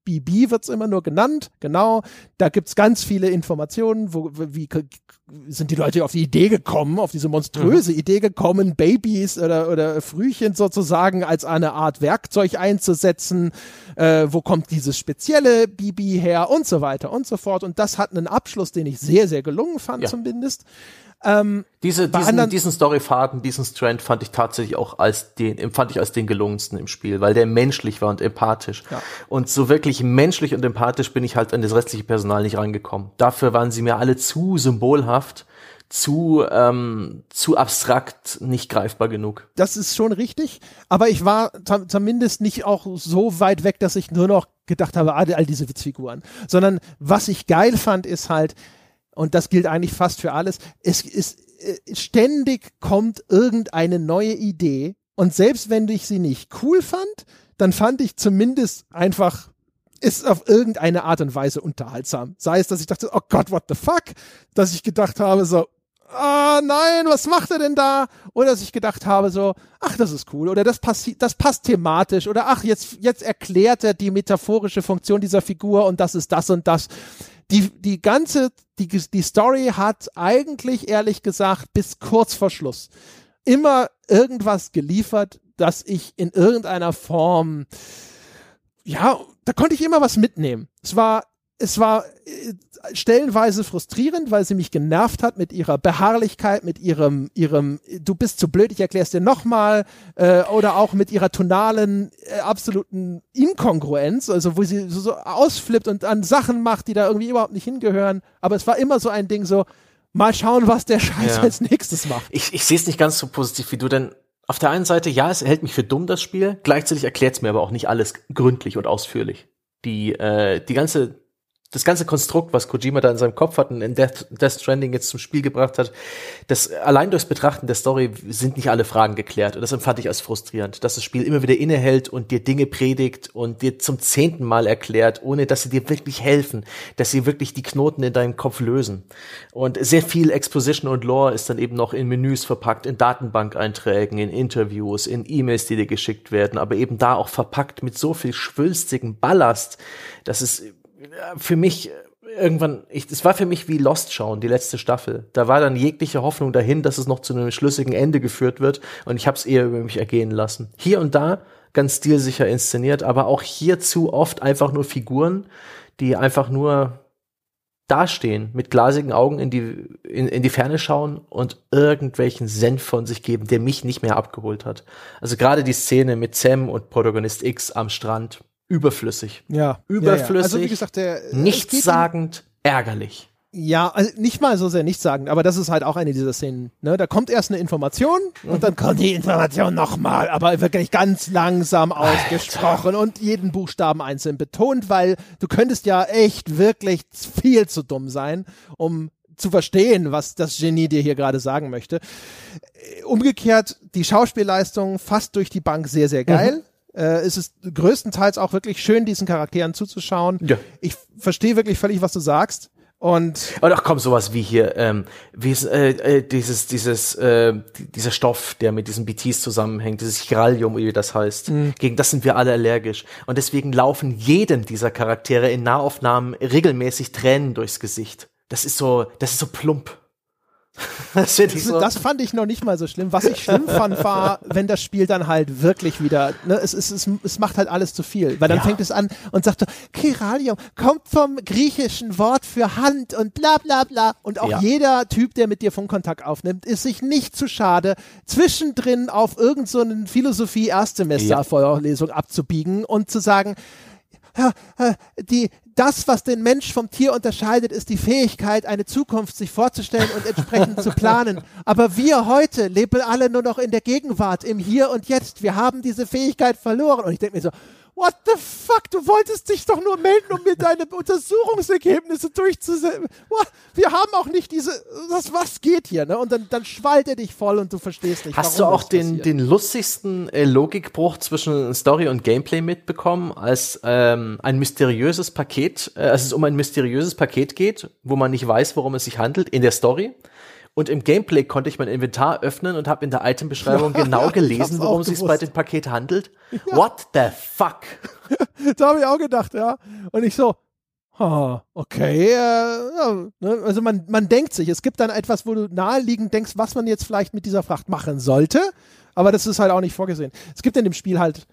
BB wird's immer nur genannt, genau. Da gibt's ganz viele Informationen, wie sind die Leute auf die Idee gekommen, auf diese monströse Idee gekommen, Babys oder Frühchen sozusagen als eine Art Werkzeug einzusetzen, wo kommt dieses spezielle BB her und so weiter und so fort. Und das hat einen Abschluss, den ich sehr, sehr gelungen fand zumindest. Diesen Storyfaden, diesen Strand fand ich tatsächlich auch als den gelungensten im Spiel, weil der menschlich war und empathisch. Ja. Und so wirklich menschlich und empathisch bin ich halt an das restliche Personal nicht rangekommen. Dafür waren sie mir alle zu symbolhaft, zu abstrakt, nicht greifbar genug. Das ist schon richtig, aber ich war zumindest nicht auch so weit weg, dass ich nur noch gedacht habe, all diese Witzfiguren. Sondern was ich geil fand, ist halt, und das gilt eigentlich fast für alles, es ist ständig kommt irgendeine neue Idee und selbst wenn ich sie nicht cool fand, dann fand ich zumindest einfach, ist auf irgendeine Art und Weise unterhaltsam. Sei es, dass ich dachte, oh Gott, what the fuck? Dass ich gedacht habe so, nein, was macht er denn da? Oder dass ich gedacht habe so, ach, das ist cool. Oder das passt thematisch. Oder ach, jetzt erklärt er die metaphorische Funktion dieser Figur und das ist das und das. Die Story hat eigentlich, ehrlich gesagt, bis kurz vor Schluss immer irgendwas geliefert, das ich in irgendeiner Form, ja, da konnte ich immer was mitnehmen. Es war stellenweise frustrierend, weil sie mich genervt hat mit ihrer Beharrlichkeit, mit ihrem du bist zu blöd, ich erklär's dir nochmal, oder auch mit ihrer tonalen, absoluten Inkongruenz, also wo sie so ausflippt und dann Sachen macht, die da irgendwie überhaupt nicht hingehören, aber es war immer so ein Ding so, mal schauen, was der Scheiß als nächstes macht. Ich sehe es nicht ganz so positiv wie du, denn auf der einen Seite, ja, es hält mich für dumm, das Spiel, gleichzeitig erklärt es mir aber auch nicht alles gründlich und ausführlich. Das ganze Konstrukt, was Kojima da in seinem Kopf hat und in Death Stranding jetzt zum Spiel gebracht hat, das allein durchs Betrachten der Story sind nicht alle Fragen geklärt. Und das empfand ich als frustrierend, dass das Spiel immer wieder innehält und dir Dinge predigt und dir zum 10. Mal erklärt, ohne dass sie dir wirklich helfen, dass sie wirklich die Knoten in deinem Kopf lösen. Und sehr viel Exposition und Lore ist dann eben noch in Menüs verpackt, in Datenbank-Einträgen, in Interviews, in E-Mails, die dir geschickt werden, aber eben da auch verpackt mit so viel schwülstigem Ballast, dass es für mich irgendwann, es war für mich wie Lost schauen, die letzte Staffel. Da war dann jegliche Hoffnung dahin, dass es noch zu einem schlüssigen Ende geführt wird und ich habe es eher über mich ergehen lassen. Hier und da ganz stilsicher inszeniert, aber auch hier zu oft einfach nur Figuren, die einfach nur dastehen, mit glasigen Augen in die Ferne schauen und irgendwelchen Senf von sich geben, der mich nicht mehr abgeholt hat. Also gerade die Szene mit Sam und Protagonist X am Strand, überflüssig. Ja. Überflüssig, ja. Also wie gesagt, nichtssagend, ärgerlich. Ja, also nicht mal so sehr nichtssagend, aber das ist halt auch eine dieser Szenen. Ne? Da kommt erst eine Information und dann kommt die Information nochmal, aber wirklich ganz langsam ausgesprochen und jeden Buchstaben einzeln betont, weil du könntest ja echt wirklich viel zu dumm sein, um zu verstehen, was das Genie dir hier gerade sagen möchte. Umgekehrt, die Schauspielleistung fast durch die Bank sehr, sehr geil. Es ist größtenteils auch wirklich schön, diesen Charakteren zuzuschauen. Ja. Ich verstehe wirklich völlig, was du sagst. Und ach komm, sowas wie hier, dieser Stoff, der mit diesen BTs zusammenhängt, dieses Chiralium, wie das heißt, gegen das sind wir alle allergisch. Und deswegen laufen jedem dieser Charaktere in Nahaufnahmen regelmäßig Tränen durchs Gesicht. Das ist so plump. Das fand ich noch nicht mal so schlimm. Was ich schlimm fand, war, wenn das Spiel dann halt wirklich wieder, ne, es macht halt alles zu viel. Weil dann fängt es an und sagt so, Chiralium kommt vom griechischen Wort für Hand und bla bla bla. Und auch jeder Typ, der mit dir Funkkontakt aufnimmt, ist sich nicht zu schade, zwischendrin auf irgend so eine Philosophie-Erstsemester-Vorlesung abzubiegen und zu sagen, das, was den Mensch vom Tier unterscheidet, ist die Fähigkeit, eine Zukunft sich vorzustellen und entsprechend zu planen. Aber wir heute leben alle nur noch in der Gegenwart, im Hier und Jetzt. Wir haben diese Fähigkeit verloren. Und ich denke mir so, what the fuck, du wolltest dich doch nur melden, um mir deine Untersuchungsergebnisse durchzusetzen. Wir haben auch nicht was geht hier, ne? Und dann schwallt er dich voll und du verstehst nicht, Hast du auch den lustigsten Logikbruch zwischen Story und Gameplay mitbekommen, als ein mysteriöses Paket, als es um ein mysteriöses Paket geht, wo man nicht weiß, worum es sich handelt, in der Story? Und im Gameplay konnte ich mein Inventar öffnen und habe in der Itembeschreibung genau gelesen, worum es sich bei dem Paket handelt. Ja. What the fuck? Da habe ich auch gedacht, ja. Und ich so, okay, ja, ne? Also man denkt sich, es gibt dann etwas, wo du naheliegend denkst, was man jetzt vielleicht mit dieser Fracht machen sollte, aber das ist halt auch nicht vorgesehen. Es gibt in dem Spiel halt,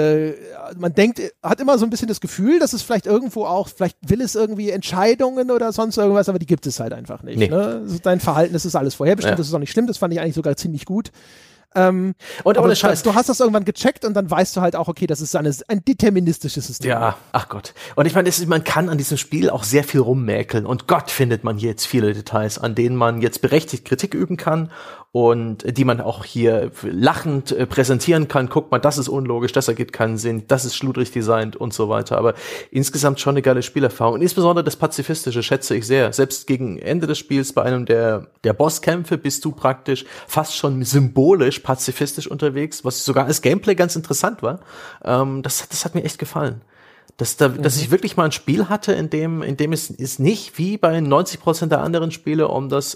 man denkt, hat immer so ein bisschen das Gefühl, dass es vielleicht irgendwo auch, vielleicht will es irgendwie Entscheidungen oder sonst irgendwas, aber die gibt es halt einfach nicht. Nee. Ne? Also dein Verhalten, das ist alles vorherbestimmt, das ist auch nicht schlimm, das fand ich eigentlich sogar ziemlich gut. Und ohne Scheiß. Du hast das irgendwann gecheckt und dann weißt du halt auch, okay, das ist ein deterministisches System. Ja, ach Gott. Und ich meine, man kann an diesem Spiel auch sehr viel rummäkeln und Gott findet man hier jetzt viele Details, an denen man jetzt berechtigt Kritik üben kann und die man auch hier lachend präsentieren kann. Guck mal, das ist unlogisch, das ergibt keinen Sinn, das ist schludrig designt und so weiter. Aber insgesamt schon eine geile Spielerfahrung. Und insbesondere das Pazifistische schätze ich sehr. Selbst gegen Ende des Spiels bei einem der Bosskämpfe bist du praktisch fast schon symbolisch pazifistisch unterwegs, was sogar als Gameplay ganz interessant war. Das hat mir echt gefallen. Dass ich wirklich mal ein Spiel hatte, in dem es ist nicht wie bei 90% der anderen Spiele um das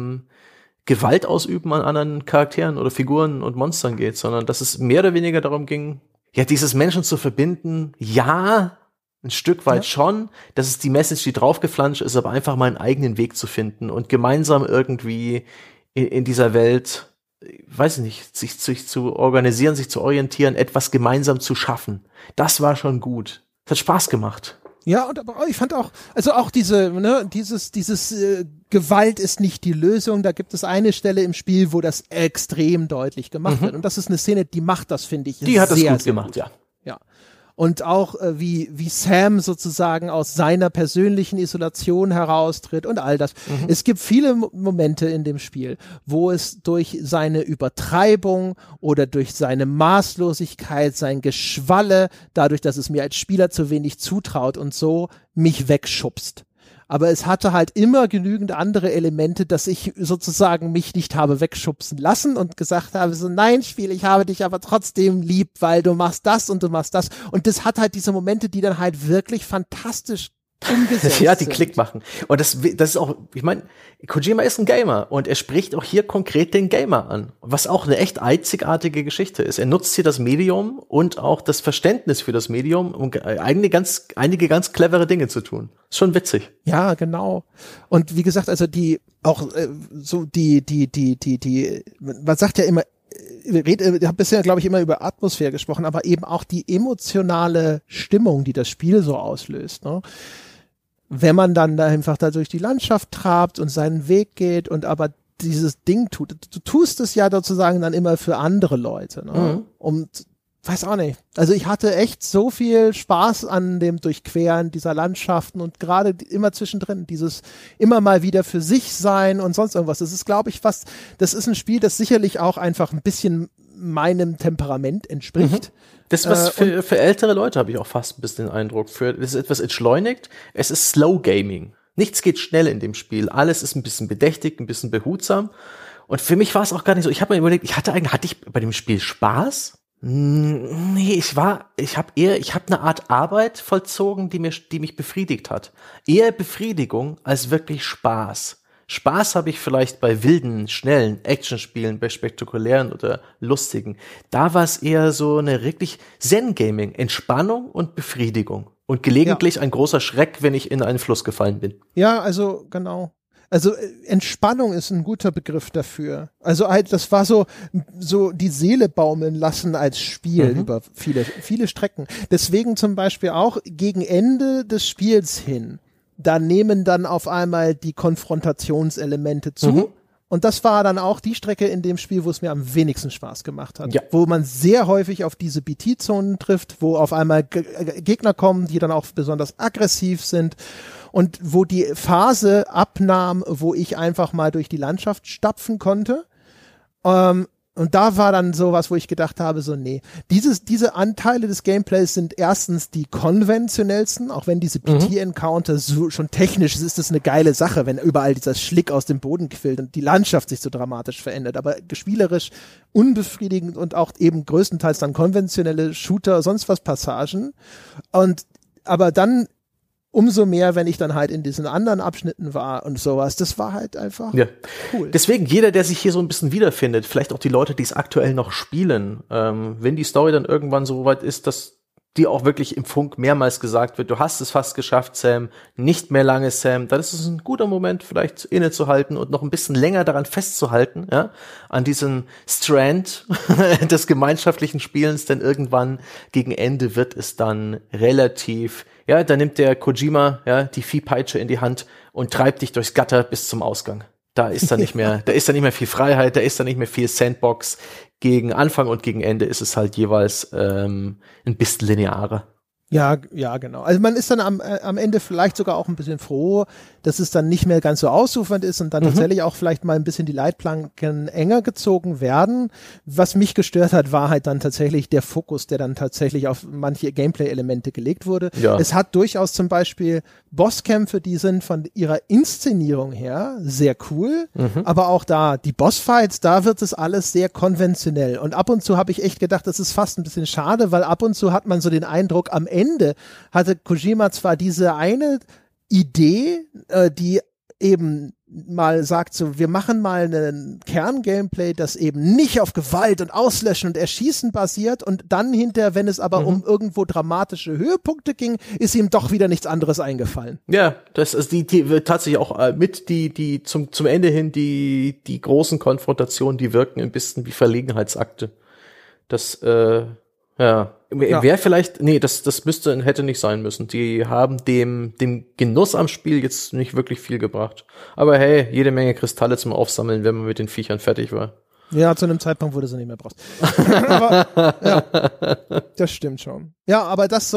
Gewalt ausüben an anderen Charakteren oder Figuren und Monstern geht, sondern dass es mehr oder weniger darum ging, ja, dieses Menschen zu verbinden, ja, ein Stück weit schon, das ist die Message, die draufgeflanscht ist, aber einfach mal einen eigenen Weg zu finden und gemeinsam irgendwie in dieser Welt, weiß ich nicht, sich zu organisieren, sich zu orientieren, etwas gemeinsam zu schaffen. Das war schon gut. Das hat Spaß gemacht. Ja, und aber ich fand auch, also auch dieses Gewalt ist nicht die Lösung. Da gibt es eine Stelle im Spiel, wo das extrem deutlich gemacht wird. Und das ist eine Szene, die macht das, finde ich, die hat sehr, das gut gemacht, ja. Ja. Und auch wie Sam sozusagen aus seiner persönlichen Isolation heraustritt und all das. Es gibt viele Momente in dem Spiel, wo es durch seine Übertreibung oder durch seine Maßlosigkeit, sein Geschwalle, dadurch, dass es mir als Spieler zu wenig zutraut und so, mich wegschubst. Aber es hatte halt immer genügend andere Elemente, dass ich sozusagen mich nicht habe wegschubsen lassen und gesagt habe, so nein, Spiel, ich habe dich aber trotzdem lieb, weil du machst das und du machst das. Und das hat halt diese Momente, die dann halt wirklich fantastisch umgesetzt ja, die Klick machen. Und das ist auch, ich meine, Kojima ist ein Gamer und er spricht auch hier konkret den Gamer an, was auch eine echt einzigartige Geschichte ist. Er nutzt hier das Medium und auch das Verständnis für das Medium, um einige ganz clevere Dinge zu tun. Ist schon witzig. Ja, genau. Und wie gesagt, also man sagt ja immer, ich habe bisher, glaube ich, immer über Atmosphäre gesprochen, aber eben auch die emotionale Stimmung, die das Spiel so auslöst, ne? Wenn man dann da einfach da durch die Landschaft trabt und seinen Weg geht und aber dieses Ding tut, du tust es ja sozusagen dann immer für andere Leute, ne? Und weiß auch nicht. Also ich hatte echt so viel Spaß an dem Durchqueren dieser Landschaften und gerade immer zwischendrin dieses immer mal wieder für sich sein und sonst irgendwas. Das ist, glaube ich, das ist ein Spiel, das sicherlich auch einfach ein bisschen meinem Temperament entspricht. Das ist was für ältere Leute, habe ich auch fast ein bisschen den Eindruck. Das ist etwas entschleunigt. Es ist Slow Gaming. Nichts geht schnell in dem Spiel. Alles ist ein bisschen bedächtig, ein bisschen behutsam. Und für mich war es auch gar nicht so. Ich habe mir überlegt, hatte ich bei dem Spiel Spaß? Nee, ich habe eine Art Arbeit vollzogen, die mich befriedigt hat. Eher Befriedigung als wirklich Spaß. Spaß habe ich vielleicht bei wilden, schnellen Actionspielen, bei spektakulären oder lustigen. Da war es eher so eine wirklich Zen-Gaming, Entspannung und Befriedigung. Und gelegentlich ein großer Schreck, wenn ich in einen Fluss gefallen bin. Ja, also genau. Also Entspannung ist ein guter Begriff dafür. Also halt, das war so die Seele baumeln lassen als Spiel über viele Strecken. Deswegen zum Beispiel auch gegen Ende des Spiels hin. Da nehmen dann auf einmal die Konfrontationselemente zu. Und das war dann auch die Strecke in dem Spiel, wo es mir am wenigsten Spaß gemacht hat. Ja. Wo man sehr häufig auf diese BT-Zonen trifft, wo auf einmal Gegner kommen, die dann auch besonders aggressiv sind. Und wo die Phase abnahm, wo ich einfach mal durch die Landschaft stapfen konnte. Und da war dann sowas, wo ich gedacht habe, so nee, diese Anteile des Gameplays sind erstens die konventionellsten, auch wenn diese PT-Encounter so schon technisch ist das eine geile Sache, wenn überall dieser Schlick aus dem Boden quillt und die Landschaft sich so dramatisch verändert, aber spielerisch unbefriedigend und auch eben größtenteils dann konventionelle Shooter, sonst was Passagen. Aber dann umso mehr, wenn ich dann halt in diesen anderen Abschnitten war und sowas. Das war halt einfach cool. Deswegen, jeder, der sich hier so ein bisschen wiederfindet, vielleicht auch die Leute, die es aktuell noch spielen, wenn die Story dann irgendwann so weit ist, dass die auch wirklich im Funk mehrmals gesagt wird, du hast es fast geschafft, Sam, nicht mehr lange, Sam, dann ist es ein guter Moment, vielleicht innezuhalten und noch ein bisschen länger daran festzuhalten, ja, an diesem Strand des gemeinschaftlichen Spielens, denn irgendwann gegen Ende wird es dann relativ, ja, da nimmt der Kojima, ja, die Viehpeitsche in die Hand und treibt dich durchs Gatter bis zum Ausgang. Da ist dann nicht mehr, viel Freiheit, da ist dann nicht mehr viel Sandbox. Gegen Anfang und gegen Ende ist es halt jeweils ein bisschen linearer. Ja, genau. Also man ist dann am Ende vielleicht sogar auch ein bisschen froh, dass es dann nicht mehr ganz so ausufernd ist und dann tatsächlich auch vielleicht mal ein bisschen die Leitplanken enger gezogen werden. Was mich gestört hat, war halt dann tatsächlich der Fokus, der dann tatsächlich auf manche Gameplay-Elemente gelegt wurde. Ja. Es hat durchaus zum Beispiel Bosskämpfe, die sind von ihrer Inszenierung her sehr cool, aber auch da die Bossfights, da wird es alles sehr konventionell und ab und zu habe ich echt gedacht, das ist fast ein bisschen schade, weil ab und zu hat man so den Eindruck, am Ende hatte Kojima zwar diese eine Idee, die eben mal sagt, so, wir machen mal einen Kern-Gameplay, das eben nicht auf Gewalt und Auslöschen und Erschießen basiert und dann hinterher, wenn es aber um irgendwo dramatische Höhepunkte ging, ist ihm doch wieder nichts anderes eingefallen. Ja, das ist die tatsächlich auch mit die zum Ende hin die großen Konfrontationen, die wirken ein bisschen wie Verlegenheitsakte. Das wäre vielleicht, das hätte nicht sein müssen. Die haben dem Genuss am Spiel jetzt nicht wirklich viel gebracht. Aber hey, jede Menge Kristalle zum Aufsammeln, wenn man mit den Viechern fertig war. Ja, zu einem Zeitpunkt, wo du sie nicht mehr brauchst. Aber, ja, das stimmt schon. Ja, aber das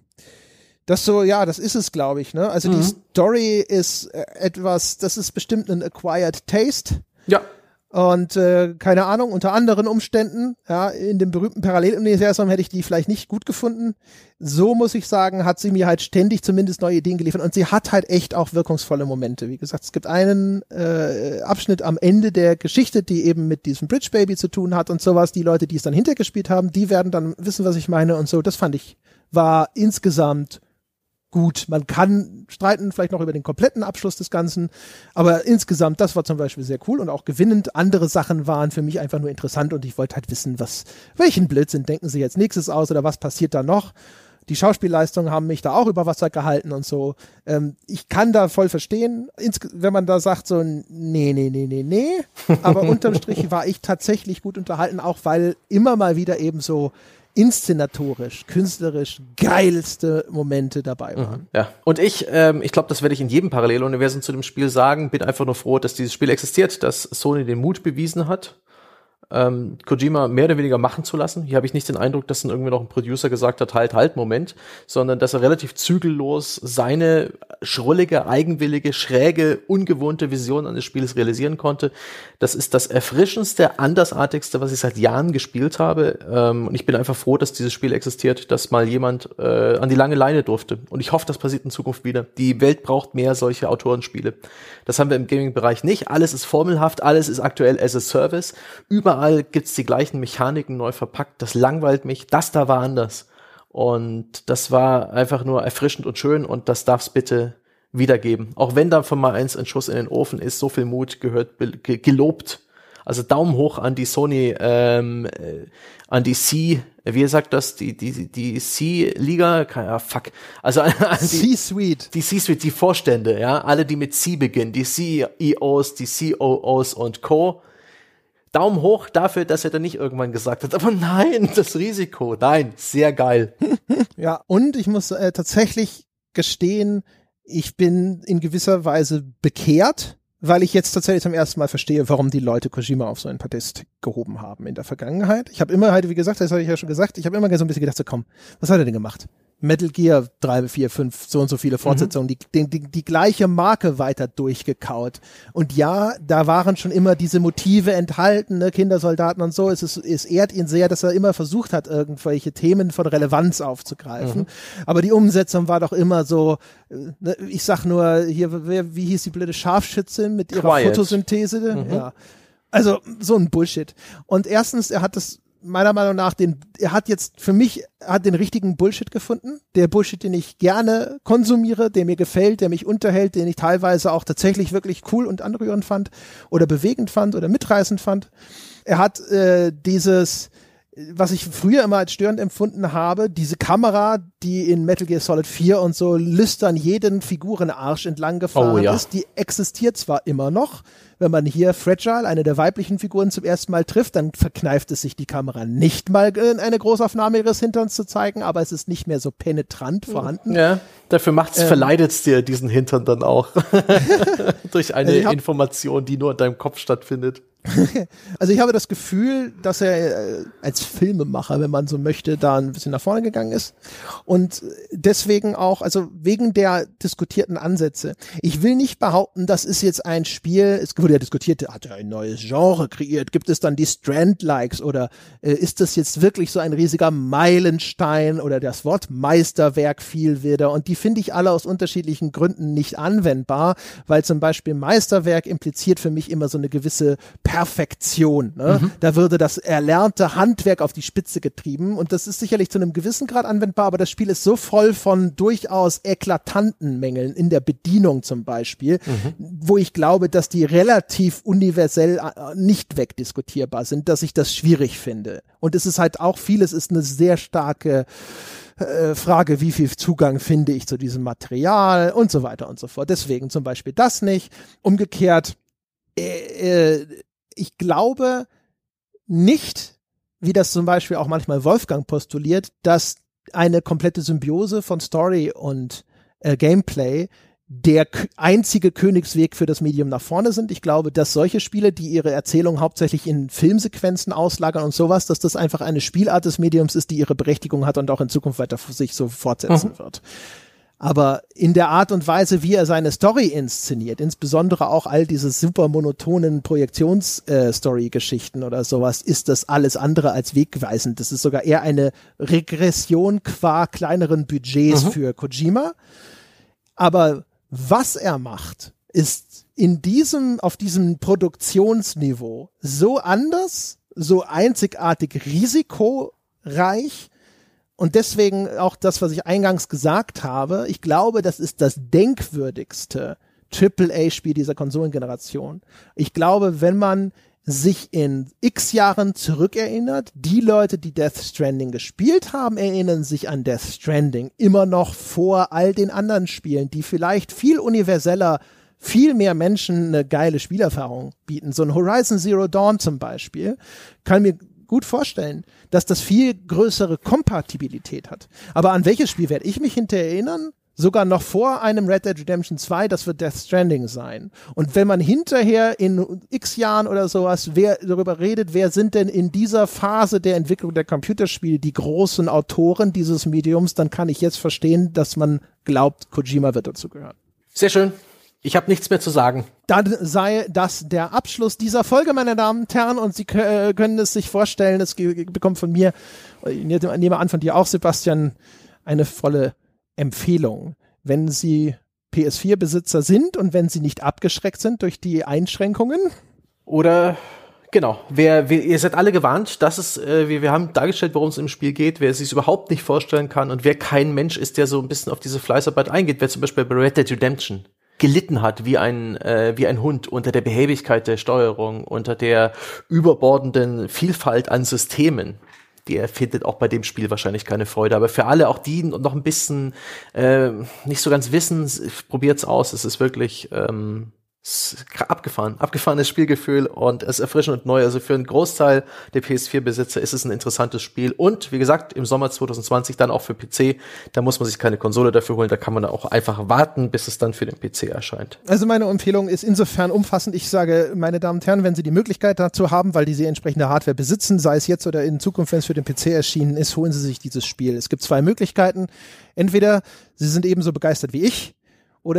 ist es, glaube ich, ne? Also die Story ist etwas, das ist bestimmt ein acquired taste. Ja. Und keine Ahnung, unter anderen Umständen, ja, in dem berühmten Paralleluniversum hätte ich die vielleicht nicht gut gefunden. So muss ich sagen, hat sie mir halt ständig zumindest neue Ideen geliefert und sie hat halt echt auch wirkungsvolle Momente. Wie gesagt, es gibt einen Abschnitt am Ende der Geschichte, die eben mit diesem Bridge Baby zu tun hat und sowas. Die Leute, die es dann hintergespielt haben, die werden dann wissen, was ich meine und so. Das fand ich, war insgesamt gut. Man kann streiten vielleicht noch über den kompletten Abschluss des Ganzen, aber insgesamt, das war zum Beispiel sehr cool und auch gewinnend. Andere Sachen waren für mich einfach nur interessant und ich wollte halt wissen, welchen Blödsinn denken sie jetzt nächstes aus oder was passiert da noch? Die Schauspielleistungen haben mich da auch über Wasser gehalten und so. Ich kann da voll verstehen, wenn man da sagt so, nee. Aber unterm Strich war ich tatsächlich gut unterhalten, auch weil immer mal wieder eben so inszenatorisch, künstlerisch geilste Momente dabei waren. Ja, und ich glaube, das werde ich in jedem Paralleluniversum zu dem Spiel sagen, bin einfach nur froh, dass dieses Spiel existiert, dass Sony den Mut bewiesen hat, Kojima mehr oder weniger machen zu lassen. Hier habe ich nicht den Eindruck, dass dann irgendwie noch ein Producer gesagt hat, halt, Moment, sondern dass er relativ zügellos seine schrullige, eigenwillige, schräge, ungewohnte Vision eines Spiels realisieren konnte. Das ist das erfrischendste, andersartigste, was ich seit Jahren gespielt habe. Und ich bin einfach froh, dass dieses Spiel existiert, dass mal jemand an die lange Leine durfte. Und ich hoffe, das passiert in Zukunft wieder. Die Welt braucht mehr solche Autorenspiele. Das haben wir im Gaming-Bereich nicht. Alles ist formelhaft, alles ist aktuell as a Service. Überall gibt's die gleichen Mechaniken neu verpackt. Das langweilt mich. Das da war anders. Und das war einfach nur erfrischend und schön und das darf's bitte wiedergeben. Auch wenn da von mal eins ein Schuss in den Ofen ist, so viel Mut gehört gelobt. Also Daumen hoch an die Sony, an die C, wie sagt das, die C-Liga, also an die C-Suite. Die C-Suite, die Vorstände, ja, alle, die mit C beginnen, die CEOs, die COOs und Co. Daumen hoch dafür, dass er dann nicht irgendwann gesagt hat, aber nein, das Risiko, nein, sehr geil. Ja, und ich muss tatsächlich gestehen, ich bin in gewisser Weise bekehrt, weil ich jetzt tatsächlich zum ersten Mal verstehe, warum die Leute Kojima auf so ein Podest gehoben haben in der Vergangenheit. Ich habe immer halt, wie gesagt, das habe ich ja schon gesagt, ich habe immer so ein bisschen gedacht, so komm, was hat er denn gemacht? Metal Gear 3, 4, 5, so und so viele Fortsetzungen, die gleiche Marke weiter durchgekaut. Und ja, da waren schon immer diese Motive enthalten, ne, Kindersoldaten und so. Es ehrt ihn sehr, dass er immer versucht hat, irgendwelche Themen von Relevanz aufzugreifen. Aber die Umsetzung war doch immer so, ne, ich sag nur, hier, wie hieß die blöde Scharfschützin mit ihrer Photosynthese? Ja. Also, so ein Bullshit. Und erstens, er hat das meiner Meinung nach er hat den richtigen Bullshit gefunden. Der Bullshit, den ich gerne konsumiere, der mir gefällt, der mich unterhält, den ich teilweise auch tatsächlich wirklich cool und anrührend fand oder bewegend fand oder mitreißend fand. Er hat was ich früher immer als störend empfunden habe, diese Kamera, die in Metal Gear Solid 4 und so lüstern jeden Figurenarsch entlang gefahren ist, die existiert zwar immer noch. Wenn man hier Fragile, eine der weiblichen Figuren, zum ersten Mal trifft, dann verkneift es sich die Kamera nicht mal in eine Großaufnahme ihres Hinterns zu zeigen, aber es ist nicht mehr so penetrant vorhanden. Ja, dafür verleidet es dir diesen Hintern dann auch. Durch eine Information, die nur in deinem Kopf stattfindet. Also ich habe das Gefühl, dass er als Filmemacher, wenn man so möchte, da ein bisschen nach vorne gegangen ist und deswegen auch, also wegen der diskutierten Ansätze. Ich will nicht behaupten, das ist jetzt ein Spiel, es wurde ja diskutiert, hat er ein neues Genre kreiert, gibt es dann die Strand-Likes oder ist das jetzt wirklich so ein riesiger Meilenstein oder das Wort Meisterwerk fiel wieder und die finde ich alle aus unterschiedlichen Gründen nicht anwendbar, weil zum Beispiel Meisterwerk impliziert für mich immer so eine gewisse Perfektion. Ne? Da würde das erlernte Handwerk auf die Spitze getrieben und das ist sicherlich zu einem gewissen Grad anwendbar, aber das Spiel ist so voll von durchaus eklatanten Mängeln in der Bedienung zum Beispiel, wo ich glaube, dass die relativ universell nicht wegdiskutierbar sind, dass ich das schwierig finde. Und es ist halt auch vieles ist eine sehr starke Frage, wie viel Zugang finde ich zu diesem Material und so weiter und so fort. Deswegen zum Beispiel das nicht. Umgekehrt, ich glaube nicht, wie das zum Beispiel auch manchmal Wolfgang postuliert, dass eine komplette Symbiose von Story und Gameplay der einzige Königsweg für das Medium nach vorne sind. Ich glaube, dass solche Spiele, die ihre Erzählung hauptsächlich in Filmsequenzen auslagern und sowas, dass das einfach eine Spielart des Mediums ist, die ihre Berechtigung hat und auch in Zukunft weiter sich so fortsetzen wird. Aber in der Art und Weise, wie er seine Story inszeniert, insbesondere auch all diese super monotonen Projektions-Story-Geschichten oder sowas, ist das alles andere als wegweisend. Das ist sogar eher eine Regression qua kleineren Budgets für Kojima. Aber was er macht, ist auf diesem Produktionsniveau so anders, so einzigartig risikoreich. Und deswegen auch das, was ich eingangs gesagt habe, ich glaube, das ist das denkwürdigste AAA-Spiel dieser Konsolengeneration. Ich glaube, wenn man sich in x Jahren zurückerinnert, die Leute, die Death Stranding gespielt haben, erinnern sich an Death Stranding immer noch vor all den anderen Spielen, die vielleicht viel universeller, viel mehr Menschen eine geile Spielerfahrung bieten. So ein Horizon Zero Dawn zum Beispiel kann mir gut vorstellen, dass das viel größere Kompatibilität hat. Aber an welches Spiel werde ich mich hinterher erinnern? Sogar noch vor einem Red Dead Redemption 2, das wird Death Stranding sein. Und wenn man hinterher in x Jahren oder sowas darüber redet, wer sind denn in dieser Phase der Entwicklung der Computerspiele die großen Autoren dieses Mediums, dann kann ich jetzt verstehen, dass man glaubt, Kojima wird dazu gehören. Sehr schön. Ich habe nichts mehr zu sagen. Dann sei das der Abschluss dieser Folge, meine Damen und Herren, und Sie können es sich vorstellen, es bekommt von mir, ich nehme an von dir auch, Sebastian, eine volle Empfehlung. Wenn Sie PS4-Besitzer sind und wenn Sie nicht abgeschreckt sind durch die Einschränkungen. Oder, genau, ihr seid alle gewarnt, dass es, wir haben dargestellt, worum es im Spiel geht, wer es sich überhaupt nicht vorstellen kann und wer kein Mensch ist, der so ein bisschen auf diese Fleißarbeit eingeht, wer zum Beispiel bei Red Dead Redemption gelitten hat wie ein Hund unter der Behäbigkeit der Steuerung, unter der überbordenden Vielfalt an Systemen. Der findet auch bei dem Spiel wahrscheinlich keine Freude. Aber für alle, auch die noch ein bisschen nicht so ganz wissen, probiert's aus. Es ist wirklich abgefahrenes Spielgefühl und es ist erfrischend und neu. Also für einen Großteil der PS4-Besitzer ist es ein interessantes Spiel und wie gesagt, im Sommer 2020 dann auch für PC. Da muss man sich keine Konsole dafür holen, da kann man auch einfach warten, bis es dann für den PC erscheint. Also meine Empfehlung ist insofern umfassend. Ich sage, meine Damen und Herren, wenn Sie die Möglichkeit dazu haben, weil diese entsprechende Hardware besitzen, sei es jetzt oder in Zukunft, wenn es für den PC erschienen ist, holen Sie sich dieses Spiel. Es gibt zwei Möglichkeiten. Entweder Sie sind ebenso begeistert wie ich oder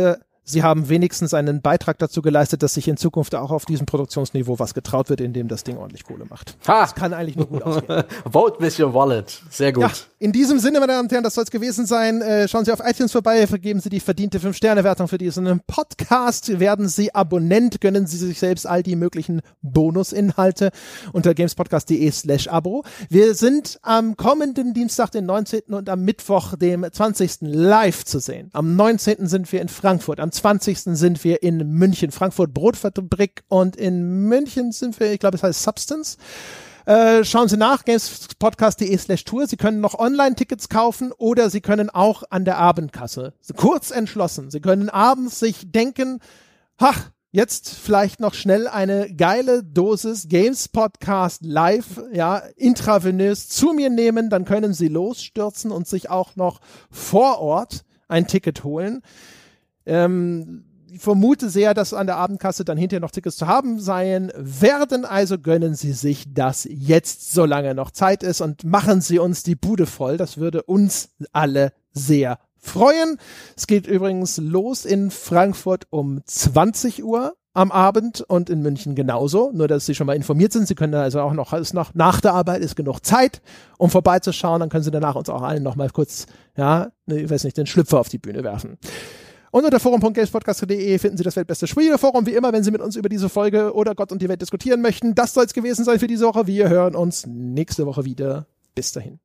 sie haben wenigstens einen Beitrag dazu geleistet, dass sich in Zukunft auch auf diesem Produktionsniveau was getraut wird, indem das Ding ordentlich Kohle macht. Das kann eigentlich nur gut ausgehen. Vote with your wallet. Sehr gut. Ja, in diesem Sinne, meine Damen und Herren, das soll es gewesen sein. Schauen Sie auf iTunes vorbei, vergeben Sie die verdiente 5-Sterne-Wertung für diesen Podcast, werden Sie Abonnent, gönnen Sie sich selbst all die möglichen Bonusinhalte unter gamespodcast.de/Abo. Wir sind am kommenden Dienstag, den 19. und am Mittwoch, dem 20. live zu sehen. Am 19. sind wir in Frankfurt, am 20. sind wir in München, Frankfurt Brotfabrik, und in München sind wir, ich glaube, es heißt Substance. Schauen Sie nach, gamespodcast.de/Tour. Sie können noch Online-Tickets kaufen oder Sie können auch an der Abendkasse, kurz entschlossen, Sie können abends sich denken, jetzt vielleicht noch schnell eine geile Dosis Games Podcast live, ja, intravenös zu mir nehmen, dann können Sie losstürzen und sich auch noch vor Ort ein Ticket holen. Ich vermute sehr, dass an der Abendkasse dann hinterher noch Tickets zu haben sein werden, also gönnen Sie sich das jetzt, solange noch Zeit ist, und machen Sie uns die Bude voll. Das würde uns alle sehr freuen. Es geht übrigens los in Frankfurt um 20 Uhr am Abend und in München genauso, nur dass Sie schon mal informiert sind. Sie können also auch noch, ist noch nach der Arbeit, ist genug Zeit, um vorbeizuschauen, dann können Sie danach uns auch allen noch mal kurz, ja, ich weiß nicht, den Schlüpfer auf die Bühne werfen. Und unter forum.gamespodcast.de finden Sie das weltbeste Spieleforum, wie immer, wenn Sie mit uns über diese Folge oder Gott und die Welt diskutieren möchten. Das soll es gewesen sein für diese Woche. Wir hören uns nächste Woche wieder. Bis dahin.